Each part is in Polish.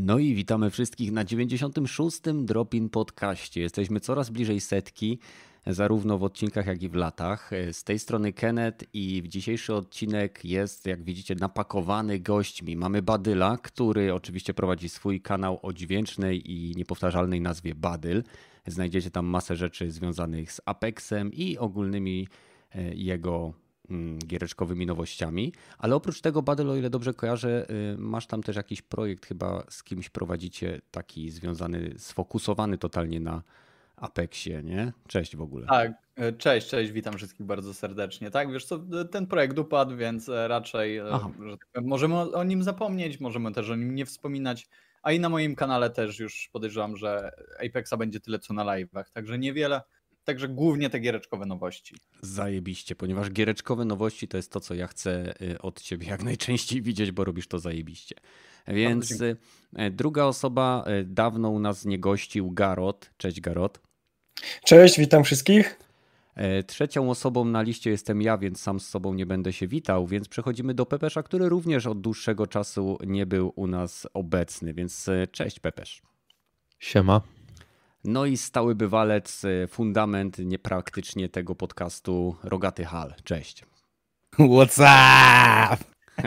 No i witamy wszystkich na 96. Drop-in podcaście. Jesteśmy coraz bliżej setki, zarówno w odcinkach, jak i w latach. Z tej strony Kenneth i dzisiejszy odcinek jest, jak widzicie, napakowany gośćmi. Mamy Badyla, który oczywiście prowadzi swój kanał o dźwięcznej i niepowtarzalnej nazwie Badyl. Znajdziecie tam masę rzeczy związanych z Apexem i ogólnymi jego giereczkowymi nowościami, ale oprócz tego Badyl, o ile dobrze kojarzę, masz tam też jakiś projekt, chyba z kimś prowadzicie taki związany, sfokusowany totalnie na Apexie, nie? Cześć w ogóle. Tak, cześć, witam wszystkich bardzo serdecznie. Tak, wiesz co, ten projekt upadł, więc raczej Aha. że tak powiem, możemy o nim zapomnieć, możemy też o nim nie wspominać, a i na moim kanale też już podejrzewam, że Apexa będzie tyle co na live'ach, także niewiele, także głównie te giereczkowe nowości. Zajebiście, ponieważ giereczkowe nowości to jest to, co ja chcę od ciebie jak najczęściej widzieć, bo robisz to zajebiście. Więc druga osoba, dawno u nas nie gościł, Garot. Cześć Garot. Cześć, witam wszystkich. Trzecią osobą na liście jestem ja, więc sam z sobą nie będę się witał, więc przechodzimy do Pepesza, który również od dłuższego czasu nie był u nas obecny, więc cześć Pepesz. Siema. No i stały bywalec, fundament niepraktycznie tego podcastu, Rogaty Hal. Cześć. What's up?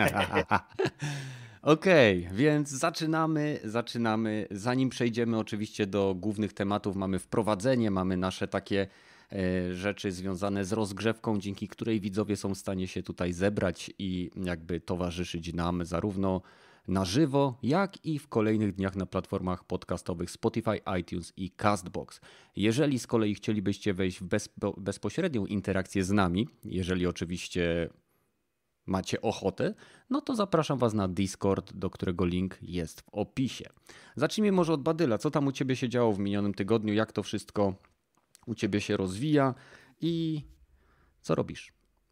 Okej, więc zaczynamy. Zanim przejdziemy oczywiście do głównych tematów, mamy wprowadzenie, mamy nasze takie rzeczy związane z rozgrzewką, dzięki której widzowie są w stanie się tutaj zebrać i jakby towarzyszyć nam zarówno na żywo, jak i w kolejnych dniach na platformach podcastowych Spotify, iTunes i Castbox. Jeżeli z kolei chcielibyście wejść w bezpośrednią interakcję z nami, jeżeli oczywiście macie ochotę, no to zapraszam was na Discord, do którego link jest w opisie. Zacznijmy może od Badyla. Co tam u ciebie się działo w minionym tygodniu? Jak to wszystko u ciebie się rozwija i co robisz?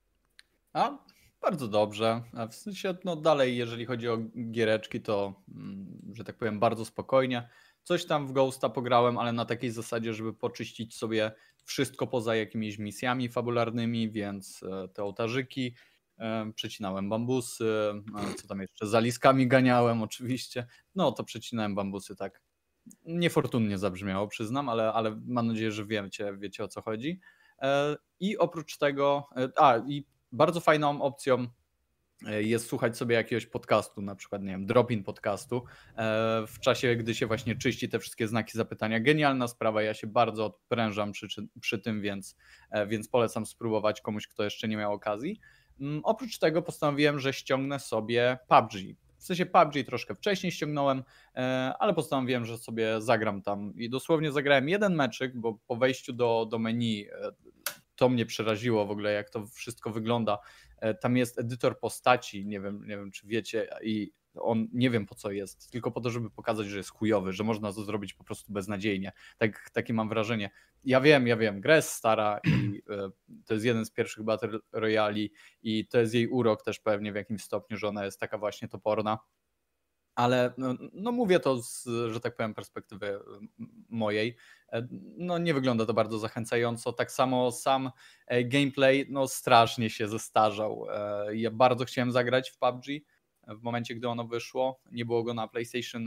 Bardzo dobrze. W sensie, no dalej, jeżeli chodzi o giereczki, to, że tak powiem, bardzo spokojnie. Coś tam w Ghosta pograłem, ale na takiej zasadzie, żeby poczyścić sobie wszystko poza jakimiś misjami fabularnymi, więc te ołtarzyki, przecinałem bambusy, co tam jeszcze, za liskami ganiałem oczywiście. No to przecinałem bambusy, tak. Niefortunnie zabrzmiało, przyznam, ale mam nadzieję, że wiecie o co chodzi. I oprócz tego, i bardzo fajną opcją jest słuchać sobie jakiegoś podcastu, na przykład, nie wiem, drop-in podcastu w czasie, gdy się właśnie czyści te wszystkie znaki zapytania. Genialna sprawa, ja się bardzo odprężam przy tym, więc polecam spróbować komuś, kto jeszcze nie miał okazji. Oprócz tego postanowiłem, że ściągnę sobie PUBG. W sensie PUBG troszkę wcześniej ściągnąłem, ale postanowiłem, że sobie zagram tam i dosłownie zagrałem jeden meczyk, bo po wejściu do menu to mnie przeraziło w ogóle, jak to wszystko wygląda. Tam jest edytor postaci, nie wiem czy wiecie, i on nie wiem po co jest, tylko po to, żeby pokazać, że jest chujowy, że można to zrobić po prostu beznadziejnie. Takie mam wrażenie. Ja wiem, gra jest stara i to jest jeden z pierwszych Battle Royali i to jest jej urok też pewnie w jakimś stopniu, że ona jest taka właśnie toporna. Ale no mówię to że tak powiem, perspektywy mojej. No nie wygląda to bardzo zachęcająco. Tak samo sam gameplay no strasznie się zestarzał. Ja bardzo chciałem zagrać w PUBG w momencie, gdy ono wyszło. Nie było go na PlayStation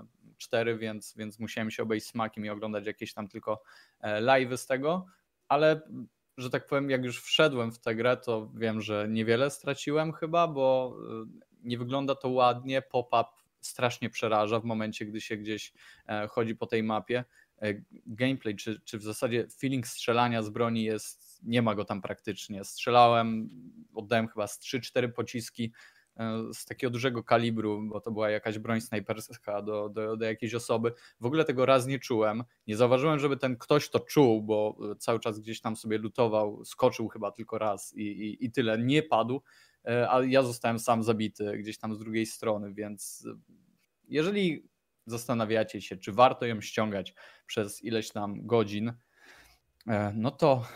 4, więc musiałem się obejść smakiem i oglądać jakieś tam tylko live'y z tego. Ale że tak powiem, jak już wszedłem w tę grę, to wiem, że niewiele straciłem chyba, bo nie wygląda to ładnie. Pop-up strasznie przeraża w momencie, gdy się gdzieś chodzi po tej mapie. Gameplay, czy w zasadzie feeling strzelania z broni nie ma go tam praktycznie. Strzelałem, oddałem chyba z 3-4 pociski z takiego dużego kalibru, bo to była jakaś broń snajperska do jakiejś osoby. W ogóle tego raz nie czułem. Nie zauważyłem, żeby ten ktoś to czuł, bo cały czas gdzieś tam sobie lutował, skoczył chyba tylko raz i tyle. Nie padł, a ja zostałem sam zabity gdzieś tam z drugiej strony, więc jeżeli zastanawiacie się, czy warto ją ściągać przez ileś tam godzin, no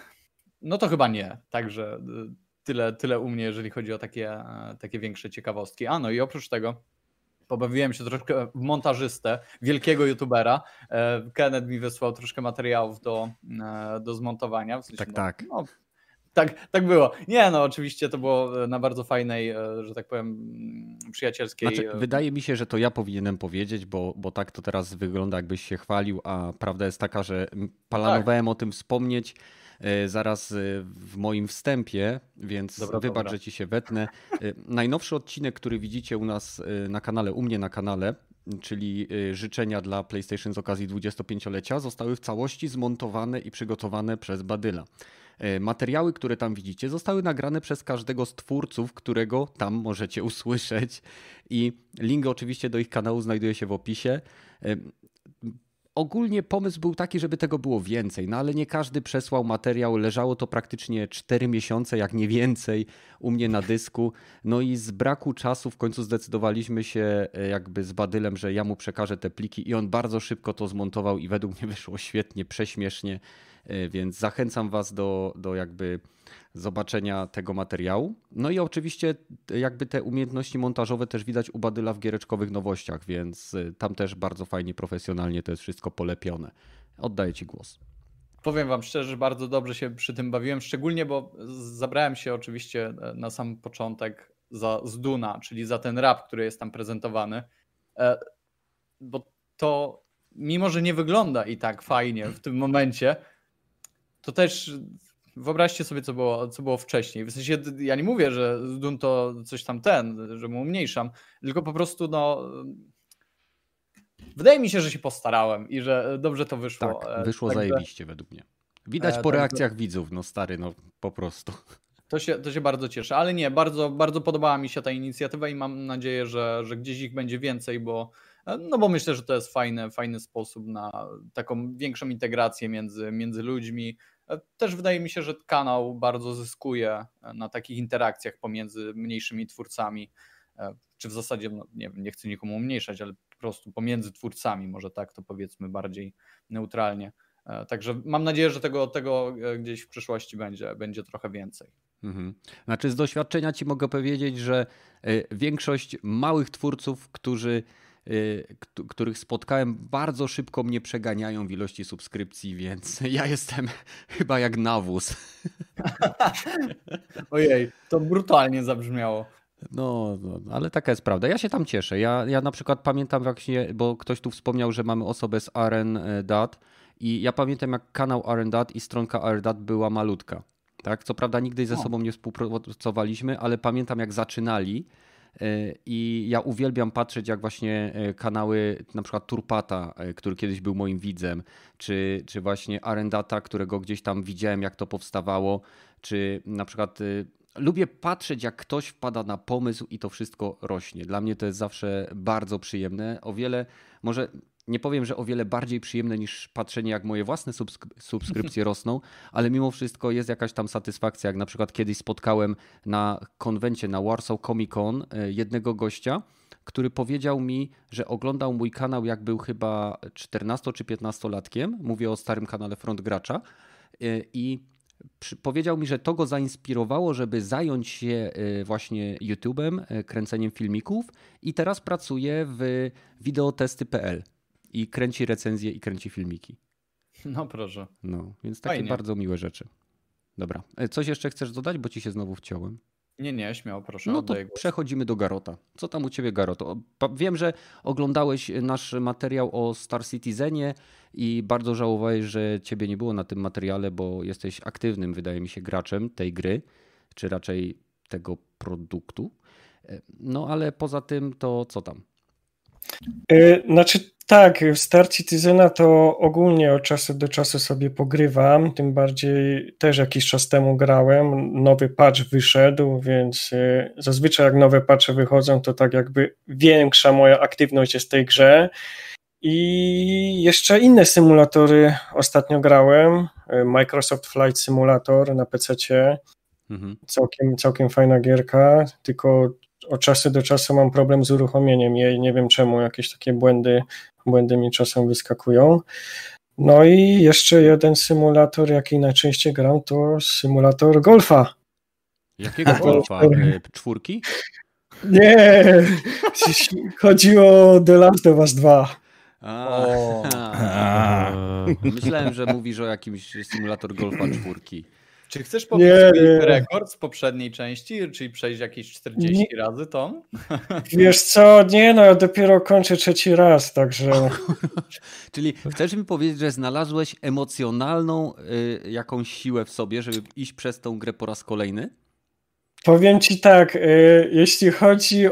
to chyba nie. Także tyle u mnie, jeżeli chodzi o takie większe ciekawostki. No i oprócz tego pobawiłem się troszkę w montażystę, wielkiego youtubera. Kenneth mi wysłał troszkę materiałów do zmontowania. W sensie, Tak. No, Tak było. Nie, no oczywiście to było na bardzo fajnej, że tak powiem, przyjacielskiej... Znaczy, wydaje mi się, że to ja powinienem powiedzieć, bo tak to teraz wygląda, jakbyś się chwalił, a prawda jest taka, że planowałem o tym wspomnieć zaraz w moim wstępie, więc wybacz, że ci się wetnę. Najnowszy odcinek, który widzicie u nas na kanale, u mnie na kanale, czyli życzenia dla PlayStation z okazji 25-lecia, zostały w całości zmontowane i przygotowane przez Badyla. Materiały, które tam widzicie, zostały nagrane przez każdego z twórców, którego tam możecie usłyszeć i link oczywiście do ich kanału znajduje się w opisie. Ogólnie pomysł był taki, żeby tego było więcej, no ale nie każdy przesłał materiał, leżało to praktycznie 4 miesiące, jak nie więcej, u mnie na dysku. No i z braku czasu w końcu zdecydowaliśmy się jakby z Badylem, że ja mu przekażę te pliki i on bardzo szybko to zmontował i według mnie wyszło świetnie, prześmiesznie, więc zachęcam was do jakby zobaczenia tego materiału. No i oczywiście jakby te umiejętności montażowe też widać u Badyla w giereczkowych nowościach, więc tam też bardzo fajnie, profesjonalnie to jest wszystko polepione. Oddaję ci głos. Powiem wam szczerze, że bardzo dobrze się przy tym bawiłem, szczególnie, bo zabrałem się oczywiście na sam początek za Zduna, czyli za ten rap, który jest tam prezentowany, bo to mimo, że nie wygląda i tak fajnie w tym momencie, to też wyobraźcie sobie, co było wcześniej. W sensie ja nie mówię, że Zdun to coś tam że mu umniejszam, tylko po prostu wydaje mi się, że się postarałem i że dobrze to wyszło. Tak, wyszło zajebiście według mnie. Widać po reakcjach widzów, no stary, no po prostu. To się bardzo cieszę, ale nie, bardzo, bardzo podobała mi się ta inicjatywa i mam nadzieję, że gdzieś ich będzie więcej, bo myślę, że to jest fajny sposób na taką większą integrację między ludźmi. Też wydaje mi się, że kanał bardzo zyskuje na takich interakcjach pomiędzy mniejszymi twórcami, czy w zasadzie, nie chcę nikomu umniejszać, ale po prostu pomiędzy twórcami, może tak to powiedzmy bardziej neutralnie. Także mam nadzieję, że tego gdzieś w przyszłości będzie trochę więcej. Znaczy z doświadczenia ci mogę powiedzieć, że większość małych twórców, których spotkałem, bardzo szybko mnie przeganiają w ilości subskrypcji, więc ja jestem chyba jak nawóz. Ojej, to brutalnie zabrzmiało. No, ale taka jest prawda. Ja się tam cieszę. Ja na przykład pamiętam właśnie, bo ktoś tu wspomniał, że mamy osobę z RNDAT i ja pamiętam, jak kanał RNDAT i stronka RNDAT była malutka. Tak? Co prawda nigdy ze sobą nie współpracowaliśmy, ale pamiętam, jak zaczynali i ja uwielbiam patrzeć, jak właśnie kanały na przykład Turpata, który kiedyś był moim widzem, czy właśnie RNDATA, którego gdzieś tam widziałem, jak to powstawało, czy na przykład lubię patrzeć, jak ktoś wpada na pomysł i to wszystko rośnie. Dla mnie to jest zawsze bardzo przyjemne. O wiele, może nie powiem, że o wiele bardziej przyjemne niż patrzenie, jak moje własne subskrypcje rosną, ale mimo wszystko jest jakaś tam satysfakcja. Jak na przykład kiedyś spotkałem na konwencie, na Warsaw Comic Con jednego gościa, który powiedział mi, że oglądał mój kanał, jak był chyba 14 czy 15-latkiem. Mówię o starym kanale Front Gracza. I powiedział mi, że to go zainspirowało, żeby zająć się właśnie YouTube'em, kręceniem filmików i teraz pracuje w videotesty.pl i kręci recenzje i kręci filmiki. No proszę. No, więc takie fajnie. Bardzo miłe rzeczy. Dobra. Coś jeszcze chcesz dodać, bo ci się znowu wciąłem? Nie, śmiało, proszę. No to przechodzimy do Garota. Co tam u ciebie, Garoto? Wiem, że oglądałeś nasz materiał o Star Citizenie i bardzo żałowałeś, że ciebie nie było na tym materiale, bo jesteś aktywnym, wydaje mi się, graczem tej gry, czy raczej tego produktu. No ale poza tym to co tam? Znaczy tak, w Star Citizena to ogólnie od czasu do czasu sobie pogrywam, tym bardziej też jakiś czas temu grałem, nowy patch wyszedł, więc zazwyczaj jak nowe patche wychodzą, to tak jakby większa moja aktywność jest w tej grze. I jeszcze inne symulatory ostatnio grałem, Microsoft Flight Simulator na PC-cie, całkiem fajna gierka, tylko od czasu do czasu mam problem z uruchomieniem jej, nie wiem czemu, jakieś takie błędy mi czasem wyskakują. No i jeszcze jeden symulator, jaki najczęściej gram, to symulator golfa. Jakiego golfa? 4? Nie, chodziło o The Last of Us 2. Myślałem, że mówisz o jakimś symulator golfa 4. Czy chcesz pobić swój rekord z poprzedniej części, czyli przejść jakieś 40 razy to? Wiesz co, nie no, ja dopiero kończę 3. raz, także... Czyli chcesz mi powiedzieć, że znalazłeś emocjonalną jakąś siłę w sobie, żeby iść przez tą grę po raz kolejny? Powiem ci tak, jeśli chodzi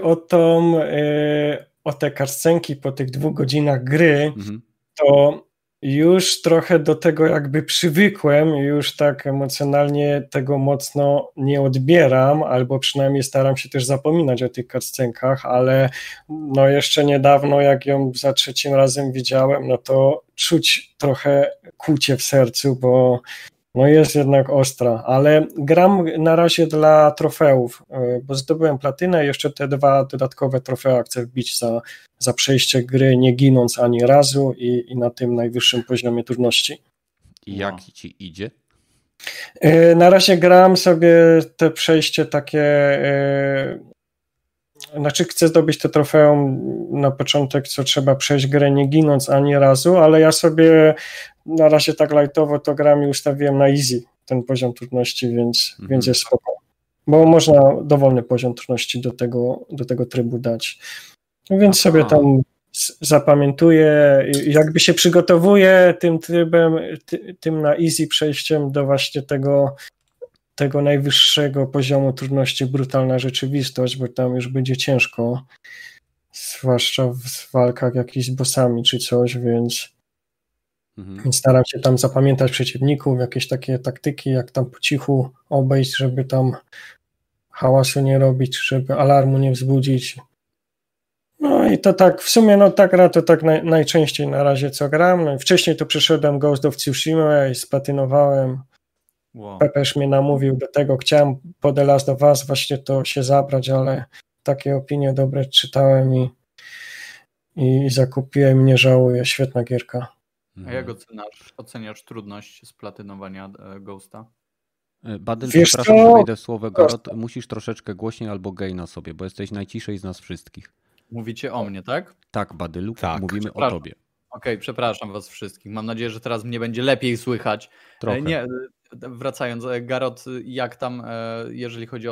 o te cutscenki po tych 2 godzinach gry, to już trochę do tego jakby przywykłem, już tak emocjonalnie tego mocno nie odbieram, albo przynajmniej staram się też zapominać o tych cutscenkach, ale no jeszcze niedawno, jak ją za 3. razem widziałem, no to czuć trochę kłucie w sercu, bo no jest jednak ostra, ale gram na razie dla trofeów, bo zdobyłem platynę i jeszcze te 2 dodatkowe trofea chcę wbić za przejście gry, nie ginąc ani razu i na tym najwyższym poziomie trudności. I jak ci idzie? Na razie gram sobie te przejście takie, znaczy chcę zdobyć to trofeum na początek, co trzeba przejść grę nie ginąc ani razu, ale ja sobie na razie tak lightowo to gram i ustawiłem na easy ten poziom trudności, więc jest spoko. Bo można dowolny poziom trudności do tego trybu dać. Więc sobie tam zapamiętuję, jakby się przygotowuję tym trybem, tym na easy przejściem do właśnie tego najwyższego poziomu trudności brutalna rzeczywistość, bo tam już będzie ciężko, zwłaszcza w walkach jakichś z bossami czy coś, więc staram się tam zapamiętać przeciwników, jakieś takie taktyki, jak tam po cichu obejść, żeby tam hałasu nie robić, żeby alarmu nie wzbudzić. No i to tak, w sumie no ta gra to tak najczęściej na razie co gram. No, wcześniej to przeszedłem Ghost of Tsushima i splatynowałem. Wow. Pepeż mnie namówił do tego, chciałem po The Last of Us właśnie to się zabrać, ale takie opinie dobre czytałem i zakupiłem, nie żałuję, świetna gierka. A jak oceniasz trudność splatynowania Ghosta? Badyl, przepraszam, że wejdę w słowo, Garot, musisz troszeczkę głośniej albo gej na sobie, bo jesteś najciszej z nas wszystkich. Mówicie o mnie, tak? Tak, Badylu, tak. Mówimy o tobie. Okej, przepraszam was wszystkich. Mam nadzieję, że teraz mnie będzie lepiej słychać. Trochę. Nie, wracając, Garot, jak tam, jeżeli chodzi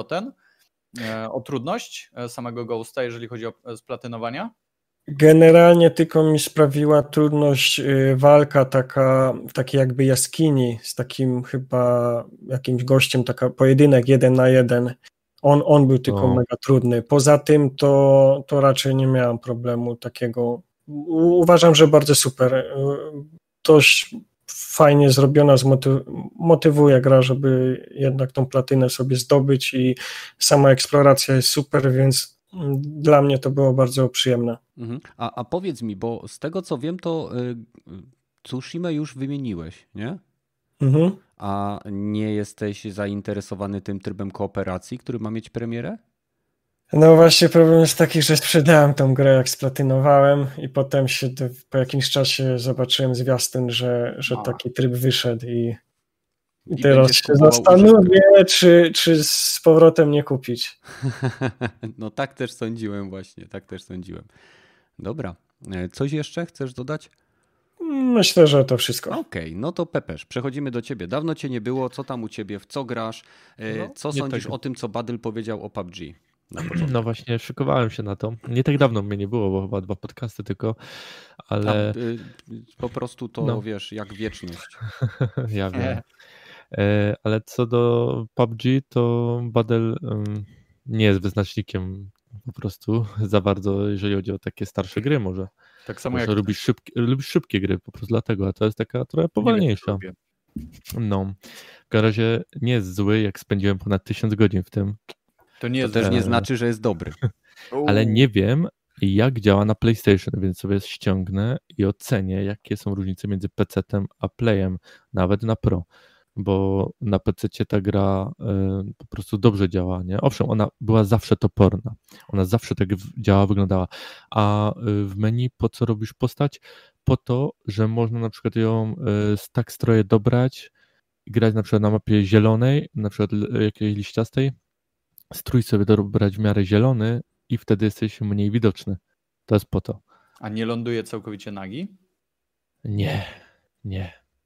o trudność samego Ghosta, jeżeli chodzi o splatynowania? Generalnie tylko mi sprawiła trudność walka taka, w takiej jakby jaskini z takim chyba jakimś gościem, taka pojedynek 1 na 1. On był tylko mega trudny. Poza tym to raczej nie miałem problemu takiego. Uważam, że bardzo super. Dość fajnie zrobiona, motywuje gra, żeby jednak tą platynę sobie zdobyć i sama eksploracja jest super, więc dla mnie to było bardzo przyjemne. A powiedz mi, bo z tego co wiem, to Tsushima już wymieniłeś, nie? A nie jesteś zainteresowany tym trybem kooperacji, który ma mieć premierę? No właśnie problem jest taki, że sprzedałem tą grę jak splatynowałem i potem po jakimś czasie zobaczyłem zwiastun, że taki tryb wyszedł i teraz się zastanowię, czy z powrotem nie kupić. No tak też sądziłem właśnie, tak też sądziłem. Dobra, coś jeszcze chcesz dodać? Myślę, że to wszystko. Okej, no to Pepeż, przechodzimy do ciebie. Dawno cię nie było, co tam u ciebie, w co grasz? Co sądzisz o tym, co Badyl powiedział o PUBG? No właśnie, szykowałem się na to. Nie tak dawno mnie nie było, bo chyba 2 podcasty tylko, ale... po prostu to wiesz, jak wieczność. Ja wiem. Ale co do PUBG, to Badyl nie jest wyznacznikiem po prostu za bardzo, jeżeli chodzi o takie starsze gry może. Tak samo jak lubisz szybkie gry, po prostu dlatego, a to jest taka trochę powolniejsza. No, w razie nie jest zły, jak spędziłem ponad 1000 godzin w tym. To też nie znaczy, że jest dobry. Ale nie wiem, jak działa na PlayStation, więc sobie ściągnę i ocenię, jakie są różnice między PC-tem a Playem, nawet na Pro. Bo na PC-cie ta gra po prostu dobrze działa, nie? Owszem, ona była zawsze toporna, ona zawsze tak działa, wyglądała, a w menu po co robisz postać? Po to, że można na przykład ją z tak stroje dobrać i grać na przykład na mapie zielonej, na przykład jakiejś liściastej, strój sobie dobrać w miarę zielony i wtedy jesteś mniej widoczny. To jest po to. A nie ląduje całkowicie nagi? Nie.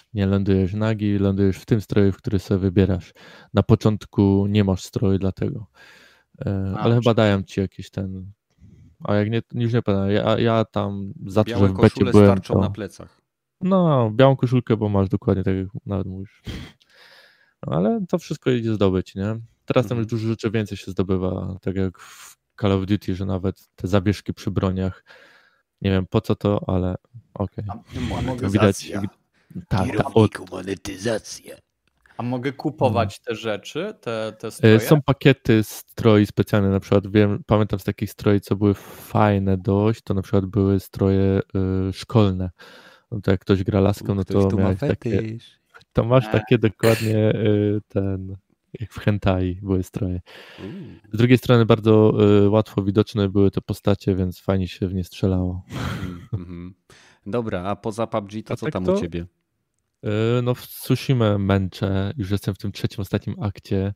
Nie lądujesz nagi, lądujesz w tym stroju, w który sobie wybierasz. Na początku nie masz stroju dlatego. Ale chyba dają ci jakiś ten... A jak nie, już nie pamiętam. Ja tam za to, że Białe w becie koszule byłem, starczą to... na plecach. No, białą koszulkę, bo masz dokładnie tak, jak nawet mówisz. No, ale to wszystko idzie zdobyć, nie? Teraz tam już dużo rzeczy więcej się zdobywa, tak jak w Call of Duty, że nawet te zawieszki przy broniach, nie wiem po co to, ale okej. Widać. Tak, monetyzacja. A mogę kupować te rzeczy, te stroje? Są pakiety stroi specjalne, na przykład pamiętam z takich stroi, co były fajne dość, to na przykład były stroje szkolne. No to jak ktoś gra laską, no to miałeś takie... To masz takie dokładnie jak w hentai były stroje. Z drugiej strony bardzo łatwo widoczne były te postacie, więc fajnie się w nie strzelało. Dobra, a poza PUBG to co tak tam to... u ciebie? No w Tsushima męczę, już jestem w tym trzecim, ostatnim akcie.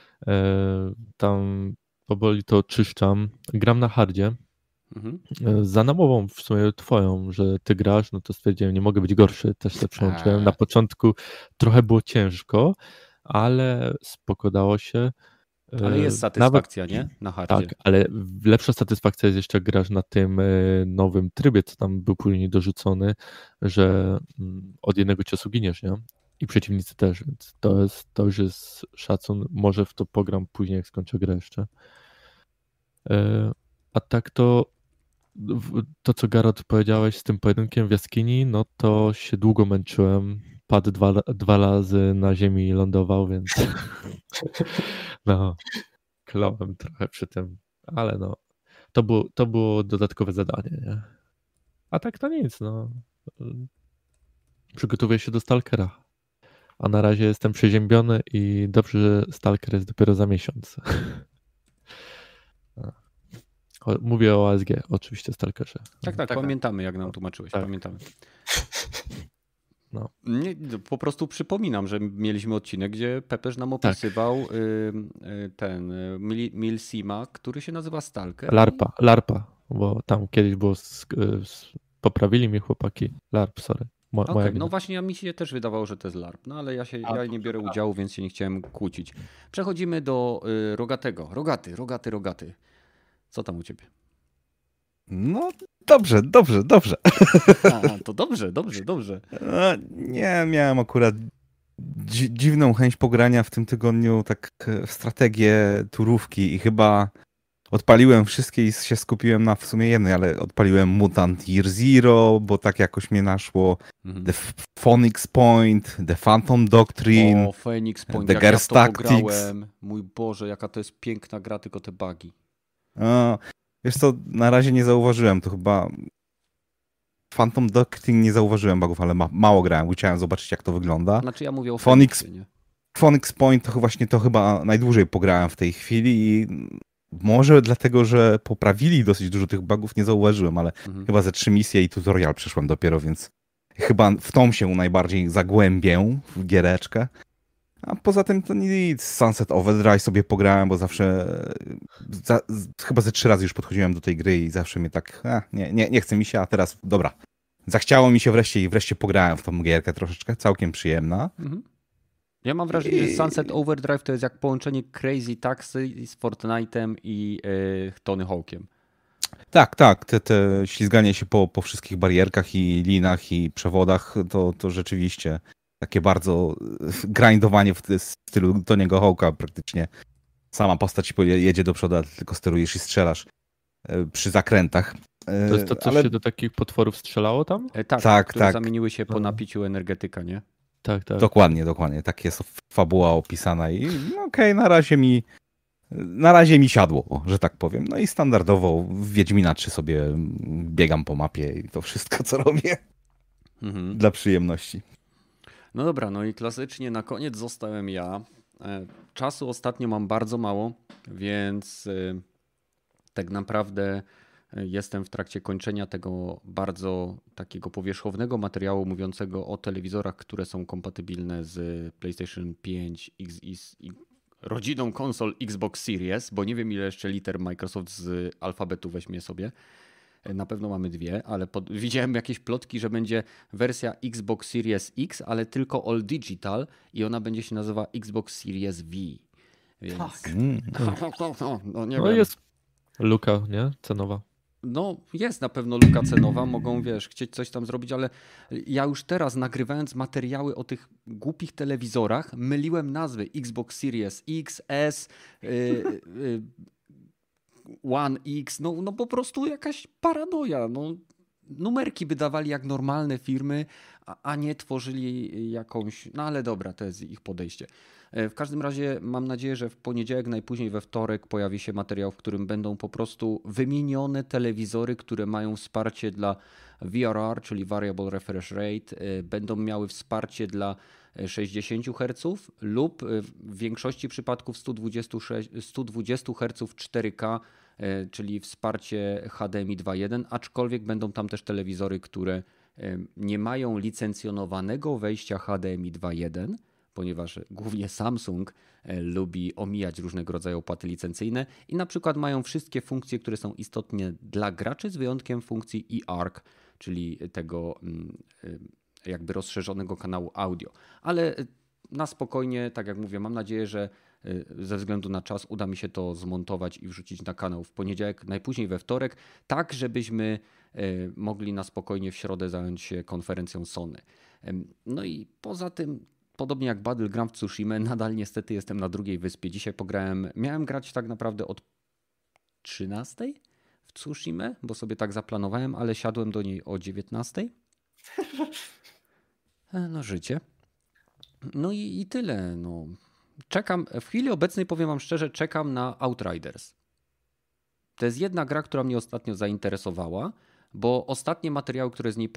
Tam powoli to czyszczam. Gram na hardzie. Za namową w sumie twoją, że ty grasz, no to stwierdziłem, nie mogę być gorszy, też się przyłączyłem. Na początku trochę było ciężko, ale spoko dało się. Ale jest satysfakcja, nie? Na hardzie. Tak, ale lepsza satysfakcja jest jeszcze, jak grasz na tym nowym trybie, co tam był później dorzucony, że od jednego ciosu giniesz, nie? I przeciwnicy też, więc to już jest szacun. Może w to pogram później, jak skończę grę jeszcze. A tak to co Garot powiedziałeś z tym pojedynkiem w jaskini, no to się długo męczyłem. Padł dwa razy na ziemi i lądował, więc no, kląłem trochę przy tym, ale no, to było dodatkowe zadanie, nie? A tak to nic, no. Przygotowuję się do Stalkera, a na razie jestem przeziębiony i dobrze, że Stalker jest dopiero za miesiąc. Mówię o ASG, oczywiście Stalkerze. Tak, pamiętamy, jak nam tłumaczyłeś, pamiętamy. No. Nie, po prostu przypominam, że mieliśmy odcinek, gdzie Pepeż nam opisywał ten Milsima, który się nazywa Stalker. LARPa, bo tam kiedyś było, poprawili mnie chłopaki. LARP, sorry. No właśnie, a mi się też wydawało, że to jest LARP, no ale ja nie biorę udziału, więc się nie chciałem kłócić. Przechodzimy do Rogatego. Rogaty. Co tam u ciebie? No dobrze. To dobrze. Nie, miałem akurat dziwną chęć pogrania w tym tygodniu tak w strategię turówki i chyba odpaliłem wszystkie i się skupiłem na w sumie jednej, ale odpaliłem Mutant Year Zero, bo tak jakoś mnie naszło. The Phoenix Point, The Phantom Doctrine, Phoenix Point, The jak Gears ja to Tactics. pograłem. Mój Boże, jaka to jest piękna gra, tylko te bugi. Wiesz co, na razie nie zauważyłem, to chyba Phantom Doctrine nie zauważyłem bugów, ale mało grałem, chciałem zobaczyć jak to wygląda. Znaczy ja mówię o Phoenixie, nie? Phoenix Point to właśnie to chyba najdłużej pograłem w tej chwili i może dlatego, że poprawili dosyć dużo tych bugów, nie zauważyłem, ale chyba ze 3 misje i tutorial przeszłem dopiero, więc chyba w tą się najbardziej zagłębię w giereczkę. A poza tym to nic. Sunset Overdrive sobie pograłem, bo zawsze chyba ze 3 razy już podchodziłem do tej gry i zawsze mnie tak nie chce mi się, a teraz dobra. Zachciało mi się wreszcie i wreszcie pograłem w tą gierkę troszeczkę, całkiem przyjemna. Ja mam wrażenie, że Sunset Overdrive to jest jak połączenie Crazy Taxi z Fortnite'em i Tony Hawk'iem. Tak. Te ślizganie się po wszystkich barierkach i linach i przewodach to rzeczywiście takie bardzo grindowanie w stylu Tony'ego Hawk'a praktycznie. Sama postać jedzie do przodu, a ty tylko sterujesz i strzelasz przy zakrętach. To jest to, co się do takich potworów strzelało tam? Tak. Zamieniły się po napiciu energetyka, nie? Tak. Dokładnie. Tak jest fabuła opisana i okej, na razie mi siadło, że tak powiem. No i standardowo w Wiedźmina 3 sobie biegam po mapie i to wszystko, co robię dla przyjemności. No dobra, no i klasycznie na koniec zostałem ja. Czasu ostatnio mam bardzo mało, więc tak naprawdę jestem w trakcie kończenia tego bardzo takiego powierzchownego materiału mówiącego o telewizorach, które są kompatybilne z PlayStation 5 i rodziną konsol Xbox Series, bo nie wiem ile jeszcze liter Microsoft z alfabetu weźmie sobie. Na pewno mamy dwie, ale widziałem jakieś plotki, że będzie wersja Xbox Series X, ale tylko all digital i ona będzie się nazywała Xbox Series V. Więc... Tak. No, nie No wiem. jest luka, nie? Cenowa. No jest na pewno luka cenowa, mogą chcieć coś tam zrobić, ale ja już teraz nagrywając materiały o tych głupich telewizorach myliłem nazwy Xbox Series X, S, One X, no po prostu jakaś paranoja. No, numerki by dawali jak normalne firmy, a nie tworzyli jakąś... No ale dobra, to jest ich podejście. W każdym razie mam nadzieję, że w poniedziałek, najpóźniej we wtorek pojawi się materiał, w którym będą po prostu wymienione telewizory, które mają wsparcie dla VRR, czyli Variable Refresh Rate, będą miały wsparcie dla 60 Hz lub w większości przypadków 120 Hz 4K, czyli wsparcie HDMI 2.1, aczkolwiek będą tam też telewizory, które nie mają licencjonowanego wejścia HDMI 2.1, ponieważ głównie Samsung lubi omijać różnego rodzaju opłaty licencyjne i na przykład mają wszystkie funkcje, które są istotne dla graczy, z wyjątkiem funkcji eARC, czyli tego jakby rozszerzonego kanału audio. Ale na spokojnie, tak jak mówię, mam nadzieję, że ze względu na czas uda mi się to zmontować i wrzucić na kanał w poniedziałek, najpóźniej we wtorek, tak żebyśmy mogli na spokojnie w środę zająć się konferencją Sony. No i poza tym, podobnie jak Battle gram w Tsushima, nadal niestety jestem na drugiej wyspie. Dzisiaj miałem grać tak naprawdę od 13 w Tsushima, bo sobie tak zaplanowałem, ale siadłem do niej o 19. No życie. No i tyle. No. Czekam, w chwili obecnej powiem wam szczerze, czekam na Outriders. To jest jedna gra, która mnie ostatnio zainteresowała, bo ostatnie materiały, które z niej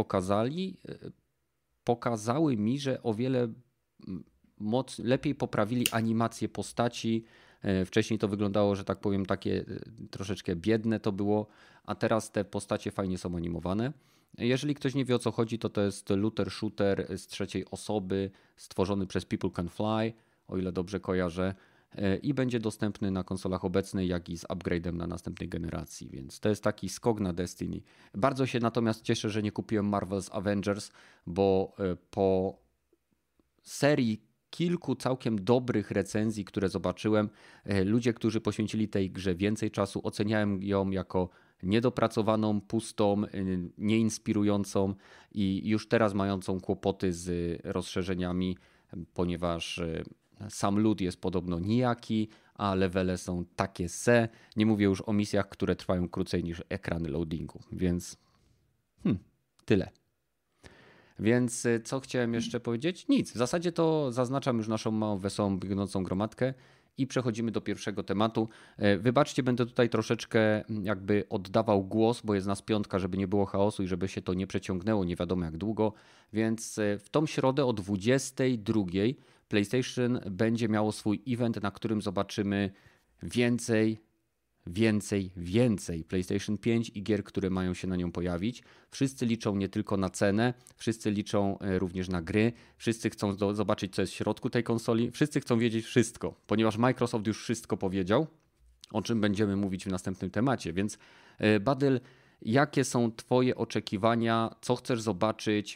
pokazały mi, że o wiele lepiej poprawili animację postaci. Wcześniej to wyglądało, że tak powiem, takie troszeczkę biedne to było, a teraz te postacie fajnie są animowane. Jeżeli ktoś nie wie, o co chodzi, to jest looter shooter z trzeciej osoby stworzony przez People Can Fly, o ile dobrze kojarzę, i będzie dostępny na konsolach obecnej, jak i z upgrade'em na następnej generacji, więc to jest taki skok na Destiny. Bardzo się natomiast cieszę, że nie kupiłem Marvel's Avengers, bo po serii kilku całkiem dobrych recenzji, które zobaczyłem, ludzie, którzy poświęcili tej grze więcej czasu, oceniałem ją jako niedopracowaną, pustą, nieinspirującą i już teraz mającą kłopoty z rozszerzeniami, ponieważ sam lód jest podobno nijaki, a levele są takie se. Nie mówię już o misjach, które trwają krócej niż ekrany loadingu, więc tyle. Więc co chciałem jeszcze powiedzieć? Nic. W zasadzie to zaznaczam już naszą małą, wesołą, biegnącą gromadkę i przechodzimy do pierwszego tematu. Wybaczcie, będę tutaj troszeczkę jakby oddawał głos, bo jest nas piątka, żeby nie było chaosu i żeby się to nie przeciągnęło nie wiadomo jak długo. Więc w tą środę o 22:00 PlayStation będzie miało swój event, na którym zobaczymy więcej PlayStation 5 i gier, które mają się na nią pojawić. Wszyscy liczą nie tylko na cenę, wszyscy liczą również na gry, wszyscy chcą zobaczyć, co jest w środku tej konsoli, wszyscy chcą wiedzieć wszystko, ponieważ Microsoft już wszystko powiedział, o czym będziemy mówić w następnym temacie. Więc Badel, jakie są twoje oczekiwania, co chcesz zobaczyć,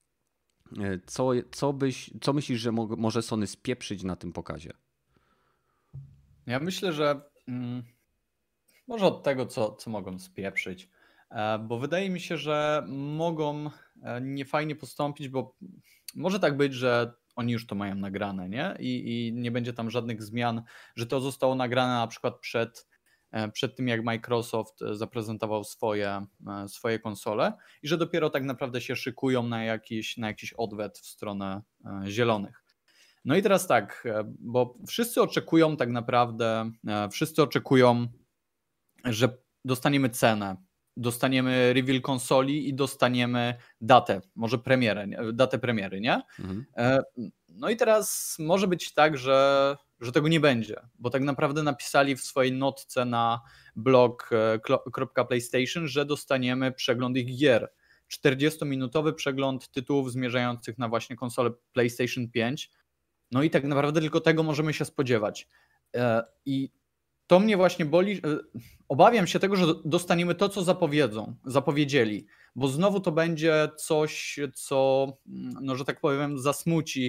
co myślisz, że może Sony spieprzyć na tym pokazie? Ja myślę, że może od tego, co mogą spieprzyć, bo wydaje mi się, że mogą niefajnie postąpić, bo może tak być, że oni już to mają nagrane, nie? I nie będzie tam żadnych zmian, że to zostało nagrane na przykład przed tym, jak Microsoft zaprezentował swoje konsole i że dopiero tak naprawdę się szykują na jakiś odwet w stronę zielonych. No i teraz tak, bo wszyscy oczekują tak naprawdę, że dostaniemy cenę, dostaniemy reveal konsoli i dostaniemy datę, może datę premiery, nie? Mhm. No i teraz może być tak, że tego nie będzie, bo tak naprawdę napisali w swojej notce na blog.playstation, że dostaniemy przegląd ich gier. 40-minutowy przegląd tytułów zmierzających na właśnie konsolę PlayStation 5. No i tak naprawdę tylko tego możemy się spodziewać. I to mnie właśnie boli. Obawiam się tego, że dostaniemy to, co zapowiedzieli, bo znowu to będzie coś, co, no, że tak powiem, zasmuci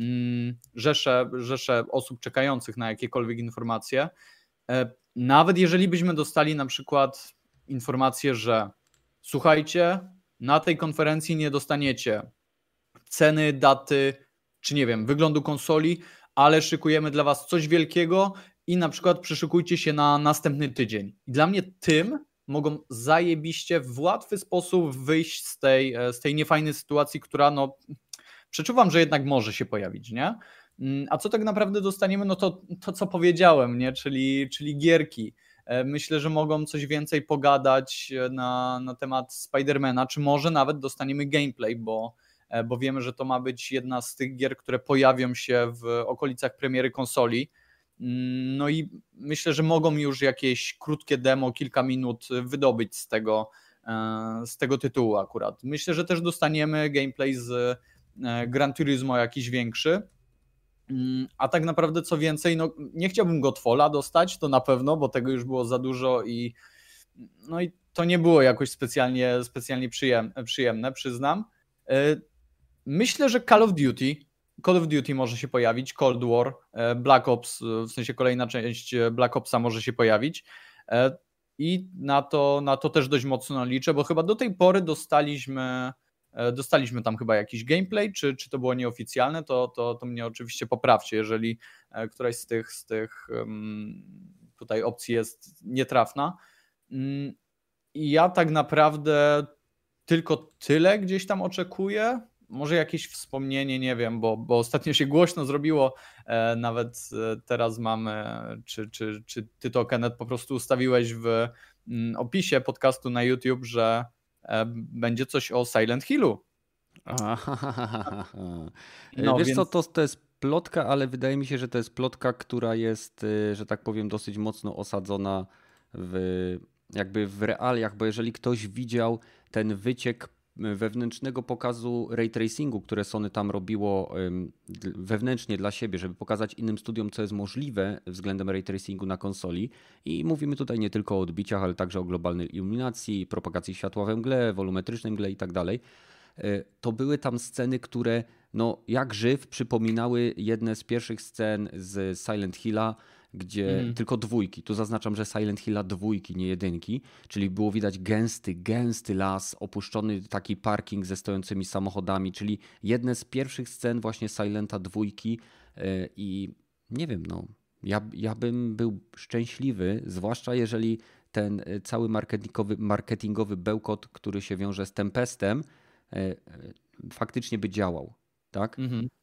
rzesze osób czekających na jakiekolwiek informacje. Nawet jeżeli byśmy dostali na przykład informację, że słuchajcie, na tej konferencji nie dostaniecie ceny, daty, czy nie wiem, wyglądu konsoli, ale szykujemy dla was coś wielkiego i na przykład przyszykujcie się na następny tydzień. I dla mnie tym mogą zajebiście w łatwy sposób wyjść z tej niefajnej sytuacji, która no przeczuwam, że jednak może się pojawić, nie? A co tak naprawdę dostaniemy, no to co powiedziałem, nie? Czyli gierki. Myślę, że mogą coś więcej pogadać na temat Spidermana, czy może nawet dostaniemy gameplay, bo wiemy, że to ma być jedna z tych gier, które pojawią się w okolicach premiery konsoli. No i myślę, że mogą już jakieś krótkie demo, kilka minut wydobyć z tego tytułu akurat. Myślę, że też dostaniemy gameplay z Gran Turismo jakiś większy. A tak naprawdę co więcej, no nie chciałbym Godfalla dostać, to na pewno, bo tego już było za dużo i to nie było jakoś specjalnie przyjemne, przyznam. Myślę, że Call of Duty może się pojawić, Cold War, Black Ops, w sensie kolejna część Black Opsa może się pojawić i na to też dość mocno liczę, bo chyba do tej pory dostaliśmy tam chyba jakiś gameplay, czy to było nieoficjalne, to mnie oczywiście poprawcie, jeżeli któraś z tych tutaj opcji jest nietrafna. I ja tak naprawdę tylko tyle gdzieś tam oczekuję. Może jakieś wspomnienie, nie wiem, bo ostatnio się głośno zrobiło, nawet teraz mamy, czy ty to, Kenneth, po prostu ustawiłeś w opisie podcastu na YouTube, że będzie coś o Silent Hillu. No, wiesz co, to jest plotka, ale wydaje mi się, że to jest plotka, która jest, że tak powiem, dosyć mocno osadzona jakby w realiach, bo jeżeli ktoś widział ten wyciek wewnętrznego pokazu ray tracingu, które Sony tam robiło wewnętrznie dla siebie, żeby pokazać innym studiom, co jest możliwe względem ray tracingu na konsoli. I mówimy tutaj nie tylko o odbiciach, ale także o globalnej iluminacji, propagacji światła we mgle, wolumetrycznej mgle i tak dalej. To były tam sceny, które no jak żyw przypominały jedne z pierwszych scen z Silent Hilla, gdzie tylko dwójki. Tu zaznaczam, że Silent Hilla dwójki, nie jedynki, czyli było widać gęsty las, opuszczony taki parking ze stojącymi samochodami, czyli jedne z pierwszych scen właśnie Silenta dwójki i nie wiem, no ja bym był szczęśliwy, zwłaszcza jeżeli ten cały marketingowy bełkot, który się wiąże z Tempestem, faktycznie by działał, tak?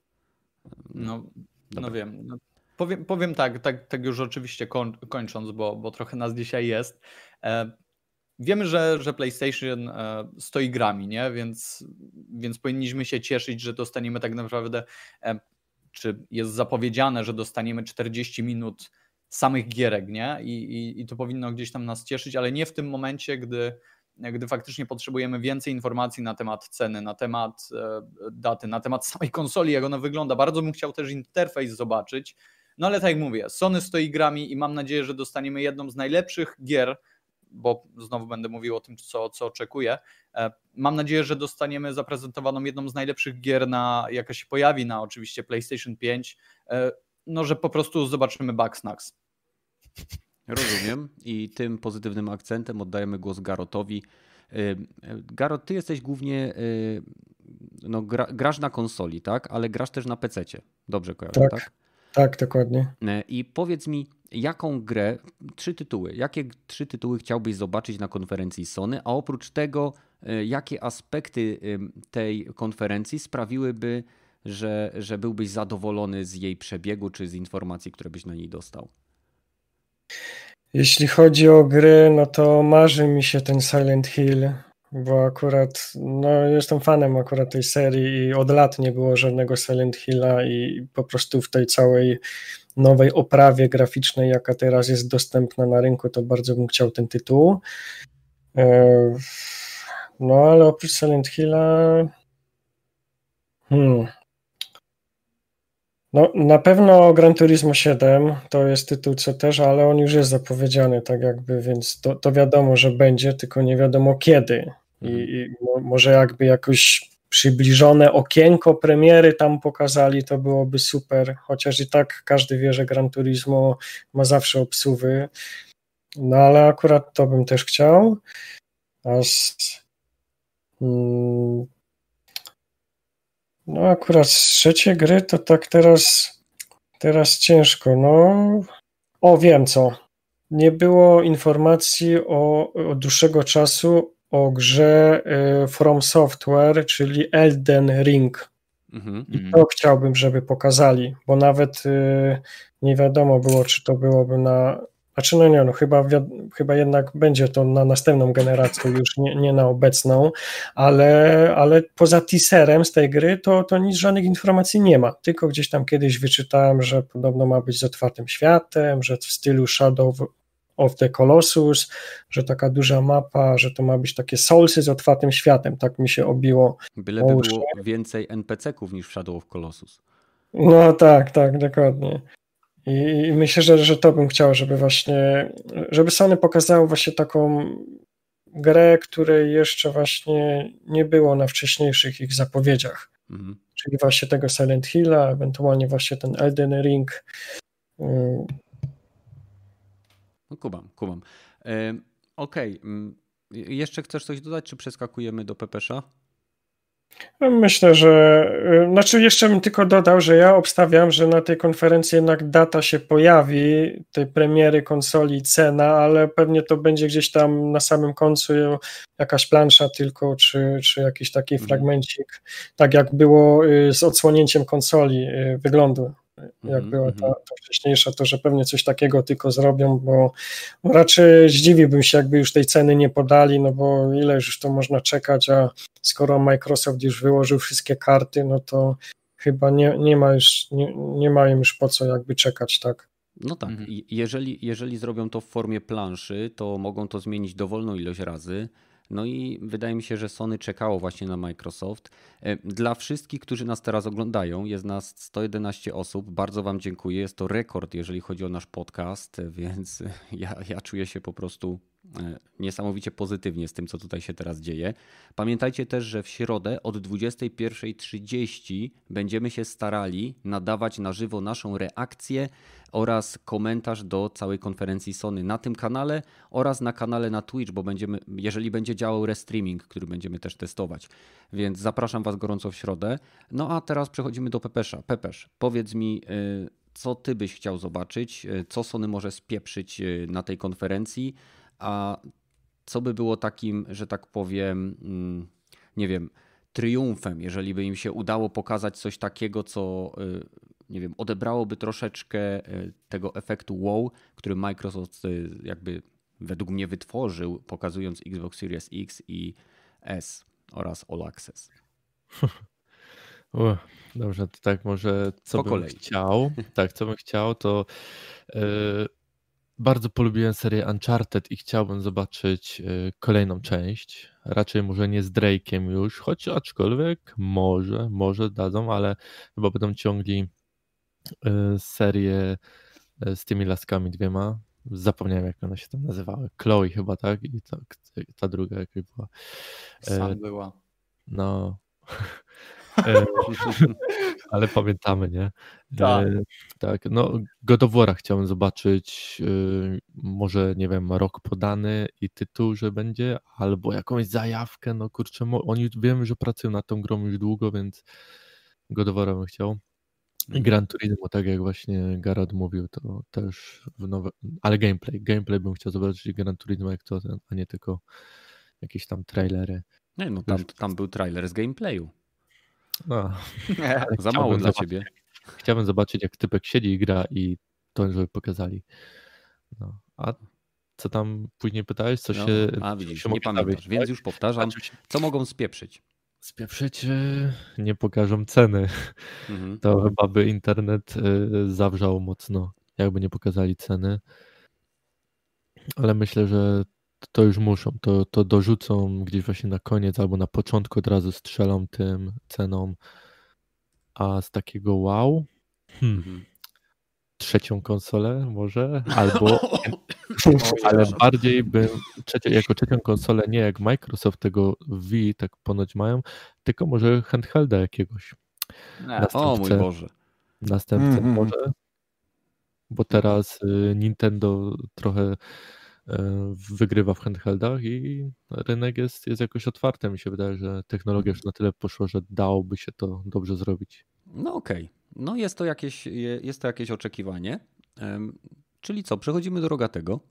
No wiem. No, powiem tak już oczywiście kończąc, bo trochę nas dzisiaj jest. Wiemy, że PlayStation stoi grami, nie? Więc powinniśmy się cieszyć, że dostaniemy tak naprawdę, czy jest zapowiedziane, że dostaniemy 40 minut samych gierek, nie? I to powinno gdzieś tam nas cieszyć, ale nie w tym momencie, gdy faktycznie potrzebujemy więcej informacji na temat ceny, na temat daty, na temat samej konsoli, jak ona wygląda. Bardzo bym chciał też interfejs zobaczyć. No ale tak jak mówię, Sony stoi grami i mam nadzieję, że dostaniemy jedną z najlepszych gier, bo znowu będę mówił o tym, co oczekuję. Mam nadzieję, że dostaniemy zaprezentowaną jedną z najlepszych gier, jaka się pojawi na oczywiście PlayStation 5. No, że po prostu zobaczymy Bugsnax. Rozumiem i tym pozytywnym akcentem oddajemy głos Garotowi. Garot, ty jesteś głównie, no grasz na konsoli, tak? Ale grasz też na PC-cie. Dobrze kojarzę, tak? Tak, dokładnie. I powiedz mi, jaką grę, jakie 3 tytuły chciałbyś zobaczyć na konferencji Sony, a oprócz tego, jakie aspekty tej konferencji sprawiłyby, że byłbyś zadowolony z jej przebiegu, czy z informacji, które byś na niej dostał? Jeśli chodzi o gry, no to marzy mi się ten Silent Hill, bo akurat jestem fanem akurat tej serii i od lat nie było żadnego Silent Hilla i po prostu w tej całej nowej oprawie graficznej, jaka teraz jest dostępna na rynku, to bardzo bym chciał ten tytuł. No ale oprócz Silent Hilla No, na pewno Gran Turismo 7 to jest tytuł co też, ale on już jest zapowiedziany, tak jakby, więc to wiadomo, że będzie, tylko nie wiadomo kiedy. I może jakby jakoś przybliżone okienko premiery tam pokazali, to byłoby super, chociaż i tak każdy wie, że Gran Turismo ma zawsze obsuwy, no ale akurat to bym też chciał. No akurat trzecie gry to tak teraz ciężko, no wiem co. Nie było informacji od dłuższego czasu o grze From Software, czyli Elden Ring. I to chciałbym, żeby pokazali, bo nawet nie wiadomo było, czy to byłoby znaczy chyba jednak będzie to na następną generację, już nie na obecną, ale poza teaserem z tej gry to nic, żadnych informacji nie ma, tylko gdzieś tam kiedyś wyczytałem, że podobno ma być z otwartym światem, że w stylu Shadow of the Colossus, że taka duża mapa, że to ma być takie Soulsy z otwartym światem, tak mi się obiło. Byleby było więcej NPC-ków niż w Shadow of Colossus. No tak, dokładnie. I myślę, że to bym chciał, żeby Sony pokazało właśnie taką grę, której jeszcze właśnie nie było na wcześniejszych ich zapowiedziach. Czyli właśnie tego Silent Hilla, ewentualnie właśnie ten Elden Ring. No, kumam. Okej. Jeszcze chcesz coś dodać, czy przeskakujemy do Pepesza? Myślę, że jeszcze bym tylko dodał, że ja obstawiam, że na tej konferencji jednak data się pojawi, tej premiery konsoli i cena, ale pewnie to będzie gdzieś tam na samym końcu jakaś plansza tylko, czy jakiś taki fragmencik, tak jak było z odsłonięciem konsoli wyglądu. Jak była ta wcześniejsza, to że pewnie coś takiego tylko zrobią, bo raczej zdziwiłbym się, jakby już tej ceny nie podali, no bo ile już to można czekać, a skoro Microsoft już wyłożył wszystkie karty, no to chyba nie mają już po co jakby czekać, tak? No tak, jeżeli zrobią to w formie planszy, to mogą to zmienić dowolną ilość razy. No i wydaje mi się, że Sony czekało właśnie na Microsoft. Dla wszystkich, którzy nas teraz oglądają, jest nas 111 osób. Bardzo Wam dziękuję. Jest to rekord, jeżeli chodzi o nasz podcast, więc ja czuję się po prostu niesamowicie pozytywnie z tym, co tutaj się teraz dzieje. Pamiętajcie też, że w środę od 21:30 będziemy się starali nadawać na żywo naszą reakcję oraz komentarz do całej konferencji Sony na tym kanale oraz na kanale na Twitch, bo jeżeli będzie działał restreaming, który będziemy też testować. Więc zapraszam Was gorąco w środę. No a teraz przechodzimy do Pepesza. Pepesz, powiedz mi, co Ty byś chciał zobaczyć, co Sony może spieprzyć na tej konferencji, a co by było takim, że tak powiem, nie wiem, triumfem, jeżeli by im się udało pokazać coś takiego, co nie wiem, odebrałoby troszeczkę tego efektu wow, który Microsoft jakby według mnie wytworzył, pokazując Xbox Series X i S oraz All Access. Dobrze, to tak może co bym chciał. Tak, co bym chciał, to bardzo polubiłem serię Uncharted i chciałbym zobaczyć kolejną część. Raczej może nie z Drake'iem już, aczkolwiek może dadzą, ale chyba będą ciągli serię z tymi laskami dwiema. Zapomniałem, jak one się tam nazywały. Chloe chyba, tak? I ta druga jaka była. Sam była. No. Ale pamiętamy, nie? Tak. No, God of War'a chciałem zobaczyć, może, nie wiem, rok podany i tytuł, że będzie, albo jakąś zajawkę, no kurczę, oni wiemy, że pracują nad tą grą już długo, więc God of War'a bym chciał. I Gran Turismo, tak jak właśnie Garad mówił, to też ale gameplay bym chciał zobaczyć Gran Turismo jak to, a nie tylko jakieś tam trailery. Nie, no tam był trailer z gameplayu. No, za mało dla ciebie. Chciałbym zobaczyć, jak typek siedzi i gra i to, żeby pokazali. No. A co tam później pytałeś? Co się... widzisz, nie pamiętasz, tak? Więc już powtarzam. Co mogą spieprzyć? Spieprzyć nie pokażą ceny. To chyba by internet zawrzał mocno, jakby nie pokazali ceny. Ale myślę, że to już muszą. To dorzucą gdzieś właśnie na koniec albo na początku od razu strzelą tym ceną. A z takiego wow, Trzecią konsolę może, albo ale bardziej bym jako trzecią konsolę nie jak Microsoft tego Wii tak ponoć mają, tylko może handhelda jakiegoś. O mój Boże. Następcę może, bo teraz Nintendo trochę wygrywa w handheldach i rynek jest jakoś otwarty. Mi się wydaje, że technologia już na tyle poszła, że dałoby się to dobrze zrobić. No okej. No jest to jakieś oczekiwanie. Czyli co, przechodzimy do Rogatego.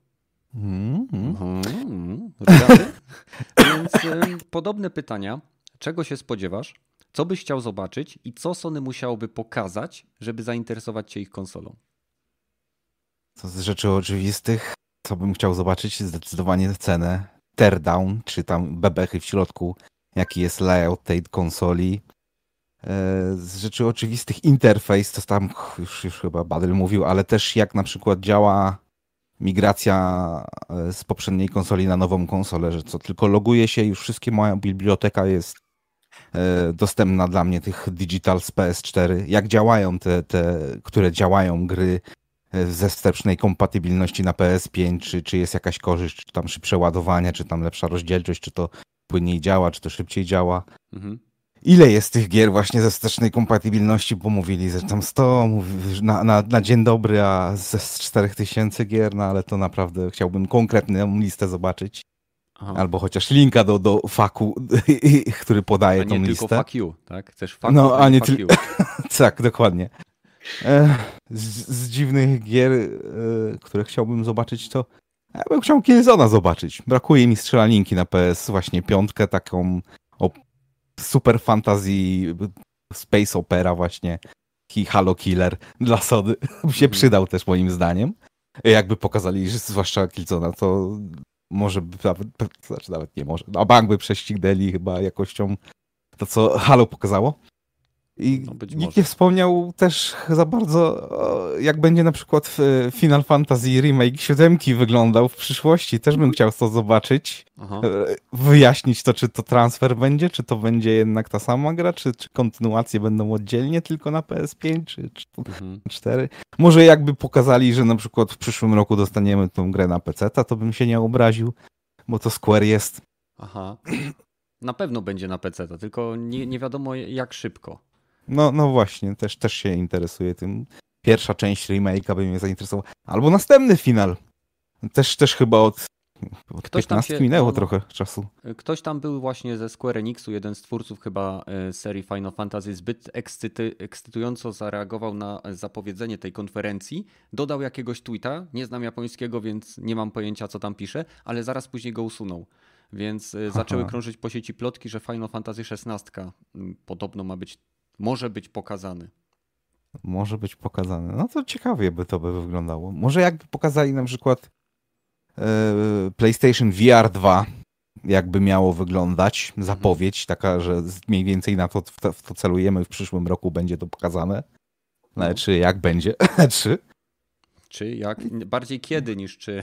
Rogaty? Więc podobne pytania. Czego się spodziewasz? Co byś chciał zobaczyć i co Sony musiałoby pokazać, żeby zainteresować cię ich konsolą? To z rzeczy oczywistych, co bym chciał zobaczyć, zdecydowanie cenę, teardown, czy tam bebechy w środku, jaki jest layout tej konsoli. Z rzeczy oczywistych interfejs, to tam już chyba Badel mówił, ale też jak na przykład działa migracja z poprzedniej konsoli na nową konsolę, że co tylko loguje się, już moja biblioteka jest dostępna dla mnie, tych digital z PS4. Jak działają te które działają gry ze wstecznej kompatybilności na PS5, czy jest jakaś korzyść, czy tam szybsze ładowanie, czy tam lepsza rozdzielczość, czy to płynniej działa, czy to szybciej działa. Ile jest tych gier właśnie ze wstecznej kompatybilności, bo mówili, że tam 100 na dzień dobry, a ze 4000 gier, no ale to naprawdę chciałbym konkretną listę zobaczyć. Aha. Albo chociaż linka do faku, który podaje tą listę. A nie tylko fuck you, tak? Chcesz fuck no, a nie fuck you. Tak, dokładnie. Z dziwnych gier, które chciałbym zobaczyć, to ja bym chciał Killzona zobaczyć. Brakuje mi strzelaninki na PS właśnie 5, taką super fantasy space opera właśnie i Halo Killer dla Sony. By się przydał też moim zdaniem. Jakby pokazali, że zwłaszcza Killzona, to może by nawet nie może. A bank by prześcignęli chyba jakością to, co Halo pokazało. I nikt nie wspomniał też za bardzo, jak będzie na przykład Final Fantasy Remake 7 wyglądał w przyszłości. Też bym chciał to zobaczyć. Aha. Wyjaśnić to, czy to transfer będzie, czy to będzie jednak ta sama gra, czy kontynuacje będą oddzielnie tylko na PS5, czy 4. Może jakby pokazali, że na przykład w przyszłym roku dostaniemy tą grę na PC, to bym się nie obraził, bo to Square jest. Aha. Na pewno będzie na PC, tylko nie wiadomo jak szybko. No właśnie, też się interesuje tym. Pierwsza część remake'a by mnie zainteresowała. Albo następny final. Też chyba od 15 minęło trochę czasu. Ktoś tam był właśnie ze Square Enixu, jeden z twórców chyba serii Final Fantasy, zbyt ekscytująco zareagował na zapowiedzenie tej konferencji. Dodał jakiegoś tweeta, nie znam japońskiego, więc nie mam pojęcia co tam pisze, ale zaraz później go usunął. Więc zaczęły krążyć po sieci plotki, że Final Fantasy XVI podobno może być pokazany. Może być pokazany. No to ciekawie by to wyglądało. Może jakby pokazali na przykład PlayStation VR 2, jakby miało wyglądać. Zapowiedź taka, że mniej więcej na to, w to celujemy, w przyszłym roku będzie to pokazane. No. Czy jak będzie? Czy jak? Bardziej kiedy niż czy.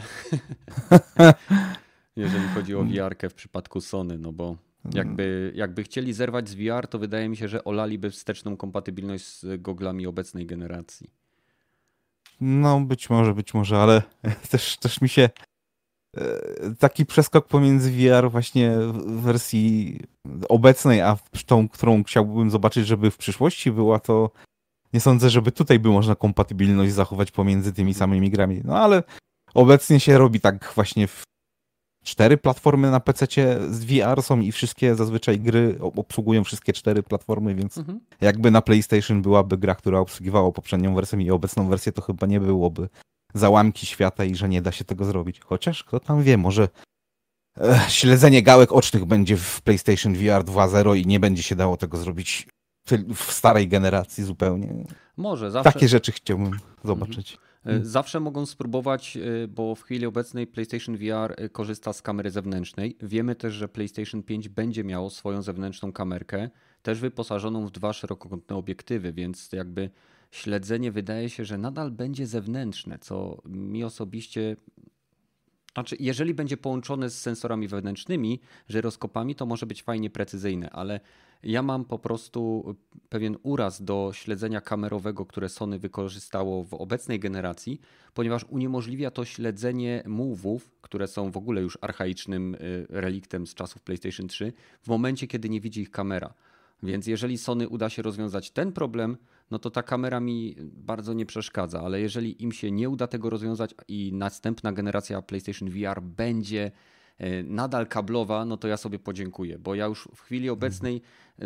Jeżeli chodzi o VR-kę w przypadku Sony, no bo jakby chcieli zerwać z VR, to wydaje mi się, że olaliby wsteczną kompatybilność z goglami obecnej generacji. No być może, ale też mi się taki przeskok pomiędzy VR właśnie w wersji obecnej, a tą, którą chciałbym zobaczyć, żeby w przyszłości była, to nie sądzę, żeby tutaj by można kompatybilność zachować pomiędzy tymi samymi grami. No ale obecnie się robi tak właśnie 4 platformy na PC-cie z VR są i wszystkie zazwyczaj gry obsługują wszystkie 4 platformy, więc jakby na PlayStation byłaby gra, która obsługiwała poprzednią wersję i obecną wersję, to chyba nie byłoby załamki świata i że nie da się tego zrobić. Chociaż kto tam wie, może śledzenie gałek ocznych będzie w PlayStation VR 2.0 i nie będzie się dało tego zrobić w starej generacji zupełnie. Może, zawsze. Takie rzeczy chciałbym zobaczyć. Zawsze mogą spróbować, bo w chwili obecnej PlayStation VR korzysta z kamery zewnętrznej. Wiemy też, że PlayStation 5 będzie miało swoją zewnętrzną kamerkę, też wyposażoną w 2 szerokokątne obiektywy, więc jakby śledzenie wydaje się, że nadal będzie zewnętrzne, co mi osobiście Znaczy, jeżeli będzie połączone z sensorami wewnętrznymi, żyroskopami, to może być fajnie precyzyjne, ale ja mam po prostu pewien uraz do śledzenia kamerowego, które Sony wykorzystało w obecnej generacji, ponieważ uniemożliwia to śledzenie move'ów, które są w ogóle już archaicznym reliktem z czasów PlayStation 3, w momencie, kiedy nie widzi ich kamera. Więc jeżeli Sony uda się rozwiązać ten problem, no to ta kamera mi bardzo nie przeszkadza, ale jeżeli im się nie uda tego rozwiązać i następna generacja PlayStation VR będzie nadal kablowa, no to ja sobie podziękuję, bo ja już w chwili obecnej,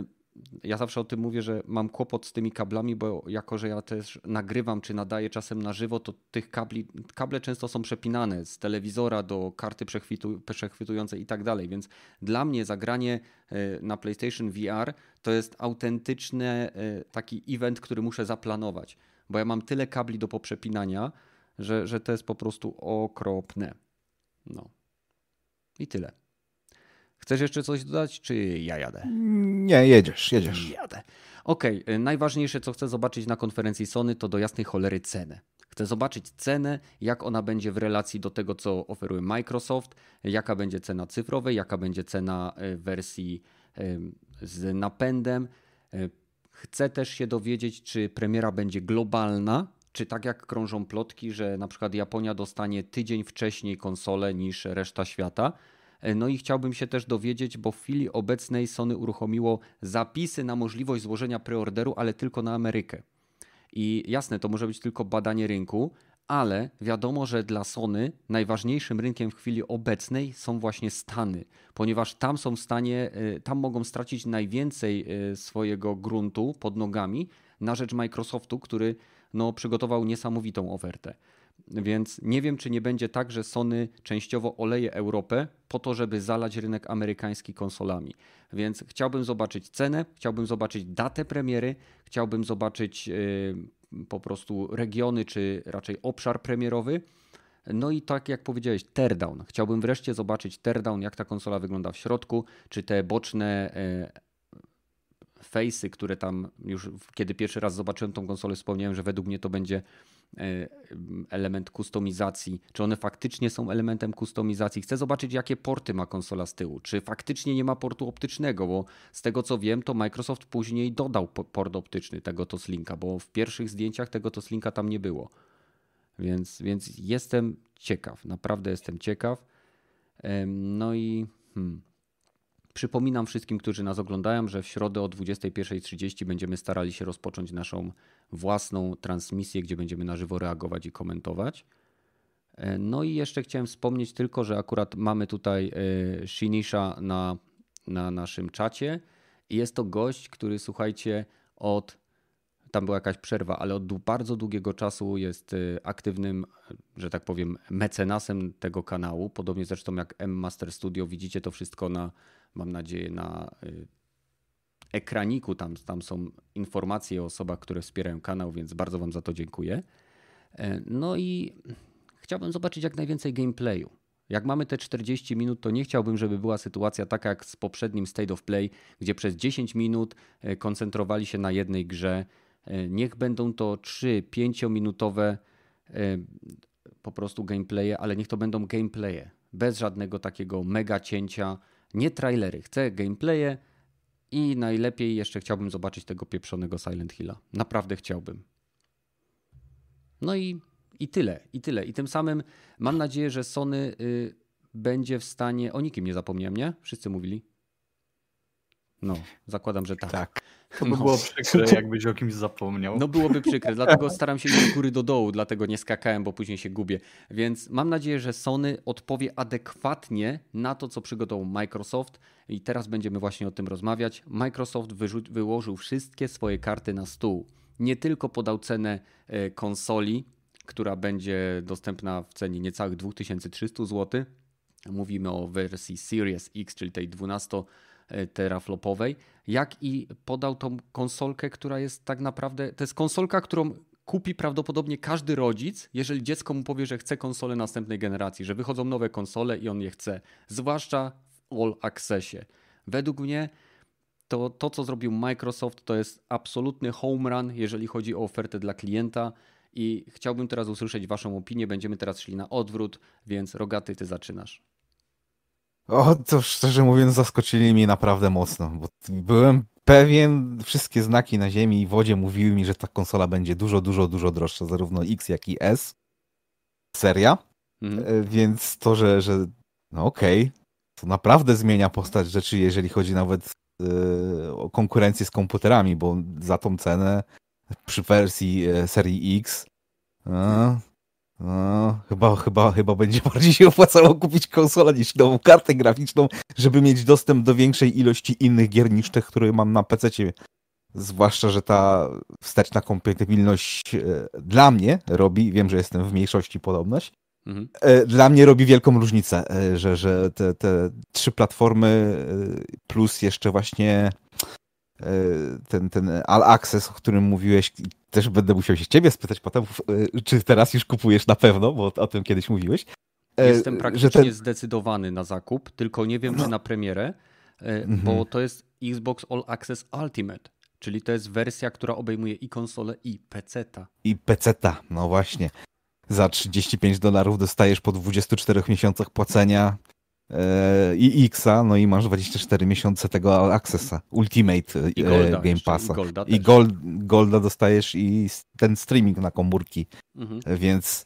ja zawsze o tym mówię, że mam kłopot z tymi kablami, bo jako, że ja też nagrywam czy nadaję czasem na żywo, to tych kable często są przepinane z telewizora do karty przechwytującej i tak dalej, więc dla mnie zagranie na PlayStation VR to jest autentyczny taki event, który muszę zaplanować, bo ja mam tyle kabli do poprzepinania, że to jest po prostu okropne. No. I tyle. Chcesz jeszcze coś dodać, czy ja jadę? Nie, jedziesz. Jadę. Okej, najważniejsze, co chcę zobaczyć na konferencji Sony, to do jasnej cholery cenę. Chcę zobaczyć cenę, jak ona będzie w relacji do tego, co oferuje Microsoft, jaka będzie cena cyfrowej, jaka będzie cena wersji z napędem. Chcę też się dowiedzieć, czy premiera będzie globalna, czy tak jak krążą plotki, że na przykład Japonia dostanie tydzień wcześniej konsolę niż reszta świata. No i chciałbym się też dowiedzieć, bo w chwili obecnej Sony uruchomiło zapisy na możliwość złożenia preorderu, ale tylko na Amerykę. I jasne, to może być tylko badanie rynku, ale wiadomo, że dla Sony najważniejszym rynkiem w chwili obecnej są właśnie Stany, ponieważ tam są w stanie, tam mogą stracić najwięcej swojego gruntu pod nogami na rzecz Microsoftu, który przygotował niesamowitą ofertę. Więc nie wiem, czy nie będzie tak, że Sony częściowo oleje Europę po to, żeby zalać rynek amerykański konsolami. Więc chciałbym zobaczyć cenę, chciałbym zobaczyć datę premiery, chciałbym zobaczyć po prostu regiony, czy raczej obszar premierowy. No i tak jak powiedziałeś, teardown. Chciałbym wreszcie zobaczyć teardown, jak ta konsola wygląda w środku, czy te boczne face'y, które tam już kiedy pierwszy raz zobaczyłem tą konsolę, wspomniałem, że według mnie to będzie element kustomizacji. Czy one faktycznie są elementem kustomizacji? Chcę zobaczyć, jakie porty ma konsola z tyłu. Czy faktycznie nie ma portu optycznego, bo z tego co wiem, to Microsoft później dodał port optyczny tego Toslinka, bo w pierwszych zdjęciach tego Toslinka tam nie było. Więc jestem ciekaw, naprawdę jestem ciekaw. No i przypominam wszystkim, którzy nas oglądają, że w środę o 21:30 będziemy starali się rozpocząć naszą własną transmisję, gdzie będziemy na żywo reagować i komentować. No i jeszcze chciałem wspomnieć tylko, że akurat mamy tutaj Shinisha na naszym czacie i jest to gość, który słuchajcie tam była jakaś przerwa, ale od bardzo długiego czasu jest aktywnym, że tak powiem, mecenasem tego kanału. Podobnie zresztą jak M-Master Studio. Widzicie to wszystko mam nadzieję, na ekraniku. Tam są informacje o osobach, które wspierają kanał, więc bardzo wam za to dziękuję. No i chciałbym zobaczyć jak najwięcej gameplayu. Jak mamy te 40 minut, to nie chciałbym, żeby była sytuacja taka jak z poprzednim State of Play, gdzie przez 10 minut koncentrowali się na jednej grze. Niech będą to 3-5 minutowe po prostu gameplaye, ale niech to będą gameplaye. Bez żadnego takiego mega cięcia. Nie trailery. Chcę gameplaye i najlepiej jeszcze chciałbym zobaczyć tego pieprzonego Silent Hilla. Naprawdę chciałbym. No i tyle. I tym samym mam nadzieję, że Sony będzie w stanie... O nikim nie zapomniałem, nie? Wszyscy mówili. No, zakładam, że tak. Tak. To by było przykre, jakbyś o kimś zapomniał. No byłoby przykre, dlatego staram się iść z góry do dołu, dlatego nie skakałem, bo później się gubię. Więc mam nadzieję, że Sony odpowie adekwatnie na to, co przygotował Microsoft i teraz będziemy właśnie o tym rozmawiać. Microsoft wyłożył wszystkie swoje karty na stół. Nie tylko podał cenę konsoli, która będzie dostępna w cenie niecałych 2300 zł. Mówimy o wersji Series X, czyli tej 12-teraflopowej, jak i podał tą konsolkę, która jest tak naprawdę, to jest konsolka, którą kupi prawdopodobnie każdy rodzic, jeżeli dziecko mu powie, że chce konsolę następnej generacji, że wychodzą nowe konsole i on je chce, zwłaszcza w All Accessie. Według mnie to co zrobił Microsoft, to jest absolutny home run, jeżeli chodzi o ofertę dla klienta I chciałbym teraz usłyszeć waszą opinię, będziemy teraz szli na odwrót, więc Rogaty, ty zaczynasz. O, to szczerze mówiąc zaskoczyli mnie naprawdę mocno, bo byłem pewien, wszystkie znaki na ziemi i wodzie mówiły mi, że ta konsola będzie dużo, dużo, dużo droższa, zarówno X, jak i S. Seria. Więc to, że no okej, to naprawdę zmienia postać rzeczy, jeżeli chodzi nawet o konkurencję z komputerami, bo za tą cenę przy wersji serii X chyba będzie bardziej się opłacało kupić konsolę niż nową kartę graficzną, żeby mieć dostęp do większej ilości innych gier niż tych, które mam na PC-cie. Zwłaszcza, że ta wsteczna kompatybilność dla mnie robi, wiem, że jestem w mniejszości podobność, dla mnie robi wielką różnicę, że te 3 platformy plus jeszcze właśnie ten All Access, o którym mówiłeś, też będę musiał się ciebie spytać potem, czy teraz już kupujesz na pewno, bo o tym kiedyś mówiłeś. Jestem praktycznie zdecydowany na zakup, tylko nie wiem, czy na premierę, bo to jest Xbox All Access Ultimate, czyli to jest wersja, która obejmuje i konsolę, i PC-ta. I PC-ta, no właśnie. Za $35 dostajesz po 24 miesiącach płacenia i X-a, no i masz 24 miesiące tego All Accessa, Ultimate Game Passa. I Golda dostajesz i ten streaming na komórki. Więc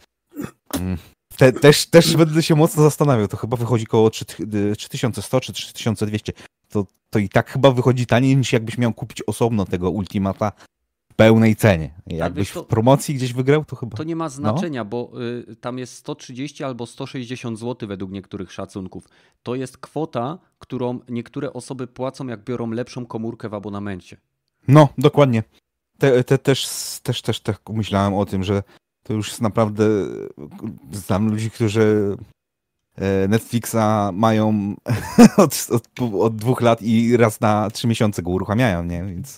też będę się mocno zastanawiał. To chyba wychodzi koło 3100 czy 3200. To i tak chyba wychodzi taniej niż jakbyś miał kupić osobno tego Ultimata w pełnej cenie. Jakbyś w promocji gdzieś wygrał, to chyba... To nie ma znaczenia, bo tam jest 130 albo 160 zł według niektórych szacunków. To jest kwota, którą niektóre osoby płacą, jak biorą lepszą komórkę w abonamencie. No, dokładnie. Też tak myślałem o tym, że to już jest naprawdę... Znam ludzi, którzy Netflixa mają od 2 lat i raz na 3 miesiące go uruchamiają, nie? Więc...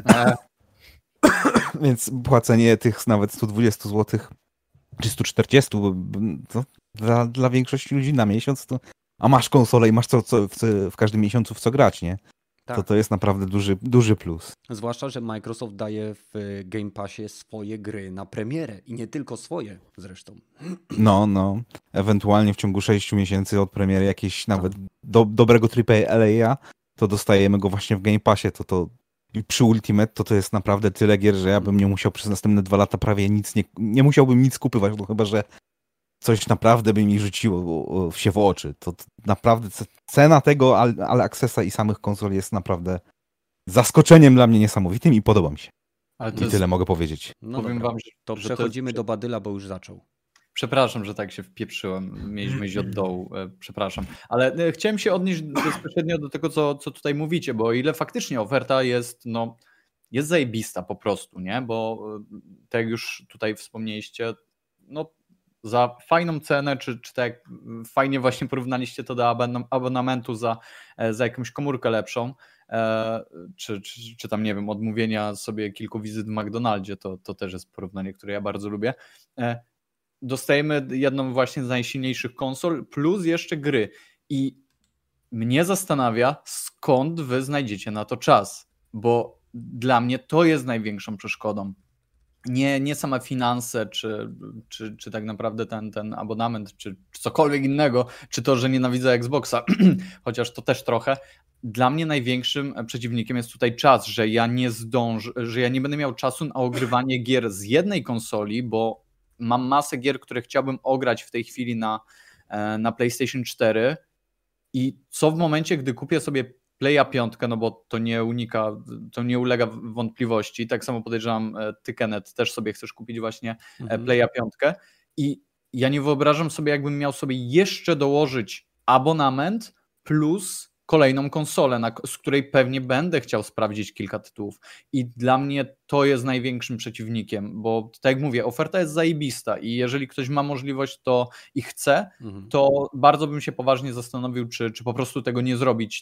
Więc płacenie tych nawet 120 zł czy 140 to dla większości ludzi na miesiąc, to, a masz konsolę i masz w każdym miesiącu w co grać, nie? Tak. To jest naprawdę duży plus. Zwłaszcza, że Microsoft daje w Game Passie swoje gry na premierę i nie tylko swoje zresztą. No. Ewentualnie w ciągu 6 miesięcy od premiery jakieś nawet dobrego AAA, to dostajemy go właśnie w Game Passie. To przy Ultimate to jest naprawdę tyle gier, że ja bym nie musiał przez następne 2 lata prawie nic, nie musiałbym nic kupywać, no chyba, że coś naprawdę by mi rzuciło się w oczy. To naprawdę cena tego All Accessa i samych konsol jest naprawdę zaskoczeniem dla mnie niesamowitym i podoba mi się. I tyle mogę powiedzieć. No powiem wam, że przechodzimy do Badyla, bo już zaczął. Przepraszam, że tak się wpieprzyłem. Mieliśmy iść od dołu. Przepraszam. Ale chciałem się odnieść bezpośrednio do tego, co tutaj mówicie, bo o ile faktycznie oferta jest zajebista po prostu, nie? Bo tak jak już tutaj wspomnieliście, za fajną cenę, czy tak jak fajnie właśnie porównaliście to do abonamentu za jakąś komórkę lepszą, czy tam, nie wiem, odmówienia sobie kilku wizyt w McDonaldzie, to też jest porównanie, które ja bardzo lubię. Dostajemy jedną właśnie z najsilniejszych konsol, plus jeszcze gry. I mnie zastanawia, skąd wy znajdziecie na to czas, bo dla mnie to jest największą przeszkodą. Nie same finanse, czy tak naprawdę ten abonament, czy cokolwiek innego, czy to, że nienawidzę Xboxa, chociaż to też trochę. Dla mnie największym przeciwnikiem jest tutaj czas, że ja nie zdążę, że ja nie będę miał czasu na ogrywanie gier z jednej konsoli, bo mam masę gier, które chciałbym ograć w tej chwili na PlayStation 4 i co w momencie, gdy kupię sobie Playa 5, no bo to nie ulega wątpliwości. Tak samo podejrzewam, ty, Kenneth, też sobie chcesz kupić właśnie Playa 5 i ja nie wyobrażam sobie, jakbym miał sobie jeszcze dołożyć abonament plus kolejną konsolę, z której pewnie będę chciał sprawdzić kilka tytułów. I dla mnie to jest największym przeciwnikiem, bo tak jak mówię, oferta jest zajebista i jeżeli ktoś ma możliwość to i chce, to bardzo bym się poważnie zastanowił, czy po prostu tego nie zrobić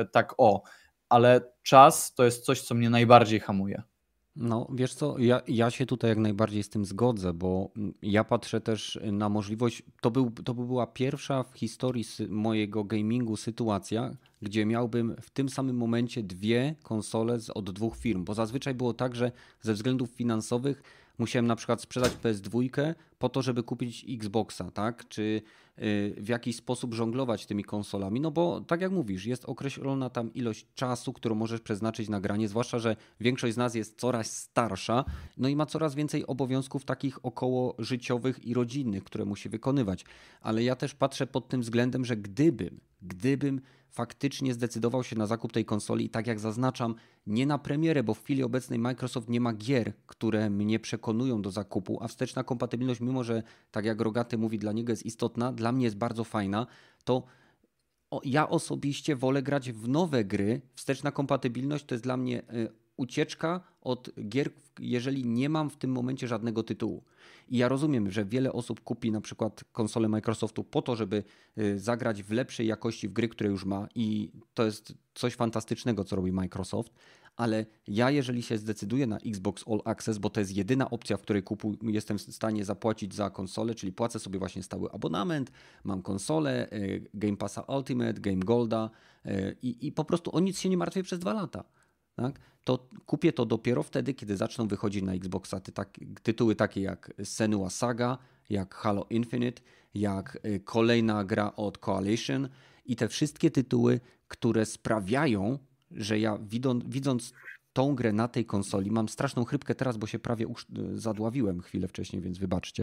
ale czas to jest coś, co mnie najbardziej hamuje. No wiesz co, ja się tutaj jak najbardziej z tym zgodzę, bo ja patrzę też na możliwość, to by była pierwsza w historii mojego gamingu sytuacja, gdzie miałbym w tym samym momencie 2 konsole od 2 firm, bo zazwyczaj było tak, że ze względów finansowych musiałem na przykład sprzedać PS2 po to, żeby kupić Xboxa, tak? Czy w jakiś sposób żonglować tymi konsolami, no bo tak jak mówisz, jest określona tam ilość czasu, którą możesz przeznaczyć na granie, zwłaszcza, że większość z nas jest coraz starsza, no i ma coraz więcej obowiązków takich około życiowych i rodzinnych, które musi wykonywać. Ale ja też patrzę pod tym względem, że gdybym faktycznie zdecydował się na zakup tej konsoli i tak jak zaznaczam, nie na premierę, bo w chwili obecnej Microsoft nie ma gier, które mnie przekonują do zakupu, a wsteczna kompatybilność, mimo że tak jak Rogaty mówi, dla niego jest istotna, dla mnie jest bardzo fajna, to ja osobiście wolę grać w nowe gry. Wsteczna kompatybilność to jest dla mnie ucieczka od gier, jeżeli nie mam w tym momencie żadnego tytułu. I ja rozumiem, że wiele osób kupi na przykład konsolę Microsoftu po to, żeby zagrać w lepszej jakości w gry, które już ma i to jest coś fantastycznego, co robi Microsoft, ale ja jeżeli się zdecyduję na Xbox All Access, bo to jest jedyna opcja, w której jestem w stanie zapłacić za konsolę, czyli płacę sobie właśnie stały abonament, mam konsolę, Game Passa Ultimate, Game Golda i po prostu o nic się nie martwię przez 2 lata. Tak? To kupię to dopiero wtedy, kiedy zaczną wychodzić na Xboxa tytuły takie jak Senua Saga, jak Halo Infinite, jak kolejna gra od Coalition i te wszystkie tytuły, które sprawiają, że ja widząc tą grę na tej konsoli, mam straszną chrypkę teraz, bo się prawie zadławiłem chwilę wcześniej, więc wybaczcie,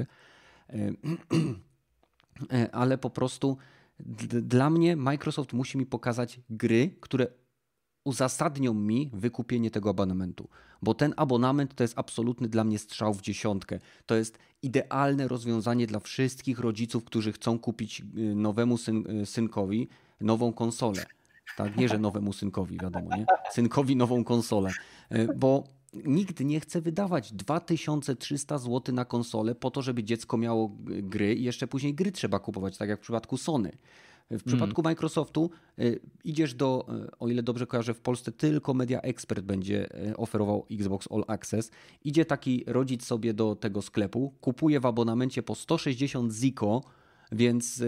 ale po prostu dla mnie Microsoft musi mi pokazać gry, które uzasadnią mi wykupienie tego abonamentu, bo ten abonament to jest absolutny dla mnie strzał w dziesiątkę. To jest idealne rozwiązanie dla wszystkich rodziców, którzy chcą kupić nowemu synkowi nową konsolę. Tak, nie, że nowemu synkowi, wiadomo, nie? Synkowi nową konsolę, bo nikt nie chce wydawać 2300 zł na konsolę po to, żeby dziecko miało gry i jeszcze później gry trzeba kupować, tak jak w przypadku Sony. W przypadku Microsoftu idziesz o ile dobrze kojarzę, w Polsce tylko Media Expert będzie oferował Xbox All Access. Idzie taki rodzic sobie do tego sklepu, kupuje w abonamencie po 160 ziko, więc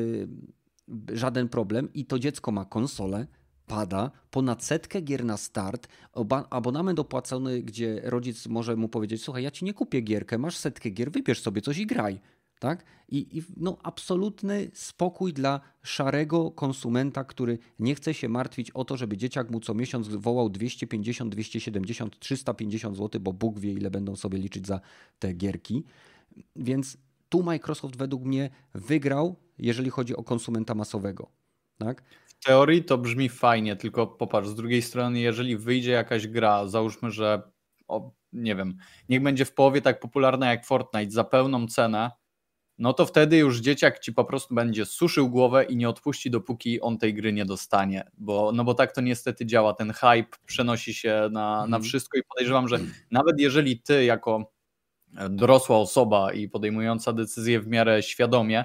żaden problem i to dziecko ma konsolę, pada, ponad 100 gier na start, abonament opłacony, gdzie rodzic może mu powiedzieć, słuchaj, ja ci nie kupię gierkę, masz 100 gier, wybierz sobie coś i graj. Tak? I absolutny spokój dla szarego konsumenta, który nie chce się martwić o to, żeby dzieciak mu co miesiąc wołał 250, 270, 350 zł, bo Bóg wie, ile będą sobie liczyć za te gierki. Więc tu Microsoft według mnie wygrał, jeżeli chodzi o konsumenta masowego. Tak? W teorii to brzmi fajnie, tylko popatrz, z drugiej strony, jeżeli wyjdzie jakaś gra, załóżmy, że nie wiem, niech będzie w połowie tak popularna jak Fortnite za pełną cenę, no to wtedy już dzieciak ci po prostu będzie suszył głowę i nie odpuści, dopóki on tej gry nie dostanie. Bo tak to niestety działa. Ten hype przenosi się na wszystko i podejrzewam, że nawet jeżeli ty jako dorosła osoba i podejmująca decyzje w miarę świadomie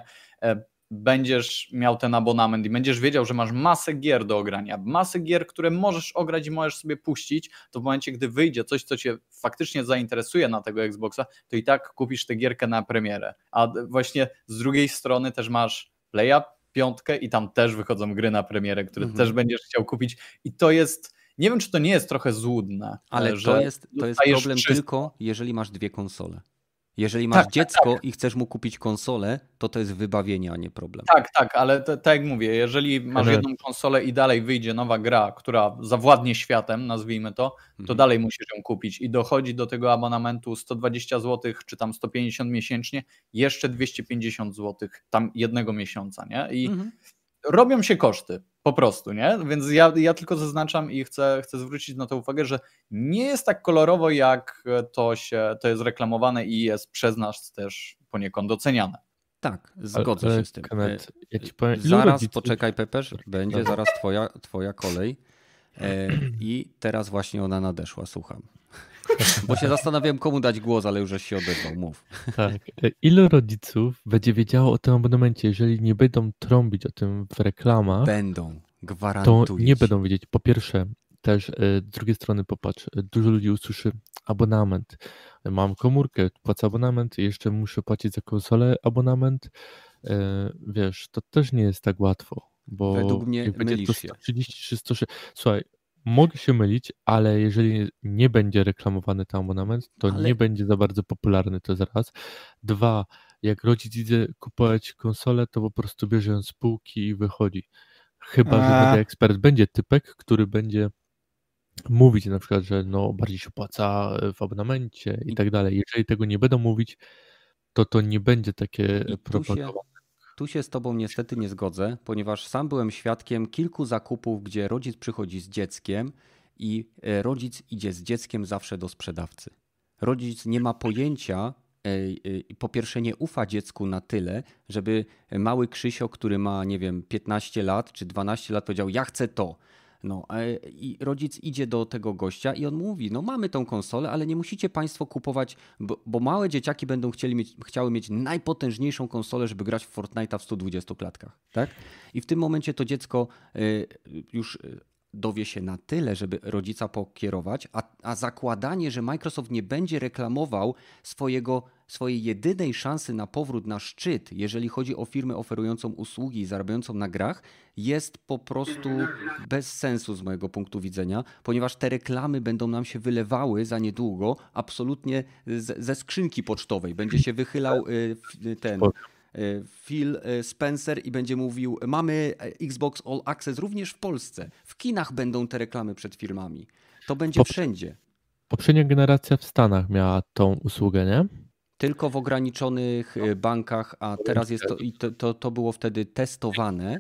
będziesz miał ten abonament i będziesz wiedział, że masz masę gier do ogrania, masę gier, które możesz ograć i możesz sobie puścić, to w momencie, gdy wyjdzie coś, co cię faktycznie zainteresuje na tego Xboxa, to i tak kupisz tę gierkę na premierę. A właśnie z drugiej strony też masz Playa 5 i tam też wychodzą gry na premierę, które też będziesz chciał kupić i to jest, nie wiem, czy to nie jest trochę złudne. Ale to jest problem tylko, jeżeli masz 2 konsole. Jeżeli masz dziecko i chcesz mu kupić konsolę, to jest wybawienie, a nie problem. Tak, ale tak jak mówię, jeżeli masz jedną konsolę i dalej wyjdzie nowa gra, która zawładnie światem, nazwijmy to dalej musisz ją kupić i dochodzi do tego abonamentu 120 zł, czy tam 150 miesięcznie, jeszcze 250 zł tam jednego miesiąca, nie? I robią się koszty. Po prostu, nie? Więc ja tylko zaznaczam i chcę zwrócić na to uwagę, że nie jest tak kolorowo, jak to jest reklamowane i jest przez nas też poniekąd doceniane. Tak, zgodzę się z tym. Kenneth, ja ci powiem, zaraz poczekaj, Pepeż, będzie zaraz twoja kolej i teraz właśnie ona nadeszła, słucham. Bo się zastanawiałem, komu dać głos, ale już żeś się odezwał, mów. Tak. Ilu rodziców będzie wiedziało o tym abonamencie, jeżeli nie będą trąbić o tym w reklamach? Będą, gwarantuję. To nie będą wiedzieć. Po pierwsze, też z drugiej strony popatrz, dużo ludzi usłyszy abonament. Mam komórkę, płacę abonament, jeszcze muszę płacić za konsolę abonament. Wiesz, to też nie jest tak łatwo. Bo Według mnie jak będzie mylisz to się. 130 czy 160... Słuchaj, mogę się mylić, ale jeżeli nie będzie reklamowany ten abonament, to Ale- nie będzie za bardzo popularny, to jest raz. Dwa, jak rodzic idzie kupować konsolę, to po prostu bierze ją z półki i wychodzi. Chyba, że Media Expert będzie typek, który będzie mówić na przykład, że no bardziej się opłaca w abonamencie i tak dalej. Jeżeli tego nie będą mówić, to nie będzie takie I propagowane. tu się z tobą niestety nie zgodzę, ponieważ sam byłem świadkiem kilku zakupów, gdzie rodzic przychodzi z dzieckiem i rodzic idzie z dzieckiem zawsze do sprzedawcy. Rodzic nie ma pojęcia, po pierwsze nie ufa dziecku na tyle, żeby mały Krzysio, który ma, nie wiem, 15 lat czy 12 lat powiedział, ja chcę to. No i rodzic idzie do tego gościa i on mówi, no mamy tą konsolę, ale nie musicie państwo kupować, bo małe dzieciaki będą chciały mieć najpotężniejszą konsolę, żeby grać w Fortnite'a w 120 klatkach, tak? I w tym momencie to dziecko już dowie się na tyle, żeby rodzica pokierować, a zakładanie, że Microsoft nie będzie reklamował swojej jedynej szansy na powrót na szczyt, jeżeli chodzi o firmę oferującą usługi i zarabiającą na grach, jest po prostu bez sensu z mojego punktu widzenia, ponieważ te reklamy będą nam się wylewały za niedługo absolutnie ze skrzynki pocztowej. Będzie się wychylał Phil Spencer i będzie mówił, mamy Xbox All Access również w Polsce. W kinach będą te reklamy przed firmami. To będzie wszędzie. Poprzednia generacja w Stanach miała tą usługę, nie? Tylko w ograniczonych bankach, a teraz jest to było wtedy testowane.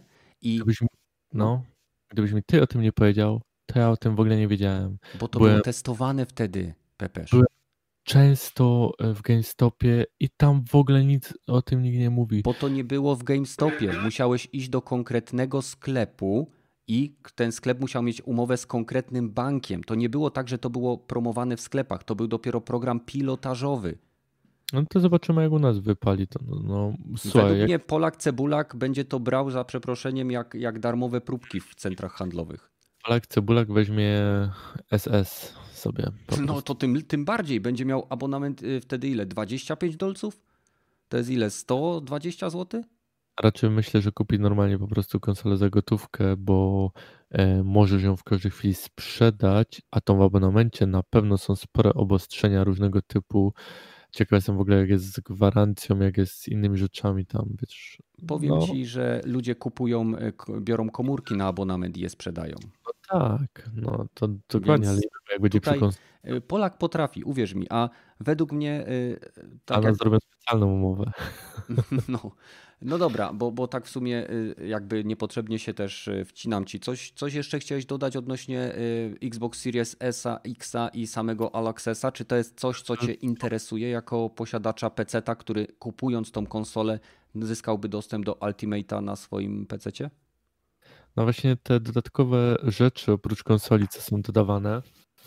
Gdybyś mi ty o tym nie powiedział, to ja o tym w ogóle nie wiedziałem. Bo to było testowane wtedy, Pepesz. Byłem często w GameStopie i tam w ogóle nic o tym nikt nie mówi. Bo to nie było w GameStopie. Musiałeś iść do konkretnego sklepu i ten sklep musiał mieć umowę z konkretnym bankiem. To nie było tak, że to było promowane w sklepach. To był dopiero program pilotażowy. No to zobaczymy, jak u nas wypali to. Według mnie Polak Cebulak będzie to brał za przeproszeniem jak darmowe próbki w centrach handlowych. Polak Cebulak weźmie SS sobie. No to tym bardziej. Będzie miał abonament wtedy ile? $25? To jest ile? 120 zł? Raczej myślę, że kupi normalnie po prostu konsolę za gotówkę, bo możesz ją w każdej chwili sprzedać, a to w abonamencie na pewno są spore obostrzenia różnego typu. Ciekaw jestem w ogóle, jak jest z gwarancją, jak jest z innymi rzeczami tam, wiesz. Powiem ci, że ludzie biorą komórki na abonament i je sprzedają. No tak, no to dokładnie, ale jak będzie przy Polak potrafi, uwierz mi, a według mnie... Ale zrobią specjalną umowę. No dobra, bo tak w sumie jakby niepotrzebnie się też wcinam ci. Coś jeszcze chciałeś dodać odnośnie Xbox Series X i samego All Accessa? Czy to jest coś, co cię interesuje jako posiadacza PC-ta, który kupując tą konsolę zyskałby dostęp do Ultimate'a na swoim PC-cie? No właśnie te dodatkowe rzeczy oprócz konsoli, co są dodawane,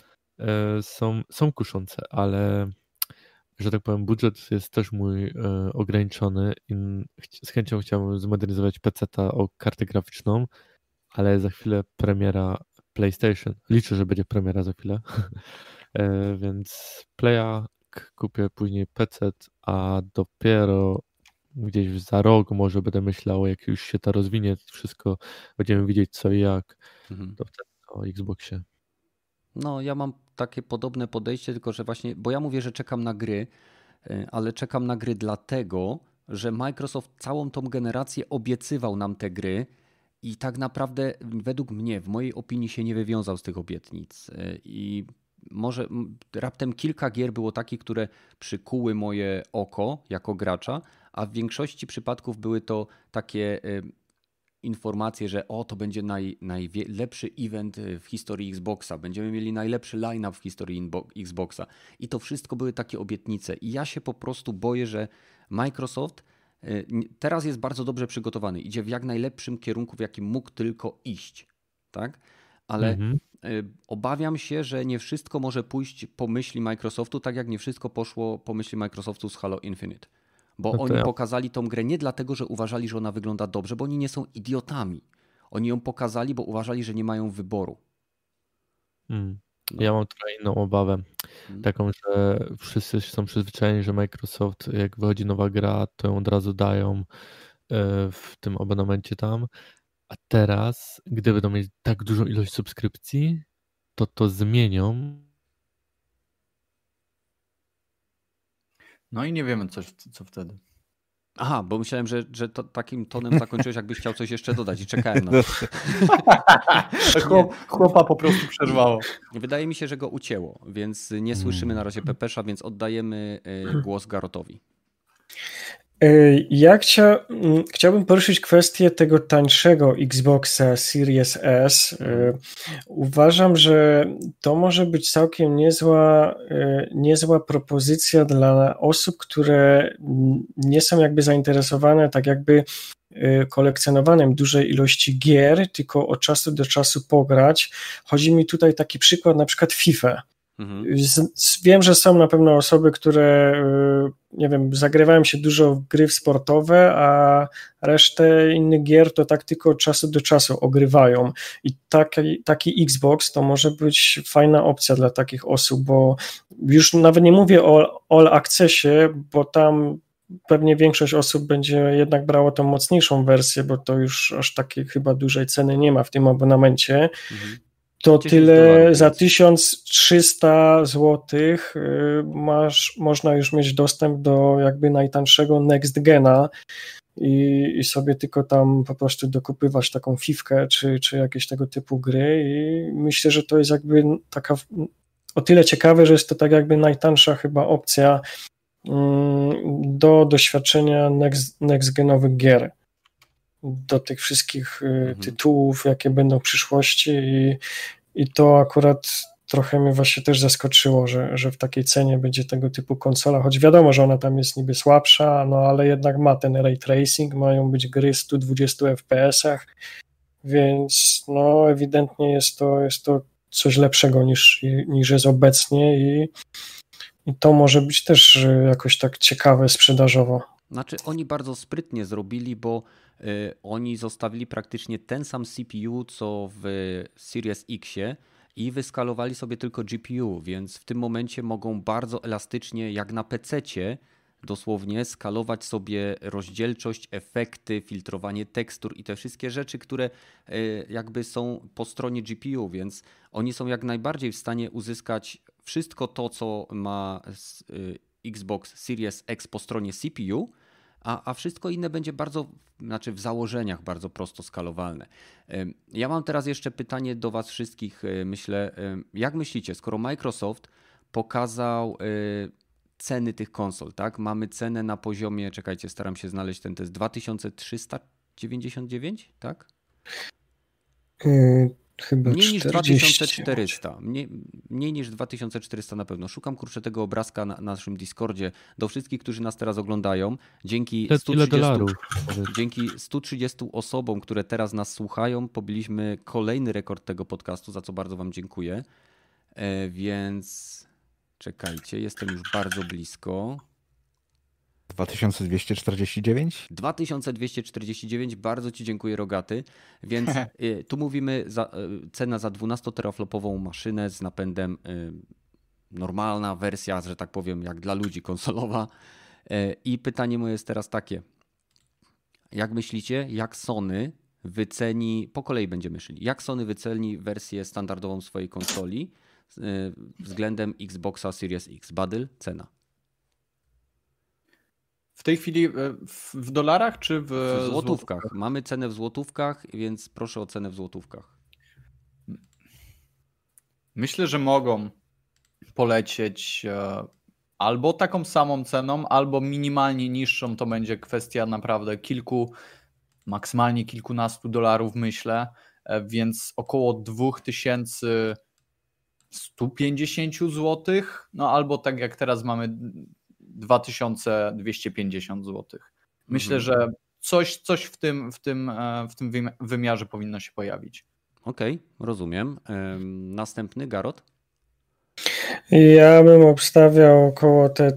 są kuszące, ale że tak powiem, budżet jest też mój ograniczony i z chęcią chciałbym zmodernizować PC-ta o kartę graficzną, ale za chwilę premiera PlayStation. Liczę, że będzie premiera za chwilę. Więc Playa kupię, później PC, a dopiero gdzieś za rok może będę myślał, jak już się to rozwinie, wszystko będziemy widzieć co i jak, to wtedy o Xboxie. No, ja mam takie podobne podejście, tylko że właśnie, bo ja mówię, że czekam na gry, ale czekam na gry dlatego, że Microsoft całą tą generację obiecywał nam te gry i tak naprawdę według mnie, w mojej opinii się nie wywiązał z tych obietnic. I może raptem kilka gier było takich, które przykuły moje oko jako gracza, a w większości przypadków były to takie informacje, że to będzie najlepszy event w historii Xboxa, będziemy mieli najlepszy line-up w historii Xboxa i to wszystko były takie obietnice i ja się po prostu boję, że Microsoft teraz jest bardzo dobrze przygotowany, idzie w jak najlepszym kierunku, w jakim mógł tylko iść, tak? Ale obawiam się, że nie wszystko może pójść po myśli Microsoftu, tak jak nie wszystko poszło po myśli Microsoftu z Halo Infinite. Bo oni pokazali tą grę nie dlatego, że uważali, że ona wygląda dobrze, bo oni nie są idiotami. Oni ją pokazali, bo uważali, że nie mają wyboru. Ja mam trochę inną obawę. Taką, że wszyscy są przyzwyczajeni, że Microsoft, jak wychodzi nowa gra, to ją od razu dają w tym abonamencie tam. A teraz, gdy będą mieć tak dużą ilość subskrypcji, to zmienią. No i nie wiemy, co wtedy. Aha, bo myślałem, że to takim tonem zakończyłeś, jakbyś chciał coś jeszcze dodać i czekałem na to. Chłopa po prostu przerwało. Wydaje mi się, że go ucięło, więc nie słyszymy na razie Pepesza, więc oddajemy głos Garotowi. Ja chciałbym poruszyć kwestię tego tańszego Xboxa Series S. Uważam, że to może być całkiem niezła propozycja dla osób, które nie są jakby zainteresowane tak jakby kolekcjonowaniem dużej ilości gier, tylko od czasu do czasu pograć. Chodzi mi tutaj taki przykład, na przykład FIFA. Wiem, że są na pewno osoby, które, nie wiem, zagrywają się dużo w gry sportowe, a resztę innych gier to tak tylko od czasu do czasu ogrywają. I taki Xbox to może być fajna opcja dla takich osób, bo już nawet nie mówię o All Accessie, bo tam pewnie większość osób będzie jednak brało tą mocniejszą wersję, bo to już aż takiej chyba dużej ceny nie ma w tym abonamencie. To tyle za 1300 zł można już mieć dostęp do jakby najtańszego Next Gena i sobie tylko tam po prostu dokupywać taką fifkę czy jakieś tego typu gry i myślę, że to jest jakby taka o tyle ciekawe, że jest to tak jakby najtańsza chyba opcja do doświadczenia next genowych gier, do tych wszystkich tytułów, jakie będą w przyszłości i to akurat trochę mnie właśnie też zaskoczyło, że w takiej cenie będzie tego typu konsola, choć wiadomo, że ona tam jest niby słabsza, no ale jednak ma ten ray tracing, mają być gry 120 FPS-ach, więc no ewidentnie jest to coś lepszego niż jest obecnie i to może być też jakoś tak ciekawe sprzedażowo. Znaczy oni bardzo sprytnie zrobili, bo oni zostawili praktycznie ten sam CPU co w Series Xie i wyskalowali sobie tylko GPU, więc w tym momencie mogą bardzo elastycznie, jak na PC-cie, dosłownie skalować sobie rozdzielczość, efekty, filtrowanie tekstur i te wszystkie rzeczy, które jakby są po stronie GPU, więc oni są jak najbardziej w stanie uzyskać wszystko to, co ma Xbox Series X po stronie CPU, a wszystko inne będzie w założeniach bardzo prosto skalowalne. Ja mam teraz jeszcze pytanie do was wszystkich, myślę, jak myślicie, skoro Microsoft pokazał ceny tych konsol, tak? Mamy cenę na poziomie, czekajcie, staram się znaleźć to jest 2399, tak? Chyba mniej niż 40. 2400. Mniej niż 2400 na pewno. Szukam kurczę tego obrazka na naszym Discordzie. Do wszystkich, którzy nas teraz oglądają, dzięki 130 osobom, które teraz nas słuchają, pobiliśmy kolejny rekord tego podcastu, za co bardzo wam dziękuję. Więc czekajcie, jestem już bardzo blisko. 2249? 2249, bardzo ci dziękuję, Rogaty. Więc tu mówimy cena za 12-teraflopową maszynę z napędem normalna wersja, że tak powiem, jak dla ludzi konsolowa. I pytanie moje jest teraz takie. Jak myślicie, jak Sony wyceni, po kolei będziemy szli, jak Sony wyceni wersję standardową swojej konsoli względem Xboxa Series X? Badyl, cena. W tej chwili w dolarach czy w złotówkach? Mamy cenę w złotówkach, więc proszę o cenę w złotówkach. Myślę, że mogą polecieć albo taką samą ceną, albo minimalnie niższą. To będzie kwestia naprawdę maksymalnie kilkunastu dolarów, myślę, więc około 2150 zł, no albo tak jak teraz mamy 2250 zł. Myślę, że coś w tym wymiarze powinno się pojawić. Okej, rozumiem. Następny, Garot? Ja bym obstawiał około te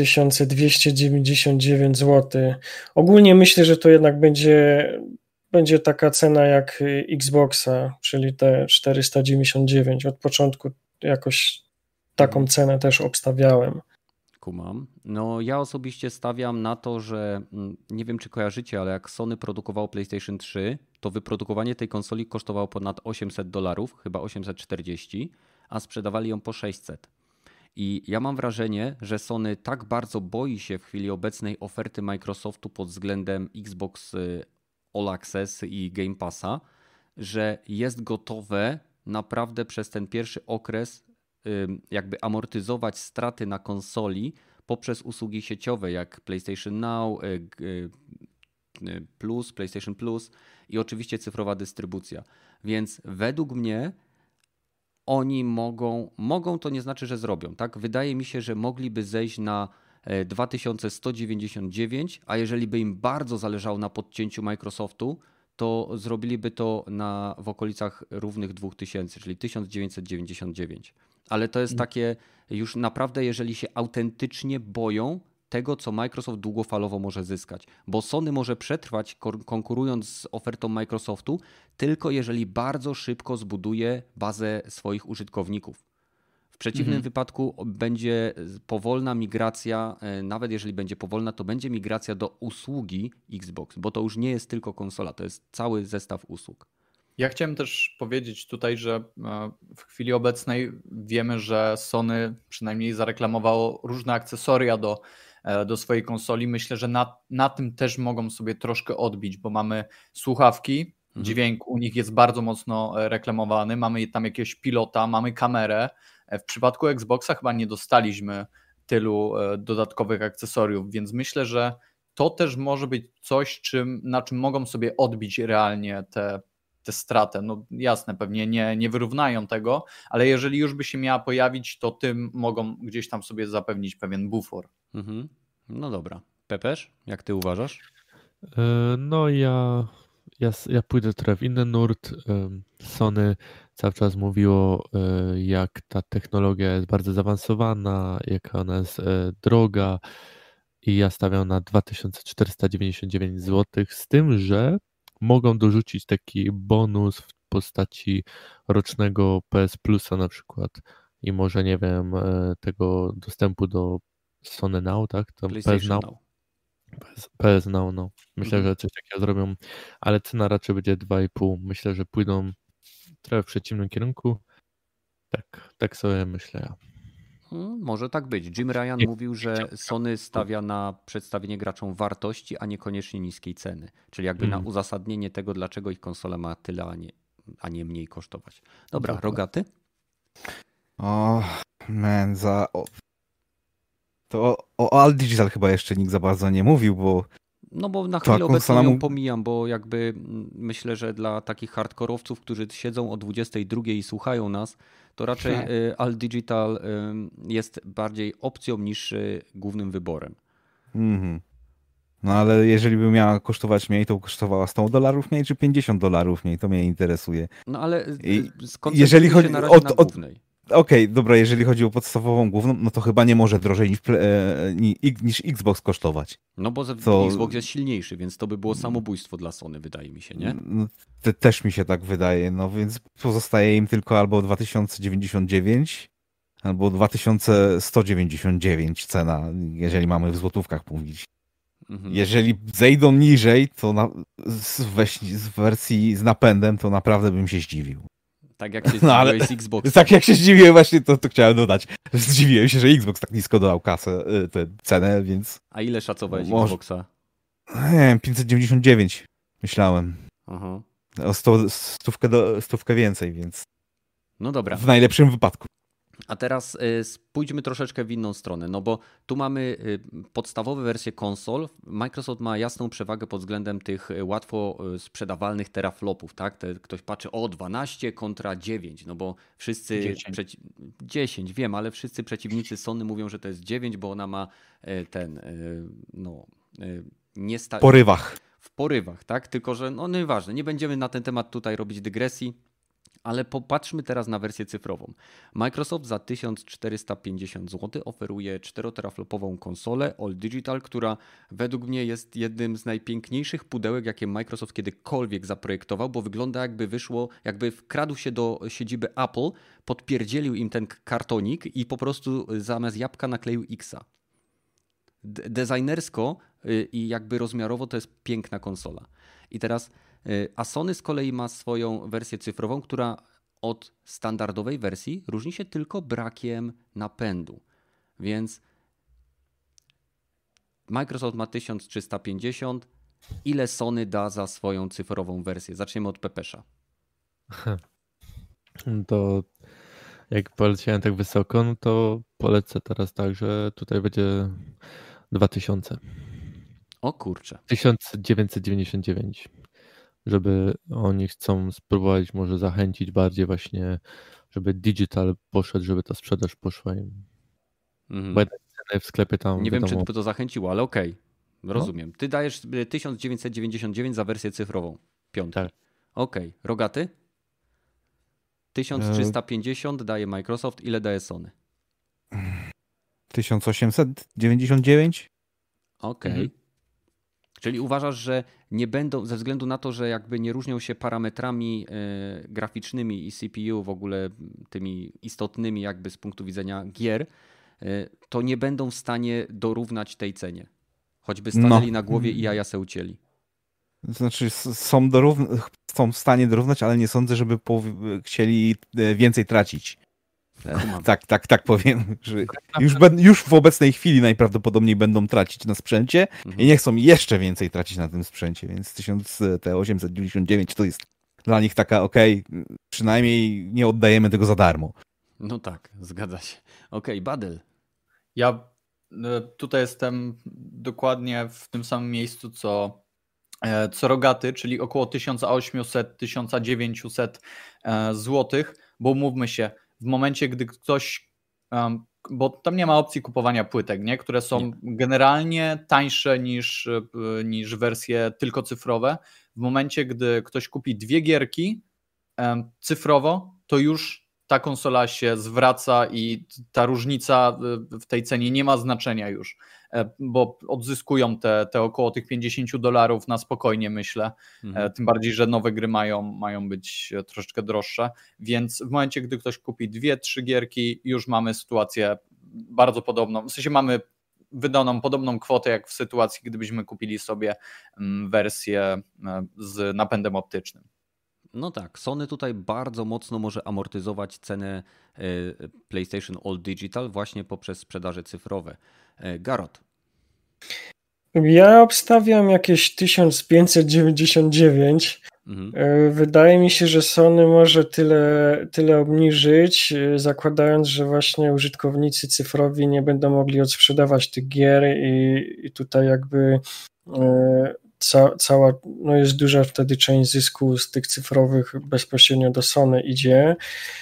2299 zł. Ogólnie myślę, że to jednak będzie taka cena jak Xboxa, czyli te 499. Od początku jakoś taką cenę też obstawiałem. Kumam. No ja osobiście stawiam na to, że nie wiem czy kojarzycie, ale jak Sony produkowało PlayStation 3, to wyprodukowanie tej konsoli kosztowało ponad $800, chyba 840, a sprzedawali ją po 600. I ja mam wrażenie, że Sony tak bardzo boi się w chwili obecnej oferty Microsoftu pod względem Xbox All Access i Game Passa, że jest gotowe naprawdę przez ten pierwszy okres jakby amortyzować straty na konsoli poprzez usługi sieciowe jak PlayStation Now, Plus, PlayStation Plus i oczywiście cyfrowa dystrybucja. Więc według mnie oni mogą, to nie znaczy, że zrobią. Tak? Wydaje mi się, że mogliby zejść na 2199, a jeżeli by im bardzo zależało na podcięciu Microsoftu, to zrobiliby to w okolicach równych 2000, czyli 1999. Ale to jest takie już naprawdę, jeżeli się autentycznie boją tego, co Microsoft długofalowo może zyskać. Bo Sony może przetrwać konkurując z ofertą Microsoftu tylko jeżeli bardzo szybko zbuduje bazę swoich użytkowników. W przeciwnym wypadku będzie powolna migracja, nawet jeżeli będzie powolna, to będzie migracja do usługi Xbox, bo to już nie jest tylko konsola, to jest cały zestaw usług. Ja chciałem też powiedzieć tutaj, że w chwili obecnej wiemy, że Sony przynajmniej zareklamowało różne akcesoria do swojej konsoli. Myślę, że na tym też mogą sobie troszkę odbić, bo mamy słuchawki, dźwięk u nich jest bardzo mocno reklamowany, mamy tam jakiegoś pilota, mamy kamerę. W przypadku Xboxa chyba nie dostaliśmy tylu dodatkowych akcesoriów, więc myślę, że to też może być coś, na czym mogą sobie odbić realnie tę stratę. No jasne, pewnie nie wyrównają tego, ale jeżeli już by się miała pojawić, to tym mogą gdzieś tam sobie zapewnić pewien bufor. No dobra. Pepesz, jak ty uważasz? No ja pójdę trochę w inny nurt. Sony cały czas mówiło, jak ta technologia jest bardzo zaawansowana, jaka ona jest droga i ja stawiam na 2499 zł, z tym, że mogą dorzucić taki bonus w postaci rocznego PS Plusa na przykład i może, nie wiem, tego dostępu do Sony Now, tak? To PS Now. PS Now, no. Myślę, że coś takiego zrobią, ale cena raczej będzie 2,5. Myślę, że pójdą trochę w przeciwnym kierunku. Tak sobie myślę ja. Może tak być. Jim Ryan mówił, że Sony stawia na przedstawienie graczom wartości, a niekoniecznie niskiej ceny. Czyli jakby na uzasadnienie tego, dlaczego ich konsola ma tyle, a nie mniej kosztować. Dobra, Rogaty? To o All Digital chyba jeszcze nikt za bardzo nie mówił, bo... No bo na chwilę obecną ją pomijam, bo jakby myślę, że dla takich hardkorowców, którzy siedzą o 22 i słuchają nas, to raczej All Digital jest bardziej opcją niż głównym wyborem. No ale jeżeli by miała kosztować mniej, to kosztowała $100 mniej czy $50 mniej, to mnie interesuje. No ale skoncentrujmy się na razie na głównej. Okej, dobra, jeżeli chodzi o podstawową główną, no to chyba nie może drożej niż Xbox kosztować. No bo Xbox jest silniejszy, więc to by było samobójstwo dla Sony, wydaje mi się, nie? No, też mi się tak wydaje, no więc pozostaje im tylko albo 2099, albo 2199 cena, jeżeli mamy w złotówkach mówić. Jeżeli zejdą niżej, to w wersji z napędem, to naprawdę bym się zdziwił. Tak jak się zdziwiłeś z Xbox. Tak jak się zdziwiłem właśnie, to chciałem dodać. Zdziwiłem się, że Xbox tak nisko dodał tę cenę, więc... A ile szacowałeś Xboxa? Nie wiem, 599 myślałem. Aha. O stówkę więcej, więc... No dobra. W najlepszym wypadku. A teraz pójdźmy troszeczkę w inną stronę, no bo tu mamy podstawowe wersje konsol. Microsoft ma jasną przewagę pod względem tych łatwo sprzedawalnych teraflopów, tak? Ktoś patrzy, 12 kontra 9, no bo wszyscy... 10, wiem, ale wszyscy przeciwnicy Sony mówią, że to jest 9, bo ona ma porywach. W porywach, tak? Tylko, że no nieważne, nie będziemy na ten temat tutaj robić dygresji. Ale popatrzmy teraz na wersję cyfrową. Microsoft za 1450 zł oferuje 4-teraflopową konsolę All Digital, która według mnie jest jednym z najpiękniejszych pudełek, jakie Microsoft kiedykolwiek zaprojektował, bo wygląda jakby wkradł się do siedziby Apple, podpierdzielił im ten kartonik i po prostu zamiast jabłka nakleił X-a. Designersko i jakby rozmiarowo to jest piękna konsola. I teraz A Sony z kolei ma swoją wersję cyfrową, która od standardowej wersji różni się tylko brakiem napędu. Więc Microsoft ma 1350. Ile Sony da za swoją cyfrową wersję? Zaczniemy od Pepesza. To jak poleciałem tak wysoko, no to polecę teraz tak, że tutaj będzie 2000. O kurczę. 1999. Żeby oni chcą spróbować może zachęcić bardziej właśnie, żeby digital poszedł, żeby ta sprzedaż poszła im. Bo jednak ceny w sklepie tam Nie wiem, wiadomo, czy by to zachęciło, ale okej. Rozumiem. Ty dajesz 1999 za wersję cyfrową. Piątki. Tak. Okej. Rogaty? 1350 daje Microsoft. Ile daje Sony? 1899? Okej. Czyli uważasz, że nie będą, ze względu na to, że jakby nie różnią się parametrami graficznymi i CPU w ogóle tymi istotnymi jakby z punktu widzenia gier, to nie będą w stanie dorównać tej cenie. Choćby stanęli na głowie i jaja se ucięli. To znaczy są w stanie dorównać, ale nie sądzę, żeby chcieli więcej tracić. Tak powiem. Że już w obecnej chwili najprawdopodobniej będą tracić na sprzęcie i nie chcą jeszcze więcej tracić na tym sprzęcie, więc 1899 to jest dla nich taka przynajmniej nie oddajemy tego za darmo. No tak, zgadza się. Okej, Badel. Ja tutaj jestem dokładnie w tym samym miejscu, co Rogaty, czyli około 1800-1900 złotych, bo umówmy się, w momencie, gdy ktoś, bo tam nie ma opcji kupowania płytek, nie? Które są generalnie tańsze niż wersje tylko cyfrowe. W momencie, gdy ktoś kupi 2 gierki cyfrowo, to już ta konsola się zwraca i ta różnica w tej cenie nie ma znaczenia już, bo odzyskują te około tych $50 na spokojnie, myślę. Tym bardziej, że nowe gry mają być troszeczkę droższe, więc w momencie, gdy ktoś kupi 2-3 gierki, już mamy sytuację bardzo podobną. W sensie mamy wydaną podobną kwotę, jak w sytuacji, gdybyśmy kupili sobie wersję z napędem optycznym. No tak, Sony tutaj bardzo mocno może amortyzować cenę PlayStation All Digital właśnie poprzez sprzedaże cyfrowe. Garot. Ja obstawiam jakieś 1599. Wydaje mi się, że Sony może tyle obniżyć, zakładając, że właśnie użytkownicy cyfrowi nie będą mogli odsprzedawać tych gier i tutaj jakby cała, no jest duża wtedy część zysku z tych cyfrowych bezpośrednio do Sony idzie.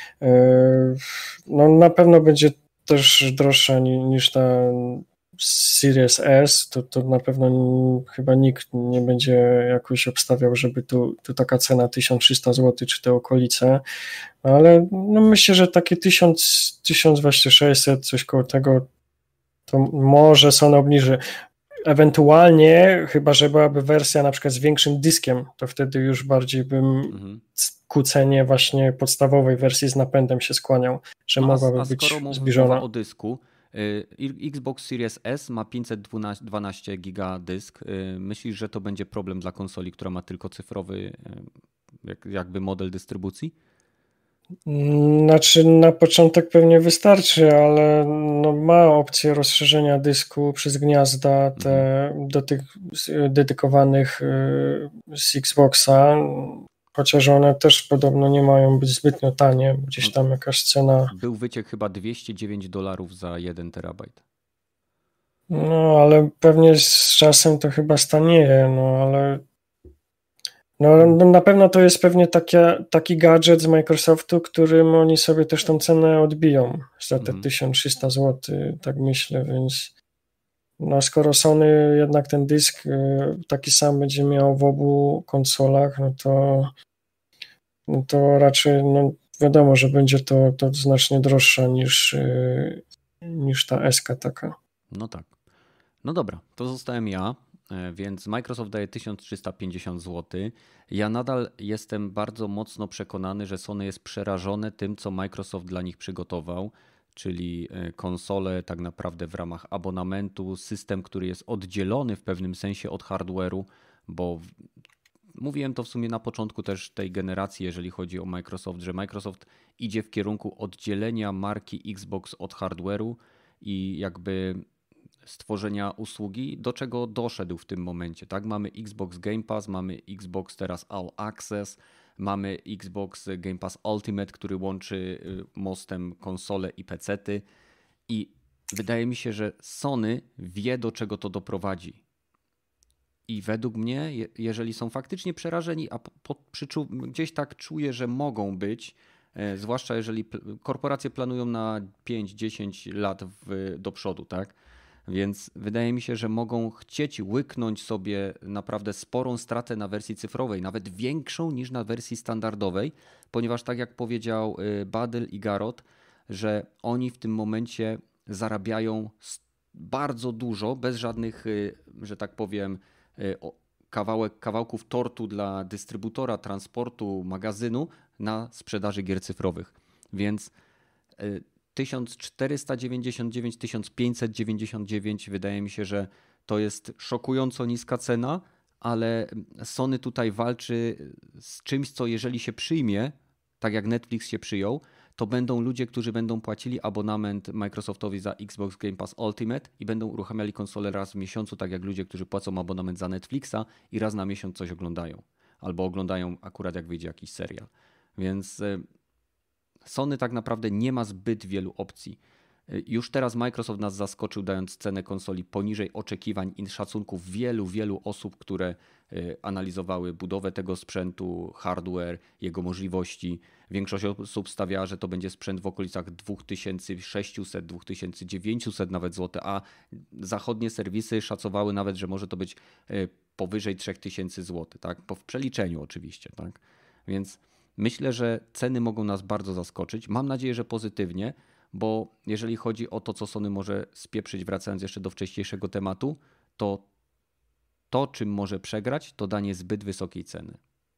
No na pewno będzie też droższa niż ta Series S, to na pewno chyba nikt nie będzie jakoś obstawiał, żeby tu taka cena 1300 zł czy te okolice, ale no myślę, że takie 1000, 1600, coś koło tego, to może Sony obniży. Ewentualnie, chyba że byłaby wersja na przykład z większym dyskiem, to wtedy już bardziej bym ku cenie właśnie podstawowej wersji z napędem się skłaniał, że mogłaby być zbliżona. Mowa o dysku, Xbox Series S ma 512 giga dysk. Myślisz, że to będzie problem dla konsoli, która ma tylko cyfrowy jakby model dystrybucji? Znaczy na początek pewnie wystarczy, ale no ma opcję rozszerzenia dysku przez gniazda do tych dedykowanych z Xboxa, chociaż one też podobno nie mają być zbytnio tanie, gdzieś tam jakaś cena. Był wyciek chyba $209 za 1 terabajt. No ale pewnie z czasem to chyba stanieje, no ale no na pewno to jest pewnie taki gadżet z Microsoftu, którym oni sobie też tą cenę odbiją za te 1300 zł, tak myślę, więc no skoro Sony jednak ten dysk taki sam będzie miał w obu konsolach, no to raczej no wiadomo, że będzie to znacznie droższa niż ta S-ka taka. No tak. No dobra, to zostałem ja. Więc Microsoft daje 1350 zł. Ja nadal jestem bardzo mocno przekonany, że Sony jest przerażone tym, co Microsoft dla nich przygotował, czyli konsole tak naprawdę w ramach abonamentu, system, który jest oddzielony w pewnym sensie od hardware'u, bo mówiłem to w sumie na początku też tej generacji, jeżeli chodzi o Microsoft, że Microsoft idzie w kierunku oddzielenia marki Xbox od hardware'u i jakby stworzenia usługi, do czego doszedł w tym momencie. Tak? Mamy Xbox Game Pass, mamy Xbox teraz All Access, mamy Xbox Game Pass Ultimate, który łączy mostem konsole i pecety i wydaje mi się, że Sony wie, do czego to doprowadzi. I według mnie, jeżeli są faktycznie przerażeni, a gdzieś tak czuję, że mogą być, zwłaszcza jeżeli korporacje planują na 5-10 lat do przodu, tak? Więc wydaje mi się, że mogą chcieć łyknąć sobie naprawdę sporą stratę na wersji cyfrowej, nawet większą niż na wersji standardowej, ponieważ tak jak powiedział Badel i Garot, że oni w tym momencie zarabiają bardzo dużo, bez żadnych, że tak powiem, kawałków tortu dla dystrybutora, transportu, magazynu na sprzedaży gier cyfrowych. Więc 1499, 1599 wydaje mi się, że to jest szokująco niska cena, ale Sony tutaj walczy z czymś, co jeżeli się przyjmie, tak jak Netflix się przyjął, to będą ludzie, którzy będą płacili abonament Microsoftowi za Xbox Game Pass Ultimate i będą uruchamiali konsolę raz w miesiącu, tak jak ludzie, którzy płacą abonament za Netflixa i raz na miesiąc coś oglądają. Albo oglądają akurat jak wyjdzie jakiś serial. Więc Sony tak naprawdę nie ma zbyt wielu opcji. Już teraz Microsoft nas zaskoczył, dając cenę konsoli poniżej oczekiwań i szacunków wielu osób, które analizowały budowę tego sprzętu, hardware, jego możliwości. Większość osób stawiała, że to będzie sprzęt w okolicach 2600, 2900 nawet złotych, a zachodnie serwisy szacowały nawet, że może to być powyżej 3000 złotych, tak? W przeliczeniu oczywiście, tak? Więc myślę, że ceny mogą nas bardzo zaskoczyć. Mam nadzieję, że pozytywnie, bo jeżeli chodzi o to, co Sony może spieprzyć, wracając jeszcze do wcześniejszego tematu, to czym może przegrać, to danie zbyt wysokiej ceny.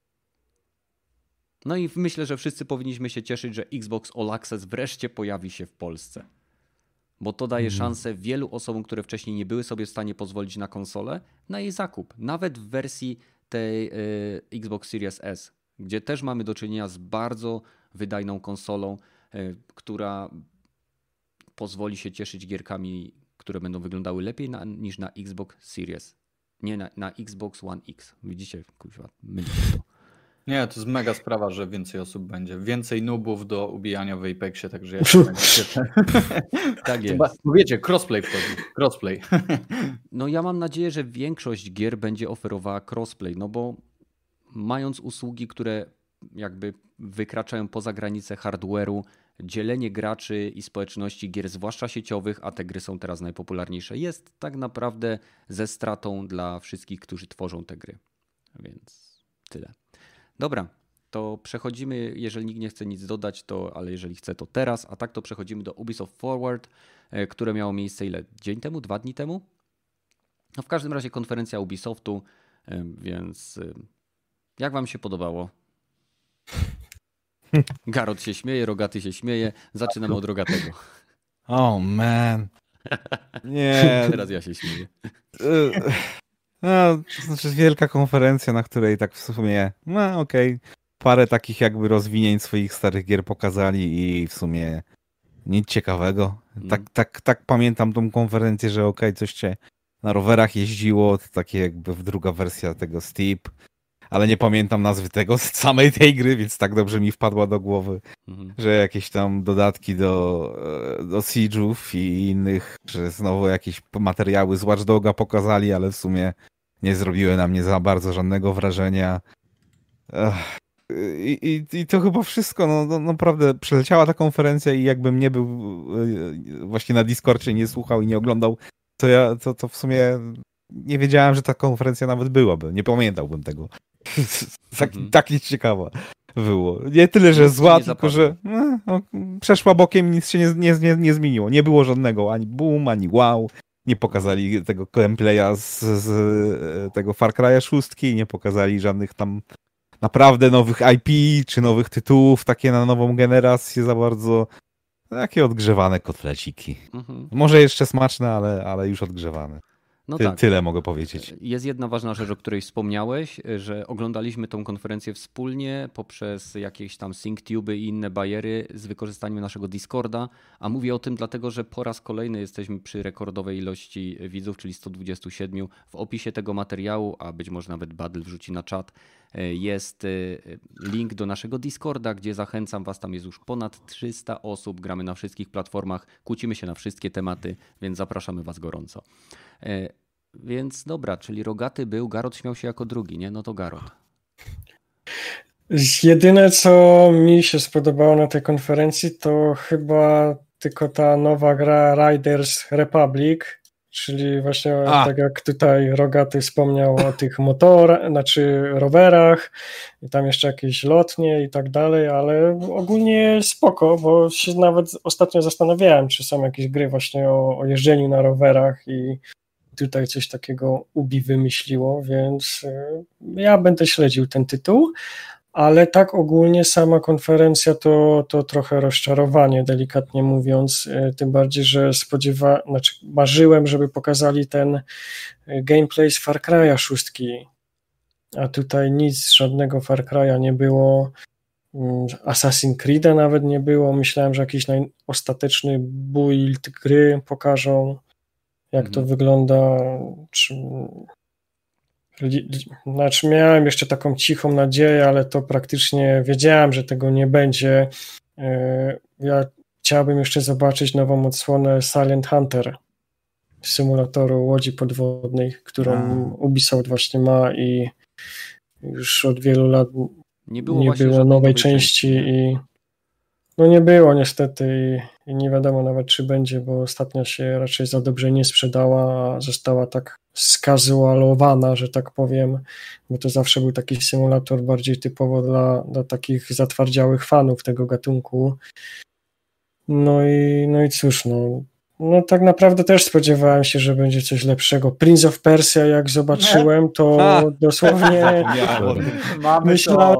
No i myślę, że wszyscy powinniśmy się cieszyć, że Xbox All Access wreszcie pojawi się w Polsce. Bo to daje szansę wielu osobom, które wcześniej nie były sobie w stanie pozwolić na konsolę, na jej zakup. Nawet w wersji tej Xbox Series S, gdzie też mamy do czynienia z bardzo wydajną konsolą, która pozwoli się cieszyć gierkami, które będą wyglądały lepiej niż na Xbox Series. Nie, na Xbox One X. Widzicie? Kurwa, mylę to. Nie, to jest mega sprawa, że więcej osób będzie. Więcej noobów do ubijania w Apexie, także ja się cieszę. Tak jest. Bo wiecie, crossplay wchodzi. Crossplay. No ja mam nadzieję, że większość gier będzie oferowała crossplay, no bo mając usługi, które jakby wykraczają poza granice hardware'u, dzielenie graczy i społeczności gier, zwłaszcza sieciowych, a te gry są teraz najpopularniejsze, jest tak naprawdę ze stratą dla wszystkich, którzy tworzą te gry. Więc tyle. Dobra, to przechodzimy, jeżeli nikt nie chce nic dodać, ale jeżeli chce, to teraz, a tak to przechodzimy do Ubisoft Forward, które miało miejsce dzień temu, 2 dni temu? No w każdym razie konferencja Ubisoftu, więc jak wam się podobało? Garot się śmieje, Rogaty się śmieje. Zaczynamy od Rogatego. Oh man. Nie. Teraz ja się śmieję. No, to znaczy wielka konferencja, na której tak w sumie, no okej, parę takich jakby rozwinięć swoich starych gier pokazali i w sumie nic ciekawego. Tak pamiętam tą konferencję, że coś się na rowerach jeździło, to takie jakby druga wersja tego Steep, ale nie pamiętam nazwy samej tej gry, więc tak dobrze mi wpadła do głowy, że jakieś tam dodatki do Siege'ów i innych, że znowu jakieś materiały z Watch Doga pokazali, ale w sumie nie zrobiły na mnie za bardzo żadnego wrażenia. I to chyba wszystko. No naprawdę przeleciała ta konferencja i jakbym nie był właśnie na Discordzie, nie słuchał i nie oglądał, to w sumie nie wiedziałem, że ta konferencja nawet byłaby. Nie pamiętałbym tego. Tak nieciekawa było. Nie tyle, że zła, tylko że przeszła bokiem i nic się nie zmieniło. Nie było żadnego ani boom, ani wow. Nie pokazali tego gameplaya z tego Far Cry'a 6, nie pokazali żadnych tam naprawdę nowych IP czy nowych tytułów, takie na nową generację za bardzo. Takie odgrzewane kotleciki. Może jeszcze smaczne, ale już odgrzewane. No tak. Tyle mogę powiedzieć. Jest jedna ważna rzecz, o której wspomniałeś, że oglądaliśmy tą konferencję wspólnie poprzez jakieś tam SyncTube i inne bajery z wykorzystaniem naszego Discorda, a mówię o tym dlatego, że po raz kolejny jesteśmy przy rekordowej ilości widzów, czyli 127. W opisie tego materiału, a być może nawet Badl wrzuci na czat, jest link do naszego Discorda, gdzie zachęcam was, tam jest już ponad 300 osób, gramy na wszystkich platformach, kłócimy się na wszystkie tematy, więc zapraszamy was gorąco. Więc dobra, czyli Rogaty był, Garot śmiał się jako drugi, nie? No to Garot. Jedyne, co mi się spodobało na tej konferencji, to chyba tylko ta nowa gra Riders Republic, czyli właśnie tak jak tutaj Rogaty wspomniał o tych rowerach i tam jeszcze jakieś lotnie i tak dalej, ale ogólnie spoko, bo się nawet ostatnio zastanawiałem, czy są jakieś gry właśnie o jeżdżeniu na rowerach i tutaj coś takiego Ubi wymyśliło, więc ja będę śledził ten tytuł, ale tak ogólnie sama konferencja to trochę rozczarowanie, delikatnie mówiąc, tym bardziej, że marzyłem, żeby pokazali ten gameplay z Far Cry'a 6, a tutaj nic, żadnego Far Cry'a nie było, Assassin's Creed'a nawet nie było, myślałem, że jakiś ostateczny build gry pokażą, jak to wygląda, znaczy miałem jeszcze taką cichą nadzieję, ale to praktycznie wiedziałem, że tego nie będzie. Ja chciałbym jeszcze zobaczyć nową odsłonę Silent Hunter, symulatoru łodzi podwodnej, którą Ubisoft właśnie ma i już od wielu lat nie było nowej części i no nie było niestety i nie wiadomo nawet, czy będzie, bo ostatnia się raczej za dobrze nie sprzedała, a została tak skazualowana, że tak powiem, bo to zawsze był taki symulator bardziej typowo dla takich zatwardziałych fanów tego gatunku. No i cóż, no tak naprawdę też spodziewałem się, że będzie coś lepszego. Prince of Persia, jak zobaczyłem, to dosłownie myślałem,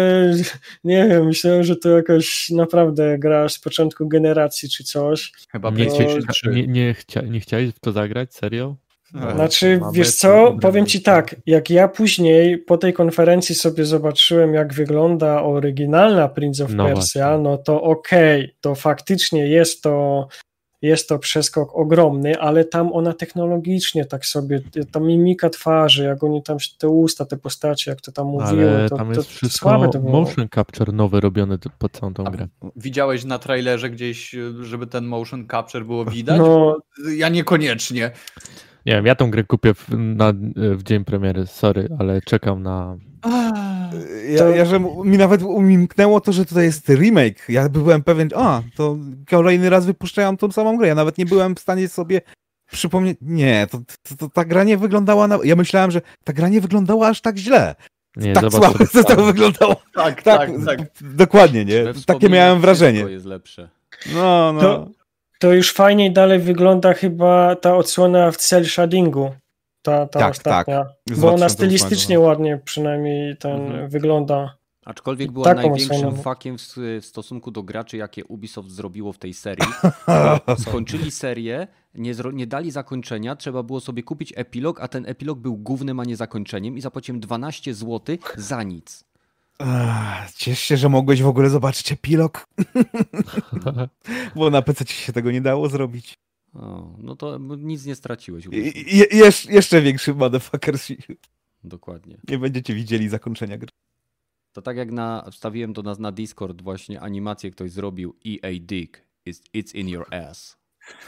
że to jakaś naprawdę gra z początku generacji czy coś. Chyba nie chciałeś w to zagrać? Serio? Znaczy, wiesz co, powiem ci tak, jak ja później po tej konferencji sobie zobaczyłem, jak wygląda oryginalna Prince of Persia, no to okej, to faktycznie jest to przeskok ogromny, ale tam ona technologicznie tak sobie, ta mimika twarzy, jak oni tam, te usta, te postacie, jak to tam mówiły, ale to tam jest wszystko słabe to było. motion capture nowy robiony pod całą tą grę. Widziałeś na trailerze gdzieś, żeby ten motion capture było widać? No, ja niekoniecznie. Nie wiem, ja tą grę kupię w dzień premiery, sorry, ale czekam na... Że mi nawet umknęło to, że tutaj jest remake. Ja byłem pewien, to kolejny raz wypuszczają tą samą grę. Ja nawet nie byłem w stanie sobie przypomnieć. Nie, to ta gra nie wyglądała. Ja myślałem, że ta gra nie wyglądała aż tak źle. Nie, tak słabo to wyglądało. Tak. Dokładnie, nie? Takie miałem wrażenie. To jest lepsze. No. To już fajniej dalej wygląda chyba ta odsłona w cel shadingu. Ta ostatnia. Bo ona stylistycznie ładnie przynajmniej wygląda. Aczkolwiek była największym fakiem w stosunku do graczy, jakie Ubisoft zrobiło w tej serii. Skończyli serię, nie dali zakończenia, trzeba było sobie kupić epilog, a ten epilog był głównym, a nie zakończeniem i zapłaciłem 12 zł za nic. Ciesz się, że mogłeś w ogóle zobaczyć epilog. Bo na PC się tego nie dało zrobić. No to nic nie straciłeś. Jeszcze większy motherfucker. Dokładnie. Nie będziecie widzieli zakończenia gry. To tak jak wstawiłem do nas na Discord właśnie animację, ktoś zrobił EA Dick, it's in your ass.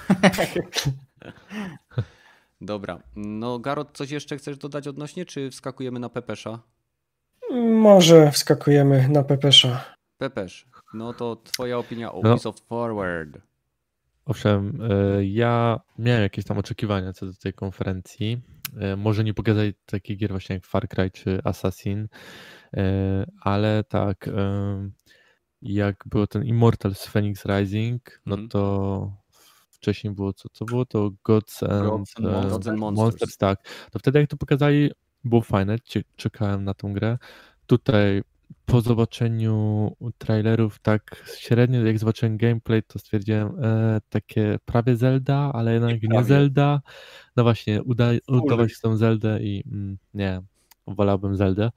Dobra, no Garot, coś jeszcze chcesz dodać odnośnie, czy wskakujemy na Pepesza? Może wskakujemy na Pepesza. Pepesz, no to twoja opinia o Ubisoft Forward. Owszem, ja miałem jakieś tam oczekiwania co do tej konferencji. Może nie pokazali takich gier właśnie jak Far Cry czy Assassin, ale tak, jak było ten Immortals Phoenix Rising, no to wcześniej było, co było to Gods and Monsters, tak. To wtedy jak to pokazali, było fajne, czekałem na tą grę. Tutaj po zobaczeniu trailerów tak średnio, jak zobaczyłem gameplay, to stwierdziłem takie prawie Zelda, ale jednak nie Zelda. No właśnie, udawać się tą Zeldę i nie, wolałbym Zeldę.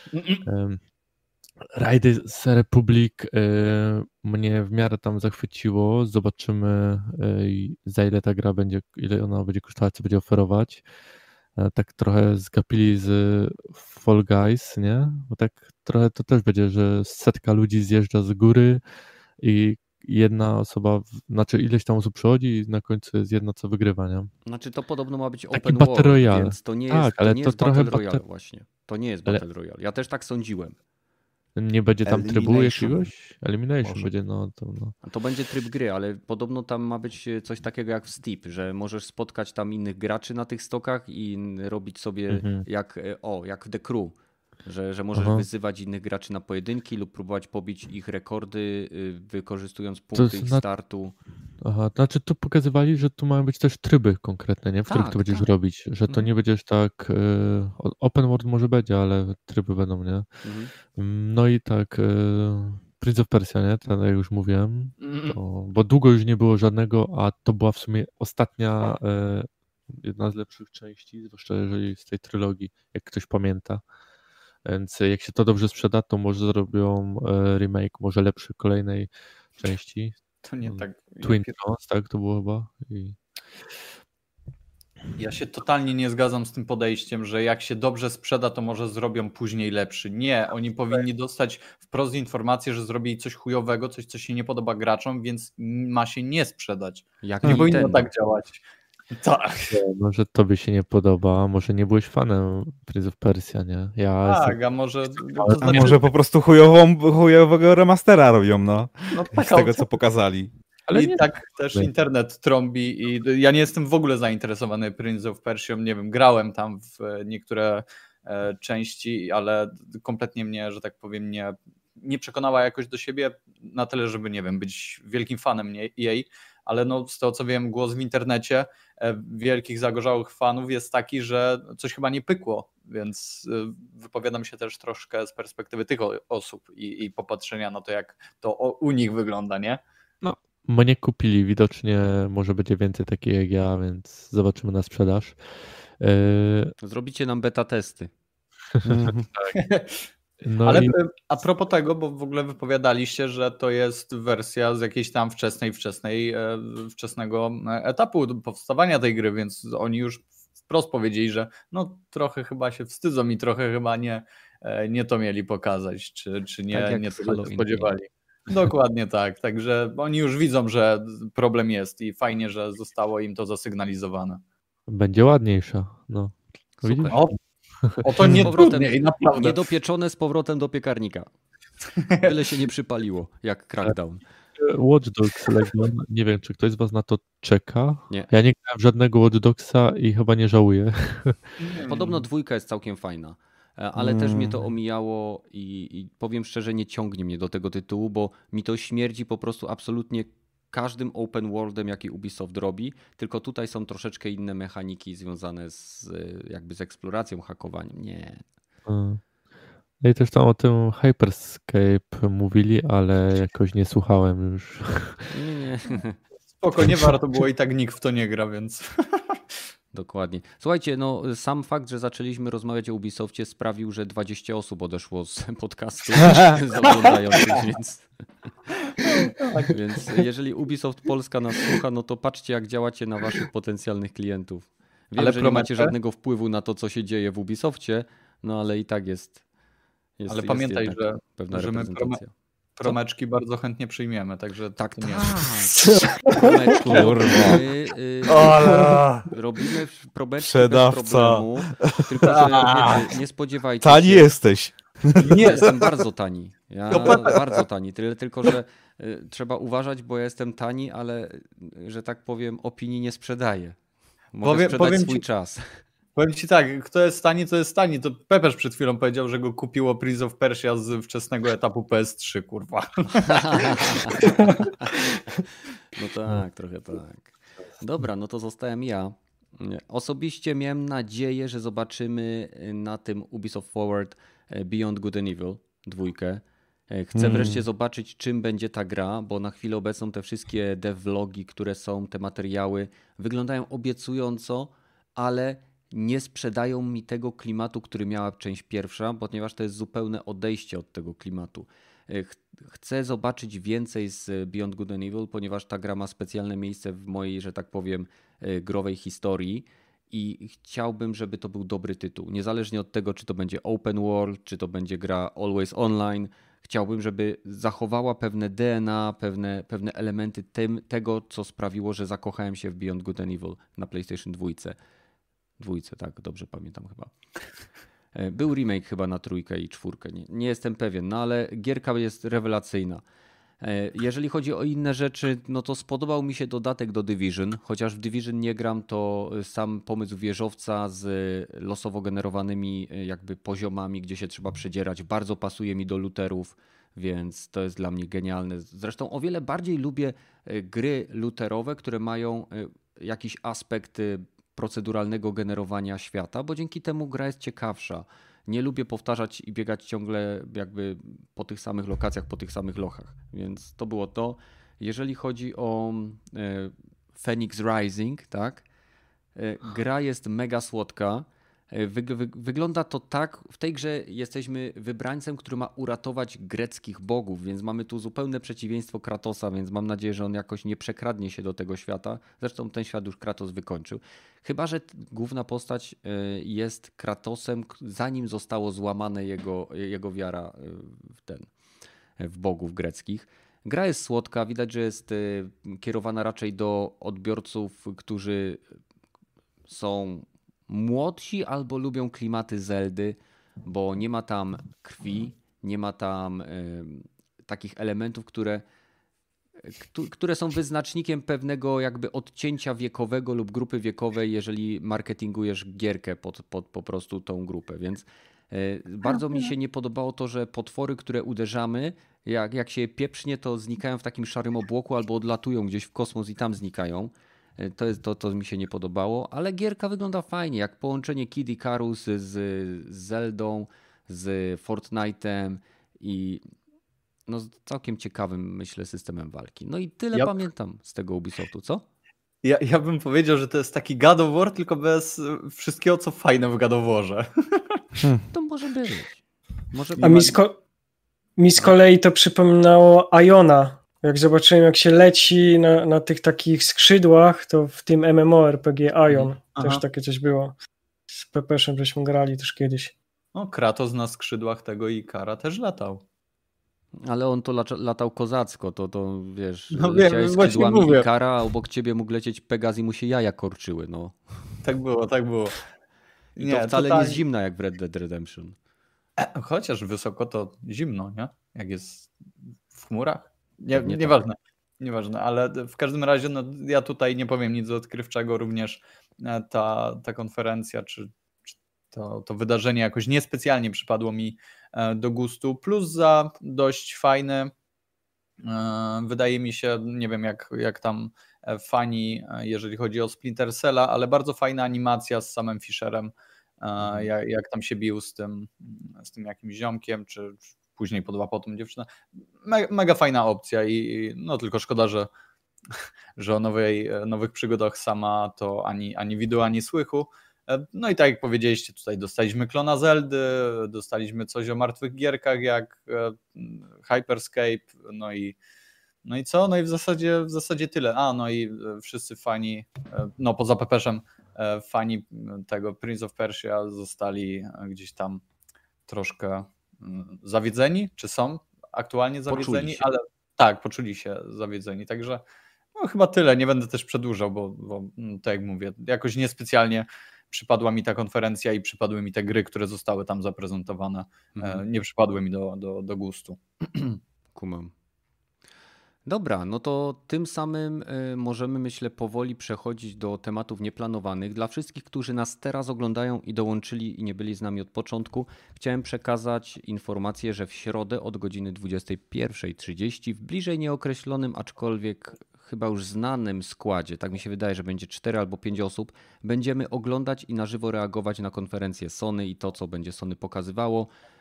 Riders Republic mnie w miarę tam zachwyciło. Zobaczymy, za ile ta gra będzie, ile ona będzie kosztować, co będzie oferować. Tak trochę zgapili z Fall Guys, nie? Bo tak trochę to też będzie, że setka ludzi zjeżdża z góry i jedna osoba, znaczy ileś tam osób przychodzi i na końcu jest jedna, co wygrywa, nie? Znaczy to podobno ma być Taki open Battle world, Royale. więc to nie Tak, jest, ale nie to jest trochę Battle Royale właśnie. To nie jest Battle Royale. Ja też tak sądziłem. Nie będzie tam trybu Elimination. jakiegoś? Elimination Może. będzie, no to no. To będzie tryb gry, ale podobno tam ma być coś takiego jak w Steep, że możesz spotkać tam innych graczy na tych stokach i robić sobie jak w The Crew, że możesz wyzywać innych graczy na pojedynki lub próbować pobić ich rekordy, wykorzystując punkty ich startu. Aha, to znaczy tu pokazywali, że tu mają być też tryby konkretne, nie? W których Tak, to będziesz tak. robić, że to nie będziesz tak open world może będzie, ale tryby będą, nie? No i tak Prince of Persia, nie? Tak jak już mówiłem, bo długo już nie było żadnego, a to była w sumie ostatnia jedna z lepszych części, zwłaszcza jeżeli z tej trylogii, jak ktoś pamięta. Więc jak się to dobrze sprzeda, to może zrobią remake, może lepszy kolejnej części. To nie tak. Twin Thrones, tak to było chyba. Ja się totalnie nie zgadzam z tym podejściem, że jak się dobrze sprzeda, to może zrobią później lepszy. Nie, oni powinni dostać wprost informację, że zrobili coś chujowego, coś, co się nie podoba graczom, więc ma się nie sprzedać. Jak nie powinno Nintendo. tak działać. Tak. Może tobie się nie podoba, może nie byłeś fanem Prince of Persia, nie? Tak, a może... A może po prostu chujowego remastera robią, no. Z tego, co pokazali. Ale i tak też internet trąbi i ja nie jestem w ogóle zainteresowany Prince of Persia, nie wiem, grałem tam w niektóre części, ale kompletnie mnie, że tak powiem, nie przekonała jakoś do siebie na tyle, żeby, nie wiem, być wielkim fanem jej, ale no z tego co wiem, głos w internecie wielkich zagorzałych fanów jest taki, że coś chyba nie pykło, więc wypowiadam się też troszkę z perspektywy tych osób i popatrzenia na to, jak to u nich wygląda, nie? No, mnie kupili, widocznie może będzie więcej takich jak ja, więc zobaczymy na sprzedaż. Zrobicie nam beta testy. Tak. No ale a propos tego, bo w ogóle wypowiadaliście, że to jest wersja z jakiejś tam wczesnego etapu powstawania tej gry, więc oni już wprost powiedzieli, że no trochę chyba się wstydzą i trochę chyba nie to mieli pokazać, czy nie, tak nie tego się spodziewali. Dokładnie tak, także oni już widzą, że problem jest i fajnie, że zostało im to zasygnalizowane. Będzie ładniejsza, no. Super. Oto nie trudniej, naprawdę. Niedopieczone z powrotem do piekarnika. Byle się nie przypaliło, jak Crackdown. Watch Dogs Legion, nie wiem, czy ktoś z was na to czeka. Nie. Ja nie grałem żadnego Watch Dogsa i chyba nie żałuję. Podobno 2 jest całkiem fajna, ale też mnie to omijało i powiem szczerze, nie ciągnie mnie do tego tytułu, bo mi to śmierdzi po prostu absolutnie każdym open worldem, jaki Ubisoft robi, tylko tutaj są troszeczkę inne mechaniki związane z eksploracją, hakowaniem. Nie. No i też tam o tym Hyperscape mówili, ale jakoś nie słuchałem już. Nie. Spoko, nie warto było i tak nikt w to nie gra, więc... Dokładnie. Słuchajcie, no sam fakt, że zaczęliśmy rozmawiać o Ubisoftie sprawił, że 20 osób odeszło z podcastu zaglądających, więc jeżeli Ubisoft Polska nas słucha, no to patrzcie, jak działacie na waszych potencjalnych klientów. Wiem, ale że nie macie żadnego wpływu na to, co się dzieje w Ubisoftie, no ale i tak jest ale pamiętaj, że pewna reprezentacja. Promeczki bardzo chętnie przyjmiemy, także tak. Promeczki. Robimy promeczki bez problemu, tylko że nie spodziewajcie się. Tani jesteś. Nie, jestem bardzo tani. Bardzo tani, tylko że trzeba uważać, bo ja jestem tani, ale że tak powiem opinii nie sprzedaję. Mogę sprzedać swój czas. Powiem ci tak, kto jest tani, to jest tani. To Pepeż przed chwilą powiedział, że go kupiło Prince of Persia z wczesnego etapu PS3, kurwa. No tak, trochę tak. Dobra, no to zostałem ja. Osobiście miałem nadzieję, że zobaczymy na tym Ubisoft Forward Beyond Good and Evil dwójkę. Chcę wreszcie zobaczyć, czym będzie ta gra, bo na chwilę obecną te wszystkie devlogi, które są, te materiały wyglądają obiecująco, ale nie sprzedają mi tego klimatu, który miała część pierwsza, ponieważ to jest zupełne odejście od tego klimatu. Chcę zobaczyć więcej z Beyond Good and Evil, ponieważ ta gra ma specjalne miejsce w mojej, że tak powiem, growej historii i chciałbym, żeby to był dobry tytuł. Niezależnie od tego, czy to będzie open world, czy to będzie gra always online, chciałbym, żeby zachowała pewne DNA, pewne elementy tego, co sprawiło, że zakochałem się w Beyond Good and Evil na PlayStation 2. Dwójce, tak, dobrze pamiętam chyba. Był remake chyba na 3 i 4, nie jestem pewien, no ale gierka jest rewelacyjna. Jeżeli chodzi o inne rzeczy, no to spodobał mi się dodatek do Division, chociaż w Division nie gram, to sam pomysł wieżowca z losowo generowanymi jakby poziomami, gdzie się trzeba przedzierać, bardzo pasuje mi do looterów, więc to jest dla mnie genialne. Zresztą o wiele bardziej lubię gry looterowe, które mają jakiś aspekt proceduralnego generowania świata, bo dzięki temu gra jest ciekawsza. Nie lubię powtarzać i biegać ciągle jakby po tych samych lokacjach, po tych samych lochach, więc to było to. Jeżeli chodzi o Phoenix Rising, tak, gra jest mega słodka. Wygląda to tak, w tej grze jesteśmy wybrańcem, który ma uratować greckich bogów, więc mamy tu zupełne przeciwieństwo Kratosa, więc mam nadzieję, że on jakoś nie przekradnie się do tego świata. Zresztą ten świat już Kratos wykończył. Chyba że główna postać jest Kratosem, zanim zostało złamane jego wiara w bogów greckich. Gra jest słodka, widać, że jest kierowana raczej do odbiorców, którzy są młodsi albo lubią klimaty Zeldy, bo nie ma tam krwi, nie ma tam takich elementów, które są wyznacznikiem pewnego jakby odcięcia wiekowego lub grupy wiekowej, jeżeli marketingujesz gierkę pod po prostu tą grupę. Więc bardzo mi się nie podobało to, że potwory, które uderzamy, jak się je pieprznie, to znikają w takim szarym obłoku albo odlatują gdzieś w kosmos i tam znikają. To mi się nie podobało, ale gierka wygląda fajnie, jak połączenie Kid Icarus z Zeldą, z Fortnite'em i no z całkiem ciekawym, myślę, systemem walki. No i tyle pamiętam z tego Ubisoftu, co? Ja bym powiedział, że to jest taki God of War, tylko bez wszystkiego, co fajne w God of Warze. To może być. A mi z kolei to przypominało Iona. Jak zobaczyłem, jak się leci na tych takich skrzydłach, to w tym MMORPG Ion też takie coś było. Z Pepeszem żeśmy grali też kiedyś. No, Kratos na skrzydłach tego Ikara też latał. Ale on to latał kozacko, to wiesz, no leciałeś skrzydłami Ikara, a obok ciebie mógł lecieć Pegaz i mu się jaja korczyły. No. Tak było. I to wcale nie jest zimno jak w Red Dead Redemption. Chociaż wysoko to zimno, nie? Jak jest w chmurach. Nieważne, ale w każdym razie no, ja tutaj nie powiem nic odkrywczego, również ta konferencja czy to wydarzenie jakoś niespecjalnie przypadło mi do gustu, plus za dość fajne, wydaje mi się, nie wiem jak tam fani, jeżeli chodzi o Splinter Cella, ale bardzo fajna animacja z samym Fisherem, jak tam się bił z tym jakimś ziomkiem, czy później podłapał tą dziewczynę. Mega fajna opcja i no tylko szkoda, że o nowych przygodach sama to ani widu, ani słychu. No i tak jak powiedzieliście, tutaj dostaliśmy klona Zeldy, dostaliśmy coś o martwych gierkach jak Hyperscape, no i co? No i w zasadzie tyle. No i wszyscy fani, no poza Pepeszem, fani tego Prince of Persia zostali gdzieś tam troszkę zawiedzeni, czy są aktualnie zawiedzeni, ale tak, poczuli się zawiedzeni, także no chyba tyle, nie będę też przedłużał, bo tak jak mówię, jakoś niespecjalnie przypadła mi ta konferencja i przypadły mi te gry, które zostały tam zaprezentowane, nie przypadły mi do gustu. Kumam. Dobra, no to tym samym możemy, myślę, powoli przechodzić do tematów nieplanowanych. Dla wszystkich, którzy nas teraz oglądają i dołączyli i nie byli z nami od początku, chciałem przekazać informację, że w środę od godziny 21:30 w bliżej nieokreślonym, aczkolwiek chyba już znanym składzie, tak mi się wydaje, że będzie 4 albo 5 osób, będziemy oglądać i na żywo reagować na konferencję Sony i to, co będzie Sony pokazywało.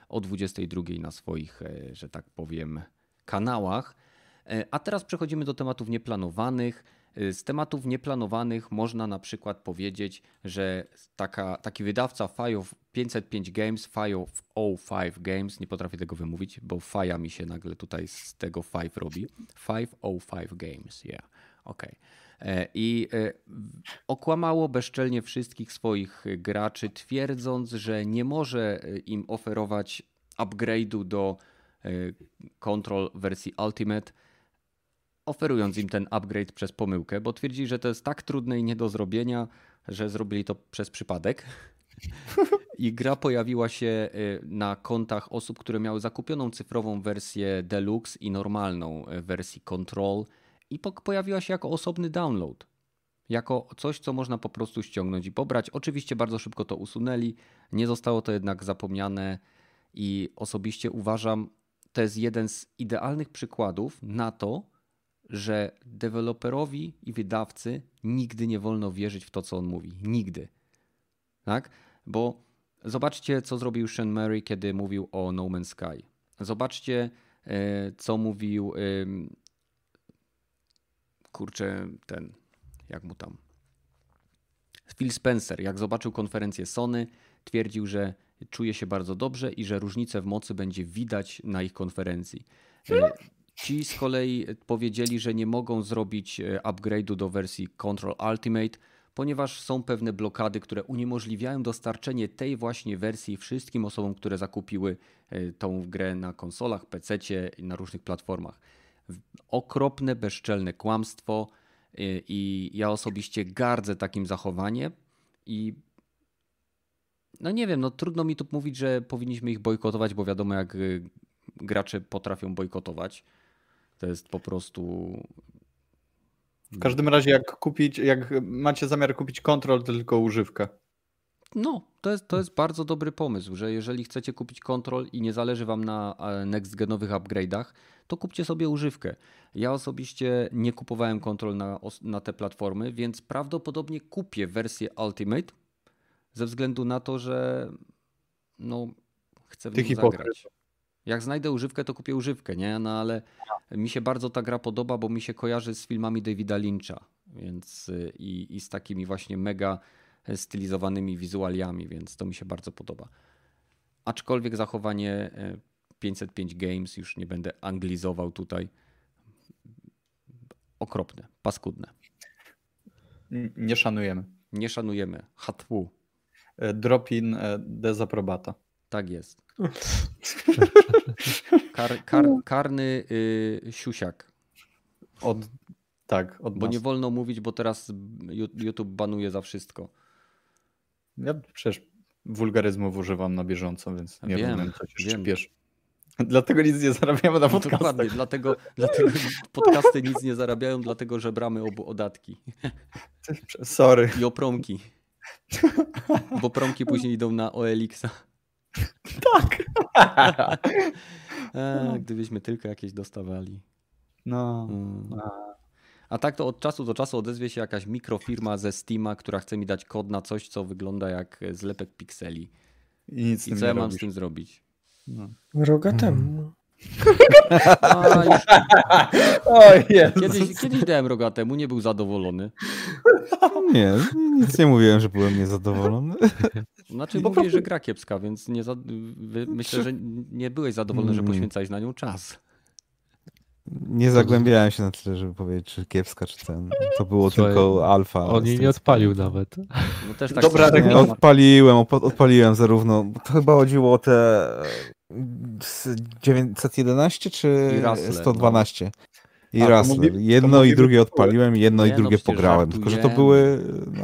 o 22 na swoich, że tak powiem, kanałach. A teraz przechodzimy do tematów nieplanowanych. Z tematów nieplanowanych można na przykład powiedzieć, że taki wydawca 505 Games, 505 Games, nie potrafię tego wymówić, bo faja mi się nagle tutaj z tego 5 robi. 505 Games, yeah, okej. I okłamało bezczelnie wszystkich swoich graczy, twierdząc, że nie może im oferować upgrade'u do Control wersji Ultimate, oferując im ten upgrade przez pomyłkę, bo twierdzi, że to jest tak trudne i nie do zrobienia, że zrobili to przez przypadek. I gra pojawiła się na kontach osób, które miały zakupioną cyfrową wersję Deluxe i normalną wersję Control i pojawiła się jako osobny download. Jako coś, co można po prostu ściągnąć i pobrać. Oczywiście bardzo szybko to usunęli, nie zostało to jednak zapomniane i osobiście uważam, to jest jeden z idealnych przykładów na to, że deweloperowi i wydawcy nigdy nie wolno wierzyć w to, co on mówi. Nigdy. Tak? Bo zobaczcie, co zrobił Sean Murray, kiedy mówił o No Man's Sky. Zobaczcie, co mówił jak mu tam? Phil Spencer, jak zobaczył konferencję Sony, twierdził, że czuje się bardzo dobrze i że różnicę w mocy będzie widać na ich konferencji. Ci z kolei powiedzieli, że nie mogą zrobić upgrade'u do wersji Control Ultimate, ponieważ są pewne blokady, które uniemożliwiają dostarczenie tej właśnie wersji wszystkim osobom, które zakupiły tą grę na konsolach, PC-cie i na różnych platformach. Okropne, bezczelne kłamstwo i ja osobiście gardzę takim zachowaniem i no nie wiem, no trudno mi tu mówić, że powinniśmy ich bojkotować, bo wiadomo jak gracze potrafią bojkotować. To jest po prostu... W każdym razie jak macie zamiar kupić Control, to tylko używkę. No, to jest bardzo dobry pomysł, że jeżeli chcecie kupić Control i nie zależy wam na next-genowych upgrade'ach, to kupcie sobie używkę. Ja osobiście nie kupowałem Control na te platformy, więc prawdopodobnie kupię wersję Ultimate ze względu na to, że no, chcę w nią zagrać. Jak znajdę używkę, to kupię używkę, nie? No ale mi się bardzo ta gra podoba, bo mi się kojarzy z filmami Davida Lyncha, więc i z takimi właśnie mega stylizowanymi wizualiami, więc to mi się bardzo podoba. Aczkolwiek zachowanie 505 Games, już nie będę anglizował tutaj, okropne, paskudne. Nie szanujemy. Nie szanujemy. Hatwu. Drop-in dezaprobata. Tak jest. Karny siusiak. Od bo nas. nie wolno mówić, bo teraz YouTube banuje za wszystko. Ja przecież wulgaryzmów używam na bieżąco, więc nie wiem, co się szczypiesz. Dlatego nic nie zarabiamy na podcastach. Dokładnie, dlatego podcasty nic nie zarabiają, dlatego że bramy odatki. Sorry. I o promki. Bo promki później idą na OLX-a. Tak. Gdybyśmy tylko jakieś dostawali. No. A tak to od czasu do czasu odezwie się jakaś mikrofirma ze Steama, która chce mi dać kod na coś, co wygląda jak zlepek pikseli. I co ja mam z tym zrobić? No. Rogatemu. Kiedyś dałem Rogatemu, nie był zadowolony. Nie, nic nie mówiłem, że byłem niezadowolony. Znaczy mówię, że gra kiepska, więc myślę, że nie byłeś zadowolony, że poświęcałeś na nią czas. Nie zagłębiałem się na tyle, żeby powiedzieć, czy kiepska, czy ten. To było tylko alfa. On jej nie odpalił nawet. No też tak. Dobra reklama. Odpaliłem zarówno. To chyba chodziło o te 911 czy 112? I Rustler. Jedno i drugie odpaliłem, jedno i drugie pograłem. Tylko, że to były.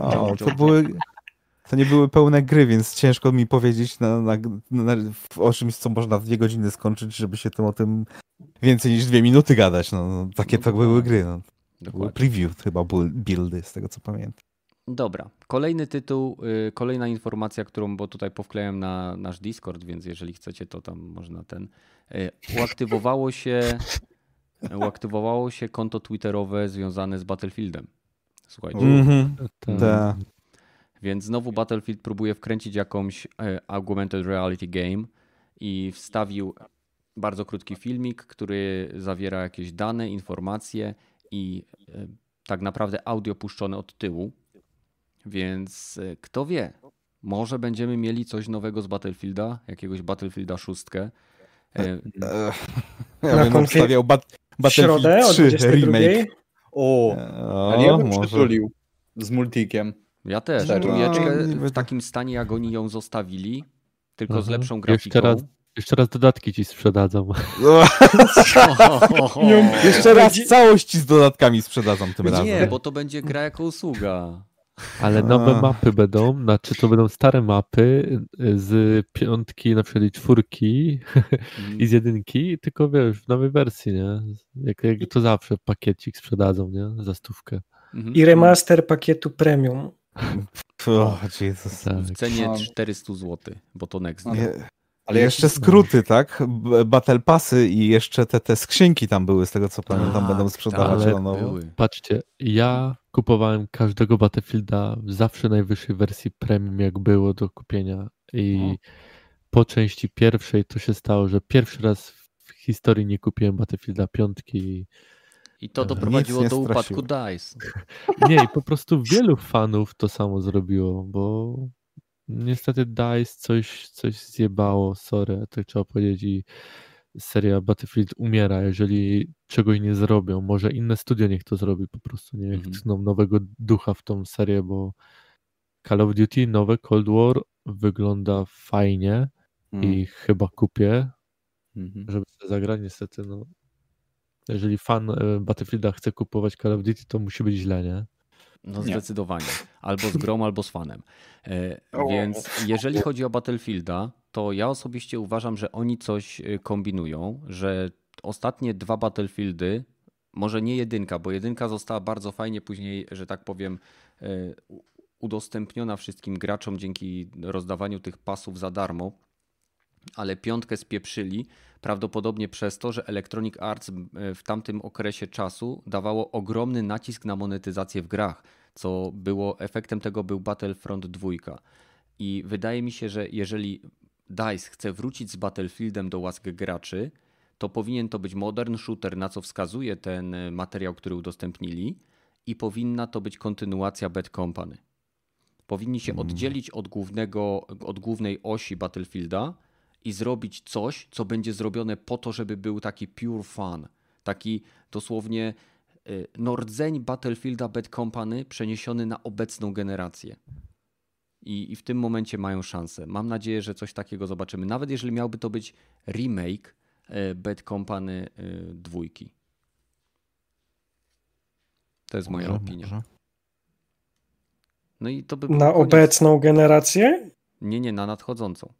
To nie były pełne gry, więc ciężko mi powiedzieć o czymś, co można w 2 godziny skończyć, żeby się o tym więcej niż 2 minuty gadać. Takie to były gry. Były preview, chyba były buildy, z tego co pamiętam. Dobra. Kolejny tytuł, kolejna informacja, którą, bo tutaj powklejam na nasz Discord, więc jeżeli chcecie, to tam można uaktywowało się konto twitterowe związane z Battlefieldem. Słuchajcie. Więc znowu Battlefield próbuje wkręcić jakąś augmented reality game i wstawił bardzo krótki filmik, który zawiera jakieś dane, informacje i tak naprawdę audio puszczone od tyłu. Więc kto wie, może będziemy mieli coś nowego z Battlefielda, jakiegoś Battlefielda 6. Ja bym obstawiał Battlefield 3 remake. Ale ja bym przytulił z multikiem. Ja też. Trójeczkę w takim stanie, jak oni ją zostawili, tylko z lepszą grafiką. Jeszcze raz dodatki ci sprzedadzą. Jeszcze raz całość z dodatkami sprzedadzą tym razem. Nie, bo to będzie gra jako usługa. Ale nowe mapy będą, znaczy to będą stare mapy z 5, na przykład i 4 i z 1, tylko wiesz, w nowej wersji, nie? Jak to zawsze pakiecik sprzedadzą, nie? Za 100. I remaster pakietu premium. Jezus. W cenie 400 zł, bo to next. Ale jeszcze skróty, tak? Battle Passy i jeszcze te skrzynki tam były, z tego co pamiętam, będą sprzedawać na nowo. Patrzcie, ja kupowałem każdego Battlefielda w zawsze najwyższej wersji premium, jak było do kupienia. I po części pierwszej to się stało, że pierwszy raz w historii nie kupiłem Battlefielda 5. I to doprowadziło do upadku DICE. Nie, i po prostu wielu fanów to samo zrobiło, bo niestety DICE coś zjebało, sorry, tak trzeba powiedzieć, i seria Battlefield umiera, jeżeli czegoś nie zrobią. Może inne studio niech to zrobi po prostu, nie? Jak tkną nowego ducha w tą serię, bo Call of Duty nowe Cold War wygląda fajnie i chyba kupię, żeby to zagrać. Niestety, no, jeżeli fan Battlefielda chce kupować Call of Duty, to musi być źle, nie? No zdecydowanie. Albo z grą, albo z fanem. Więc jeżeli chodzi o Battlefielda, to ja osobiście uważam, że oni coś kombinują, że ostatnie 2 Battlefieldy, może nie 1, bo 1 została bardzo fajnie później, że tak powiem, udostępniona wszystkim graczom dzięki rozdawaniu tych pasów za darmo, ale 5 spieprzyli prawdopodobnie przez to, że Electronic Arts w tamtym okresie czasu dawało ogromny nacisk na monetyzację w grach, co było efektem tego był Battlefront 2. I wydaje mi się, że jeżeli DICE chce wrócić z Battlefieldem do łask graczy, to powinien to być modern shooter, na co wskazuje ten materiał, który udostępnili, i powinna to być kontynuacja Bad Company. Powinni się oddzielić od głównej osi Battlefielda i zrobić coś, co będzie zrobione po to, żeby był taki pure fun. Taki dosłownie rdzeń Battlefielda Bad Company przeniesiony na obecną generację. I w tym momencie mają szansę. Mam nadzieję, że coś takiego zobaczymy. Nawet jeżeli miałby to być remake Bad Company 2. To jest moja opinia. Może. No i to by było na obecną generację? Nie, na nadchodzącą.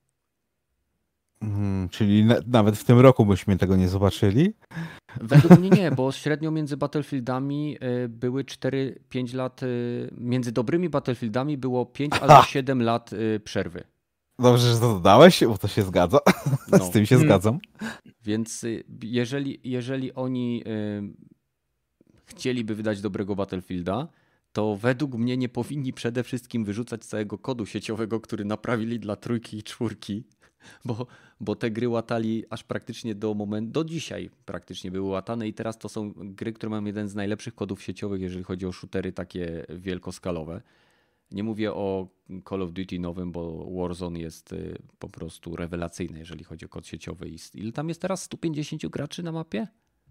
Czyli nawet w tym roku byśmy tego nie zobaczyli? Według mnie nie, bo średnio między Battlefieldami były 4-5 lat, między dobrymi Battlefieldami było 5 albo 7 lat przerwy. Dobrze, że to dodałeś, bo to się zgadza. No. Z tym się zgadzam. Więc jeżeli oni chcieliby wydać dobrego Battlefielda, to według mnie nie powinni przede wszystkim wyrzucać całego kodu sieciowego, który naprawili dla 3 i 4, bo te gry łatali aż praktycznie do dzisiaj praktycznie były łatane i teraz to są gry, które mają jeden z najlepszych kodów sieciowych, jeżeli chodzi o shootery takie wielkoskalowe. Nie mówię o Call of Duty nowym, bo Warzone jest po prostu rewelacyjny, jeżeli chodzi o kod sieciowy. Ile tam jest teraz? 150 graczy na mapie?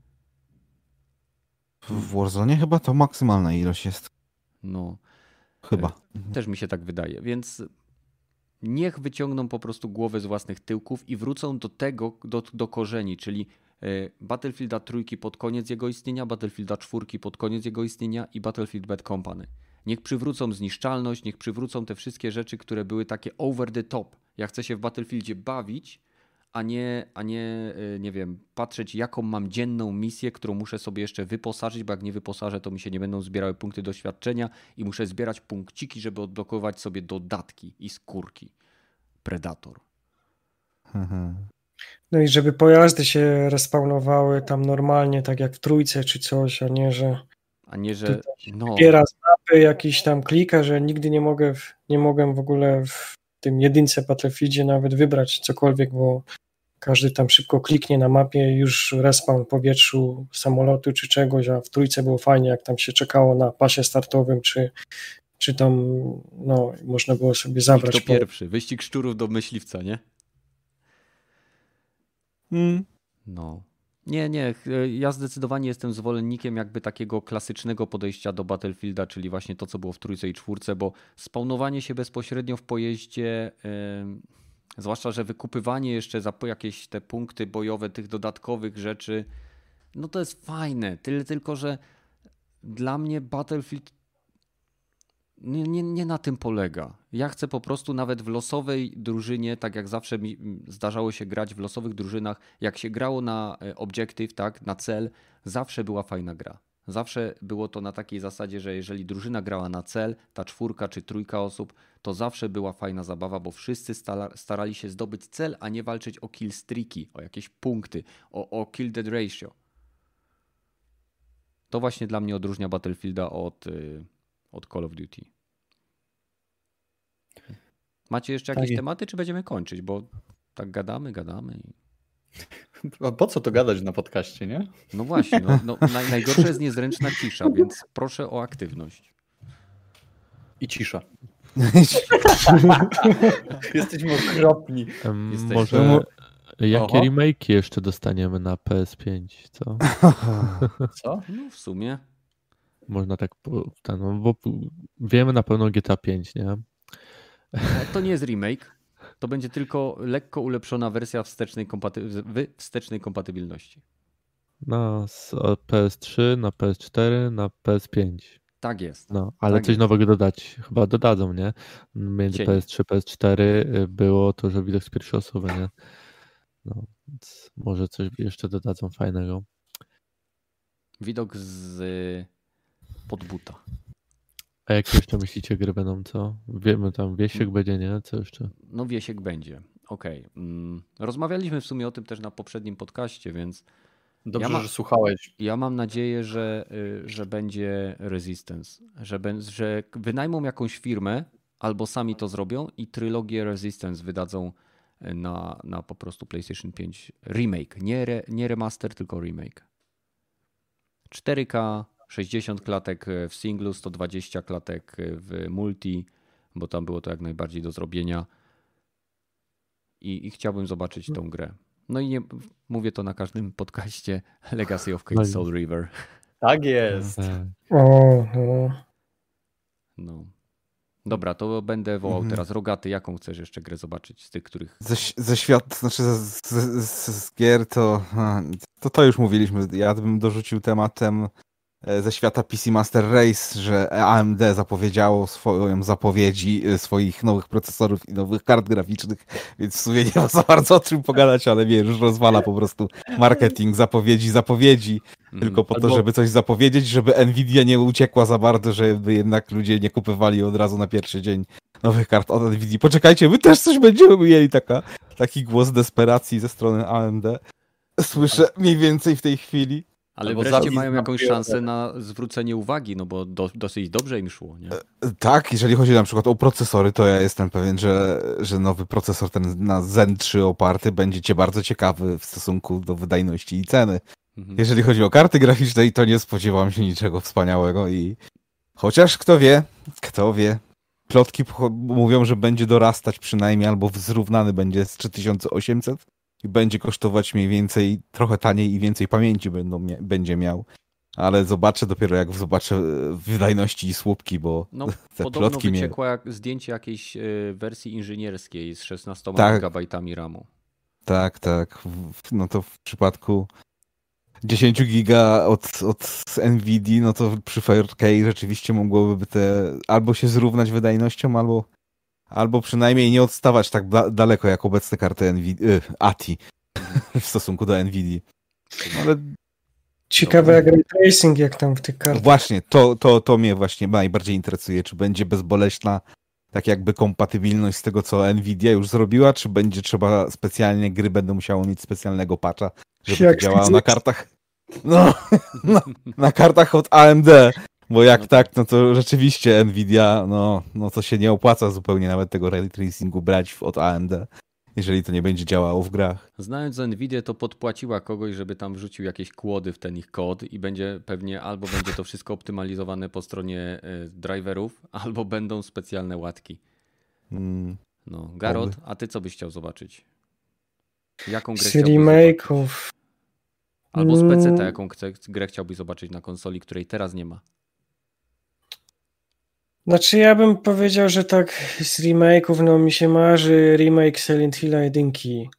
W Warzone chyba to maksymalna ilość jest. No. Chyba. Też mi się tak wydaje, więc niech wyciągną po prostu głowę z własnych tyłków i wrócą do tego, do korzeni, czyli Battlefielda 3 pod koniec jego istnienia, Battlefielda 4 pod koniec jego istnienia i Battlefield Bad Company. Niech przywrócą zniszczalność, niech przywrócą te wszystkie rzeczy, które były takie over the top. Ja chcę się w Battlefieldzie bawić, a nie wiem, patrzeć jaką mam dzienną misję, którą muszę sobie jeszcze wyposażyć, bo jak nie wyposażę, to mi się nie będą zbierały punkty doświadczenia i muszę zbierać punkciki, żeby odblokować sobie dodatki i skórki. Predator. No i żeby pojazdy się respawnowały tam normalnie, tak jak w 3 czy coś, a nie, że zbiera z mapy jakiś tam klika, że nigdy nie mogłem w ogóle w tym 1 Battlefieldzie nawet wybrać cokolwiek, bo każdy tam szybko kliknie na mapie, już respawn w powietrzu samolotu czy czegoś, a w trójce było fajnie, jak tam się czekało na pasie startowym, czy tam no, można było sobie zabrać. To pierwszy, wyścig szczurów do myśliwca, nie? No. Nie, ja zdecydowanie jestem zwolennikiem jakby takiego klasycznego podejścia do Battlefielda, czyli właśnie to, co było w trójce i czwórce, bo spawnowanie się bezpośrednio w pojeździe, zwłaszcza, że wykupywanie jeszcze za jakieś te punkty bojowe tych dodatkowych rzeczy, no to jest fajne, tylko że dla mnie Battlefield nie na tym polega. Ja chcę po prostu nawet w losowej drużynie, tak jak zawsze mi zdarzało się grać w losowych drużynach, jak się grało na objective, tak, na cel, zawsze była fajna gra. Zawsze było to na takiej zasadzie, że jeżeli drużyna grała na cel, ta 4 czy 3 osób, to zawsze była fajna zabawa, bo wszyscy starali się zdobyć cel, a nie walczyć o kill streaki, o jakieś punkty, o kill death ratio. To właśnie dla mnie odróżnia Battlefielda od Call of Duty. Macie jeszcze jakieś tematy, czy będziemy kończyć? Bo tak gadamy. A po co to gadać na podcaście, nie? No właśnie, najgorsze jest niezręczna cisza, więc proszę o aktywność. I cisza. Jesteśmy okropni. Może jakie remake'i jeszcze dostaniemy na PS5, co? Co? No w sumie. Można tak, bo wiemy na pewno GTA 5, nie? To nie jest remake, to będzie tylko lekko ulepszona wersja wstecznej kompatybilności. Z PS3 na PS4 na PS5. Tak jest. No, ale tak coś jest. nowego dodać. Chyba dodadzą, nie? Między Cienie. PS3 PS4 było to, że widok z pierwszej osoby, nie? No, więc może coś jeszcze dodadzą fajnego. Widok z pod buta. A jakie jeszcze myślicie gry będą, co? Wiemy, tam Wiesiek będzie, nie? Co jeszcze? No Wiesiek będzie. Okej. Rozmawialiśmy w sumie o tym też na poprzednim podcaście, więc Dobrze, że słuchałeś. Ja mam nadzieję, że będzie Resistance, że wynajmą jakąś firmę albo sami to zrobią i trylogię Resistance wydadzą na po prostu PlayStation 5 remake. Nie remaster, tylko remake. 4K, 60 klatek w singlu, 120 klatek w multi, bo tam było to jak najbardziej do zrobienia. I chciałbym zobaczyć tą grę. No i nie mówię to na każdym podcaście. Legacy of Kain Soul River. Tak jest. No. Dobra, to będę wołał teraz. Rogaty, jaką chcesz jeszcze grę zobaczyć z tych, których... Ze świat, znaczy z gier to już mówiliśmy. Ja bym dorzucił tematem ze świata PC Master Race, że AMD zapowiedziało zapowiedzi swoich nowych procesorów i nowych kart graficznych, więc w sumie nie ma za bardzo o czym pogadać, ale już rozwala po prostu marketing, zapowiedzi, tylko po to, żeby coś zapowiedzieć, żeby Nvidia nie uciekła za bardzo, żeby jednak ludzie nie kupywali od razu na pierwszy dzień nowych kart od Nvidia. Poczekajcie, my też coś będziemy mieli, taki głos desperacji ze strony AMD. Słyszę mniej więcej w tej chwili. Ale wreszcie mają jakąś szansę na zwrócenie uwagi, no bo dosyć dobrze im szło, nie? Tak, jeżeli chodzi na przykład o procesory, to ja jestem pewien, że nowy procesor ten na Zen 3 oparty będzie cię bardzo ciekawy w stosunku do wydajności i ceny. Jeżeli chodzi o karty graficzne, to nie spodziewam się niczego wspaniałego i chociaż kto wie, plotki mówią, że będzie dorastać przynajmniej albo zrównany będzie z 3800 i będzie kosztować mniej więcej, trochę taniej i więcej pamięci będzie miał. Ale zobaczę dopiero jak zobaczę wydajności i słupki, bo te podobno plotki wyciekło zdjęcie jakiejś wersji inżynierskiej z 16 GB RAMu. Tak. No to w przypadku 10 giga od Nvidia, no to przy 4K rzeczywiście mogłoby albo się zrównać wydajnością, albo przynajmniej nie odstawać tak daleko jak obecne karty ATI w stosunku do Nvidia. Ale ciekawe jak ray tracing, jak tam w tych kartach. Właśnie, to mnie właśnie najbardziej interesuje, czy będzie bezboleśna tak jakby kompatybilność z tego, co Nvidia już zrobiła, czy będzie trzeba specjalnie, gry będą musiały mieć specjalnego patcha, żeby to działało na kartach. Na kartach od AMD. Bo jak tak, no to rzeczywiście Nvidia, no to się nie opłaca zupełnie nawet tego ray tracingu brać od AMD. jeżeli to nie będzie działało w grach. Znając Nvidię, to podpłaciła kogoś, żeby tam wrzucił jakieś kłody w ten ich kod i będzie pewnie albo będzie to wszystko optymalizowane po stronie driverów, albo będą specjalne łatki. No, Garot, a ty co byś chciał zobaczyć? Jaką grę Z remake'ów. Albo z PC-ta, jaką grę chciałbyś zobaczyć na konsoli, której teraz nie ma? Znaczy ja bym powiedział, że tak z remake'ów, no mi się marzy remake Silent Hill 1.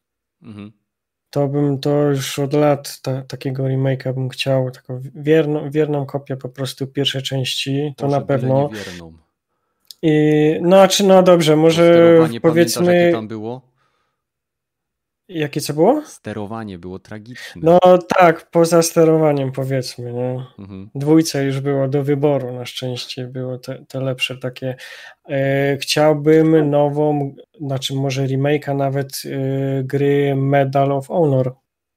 To już od lat takiego remake'a bym chciał, taką wierną kopię po prostu pierwszej części, to Boże, na pewno. Niewierną. No dobrze, może powiedzmy... Pamiętasz, jakie tam było? Jakie co było? Sterowanie było tragiczne. No tak, poza sterowaniem powiedzmy, nie? Dwójce już było do wyboru, na szczęście było te lepsze takie. Chciałbym nową, znaczy może remake'a nawet gry Medal of Honor.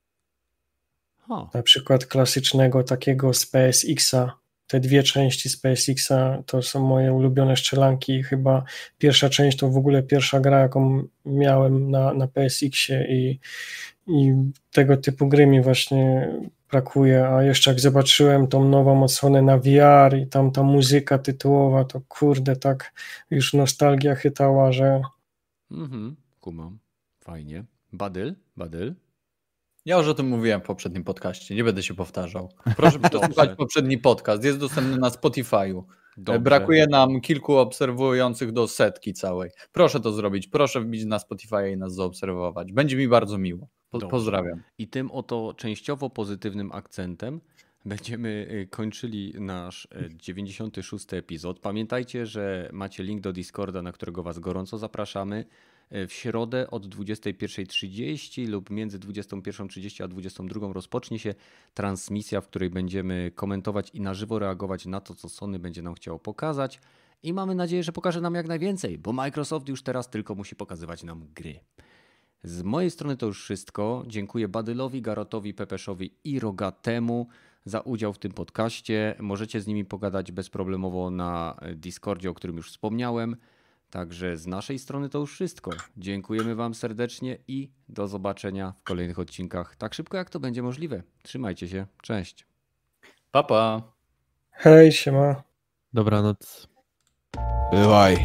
Na przykład klasycznego takiego z PSX-a. Te dwie części z PSX-a to są moje ulubione strzelanki. Chyba pierwsza część to w ogóle pierwsza gra, jaką miałem na PSX-ie i tego typu gry mi właśnie brakuje. A jeszcze jak zobaczyłem tą nową odsłonę na VR i tam ta muzyka tytułowa, to kurde, tak już nostalgia chytała, że... Kumam. Fajnie. Badyl? Ja już o tym mówiłem w poprzednim podcaście, nie będę się powtarzał. Proszę przesłuchać poprzedni podcast, jest dostępny na Spotify'u. Dobrze. Brakuje nam kilku obserwujących do 100 całej. Proszę to zrobić, proszę wbić na Spotify i nas zaobserwować. Będzie mi bardzo miło. Pozdrawiam. I tym oto częściowo pozytywnym akcentem będziemy kończyli nasz 96. epizod. Pamiętajcie, że macie link do Discorda, na którego was gorąco zapraszamy. W środę od 21:30 lub między 21:30 a 22:00 rozpocznie się transmisja, w której będziemy komentować i na żywo reagować na to, co Sony będzie nam chciało pokazać. I mamy nadzieję, że pokaże nam jak najwięcej, bo Microsoft już teraz tylko musi pokazywać nam gry. Z mojej strony to już wszystko. Dziękuję Badylowi, Garotowi, Pepeszowi i Rogatemu za udział w tym podcaście. Możecie z nimi pogadać bezproblemowo na Discordzie, o którym już wspomniałem. Także z naszej strony to już wszystko. Dziękujemy wam serdecznie i do zobaczenia w kolejnych odcinkach tak szybko, jak to będzie możliwe. Trzymajcie się. Cześć. Pa, pa. Hej, siema. Dobranoc. Bywaj.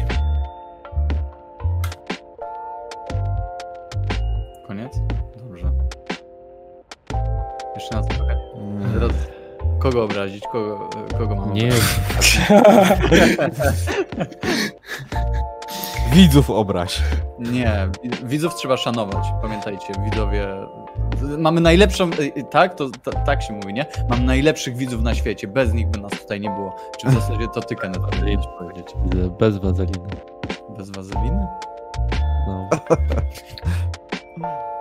Koniec? Dobrze. Jeszcze raz trochę. Teraz kogo obrazić? Kogo mam Nie. Widzów obraź. Nie, widzów trzeba szanować. Pamiętajcie, widzowie... Mamy najlepszą... Tak? Tak się mówi, nie? Mam najlepszych widzów na świecie. Bez nich by nas tutaj nie było. Czy w zasadzie to ty, Kenneth, powinieneś powiedzieć? Bez wazeliny. Bez wazeliny? No.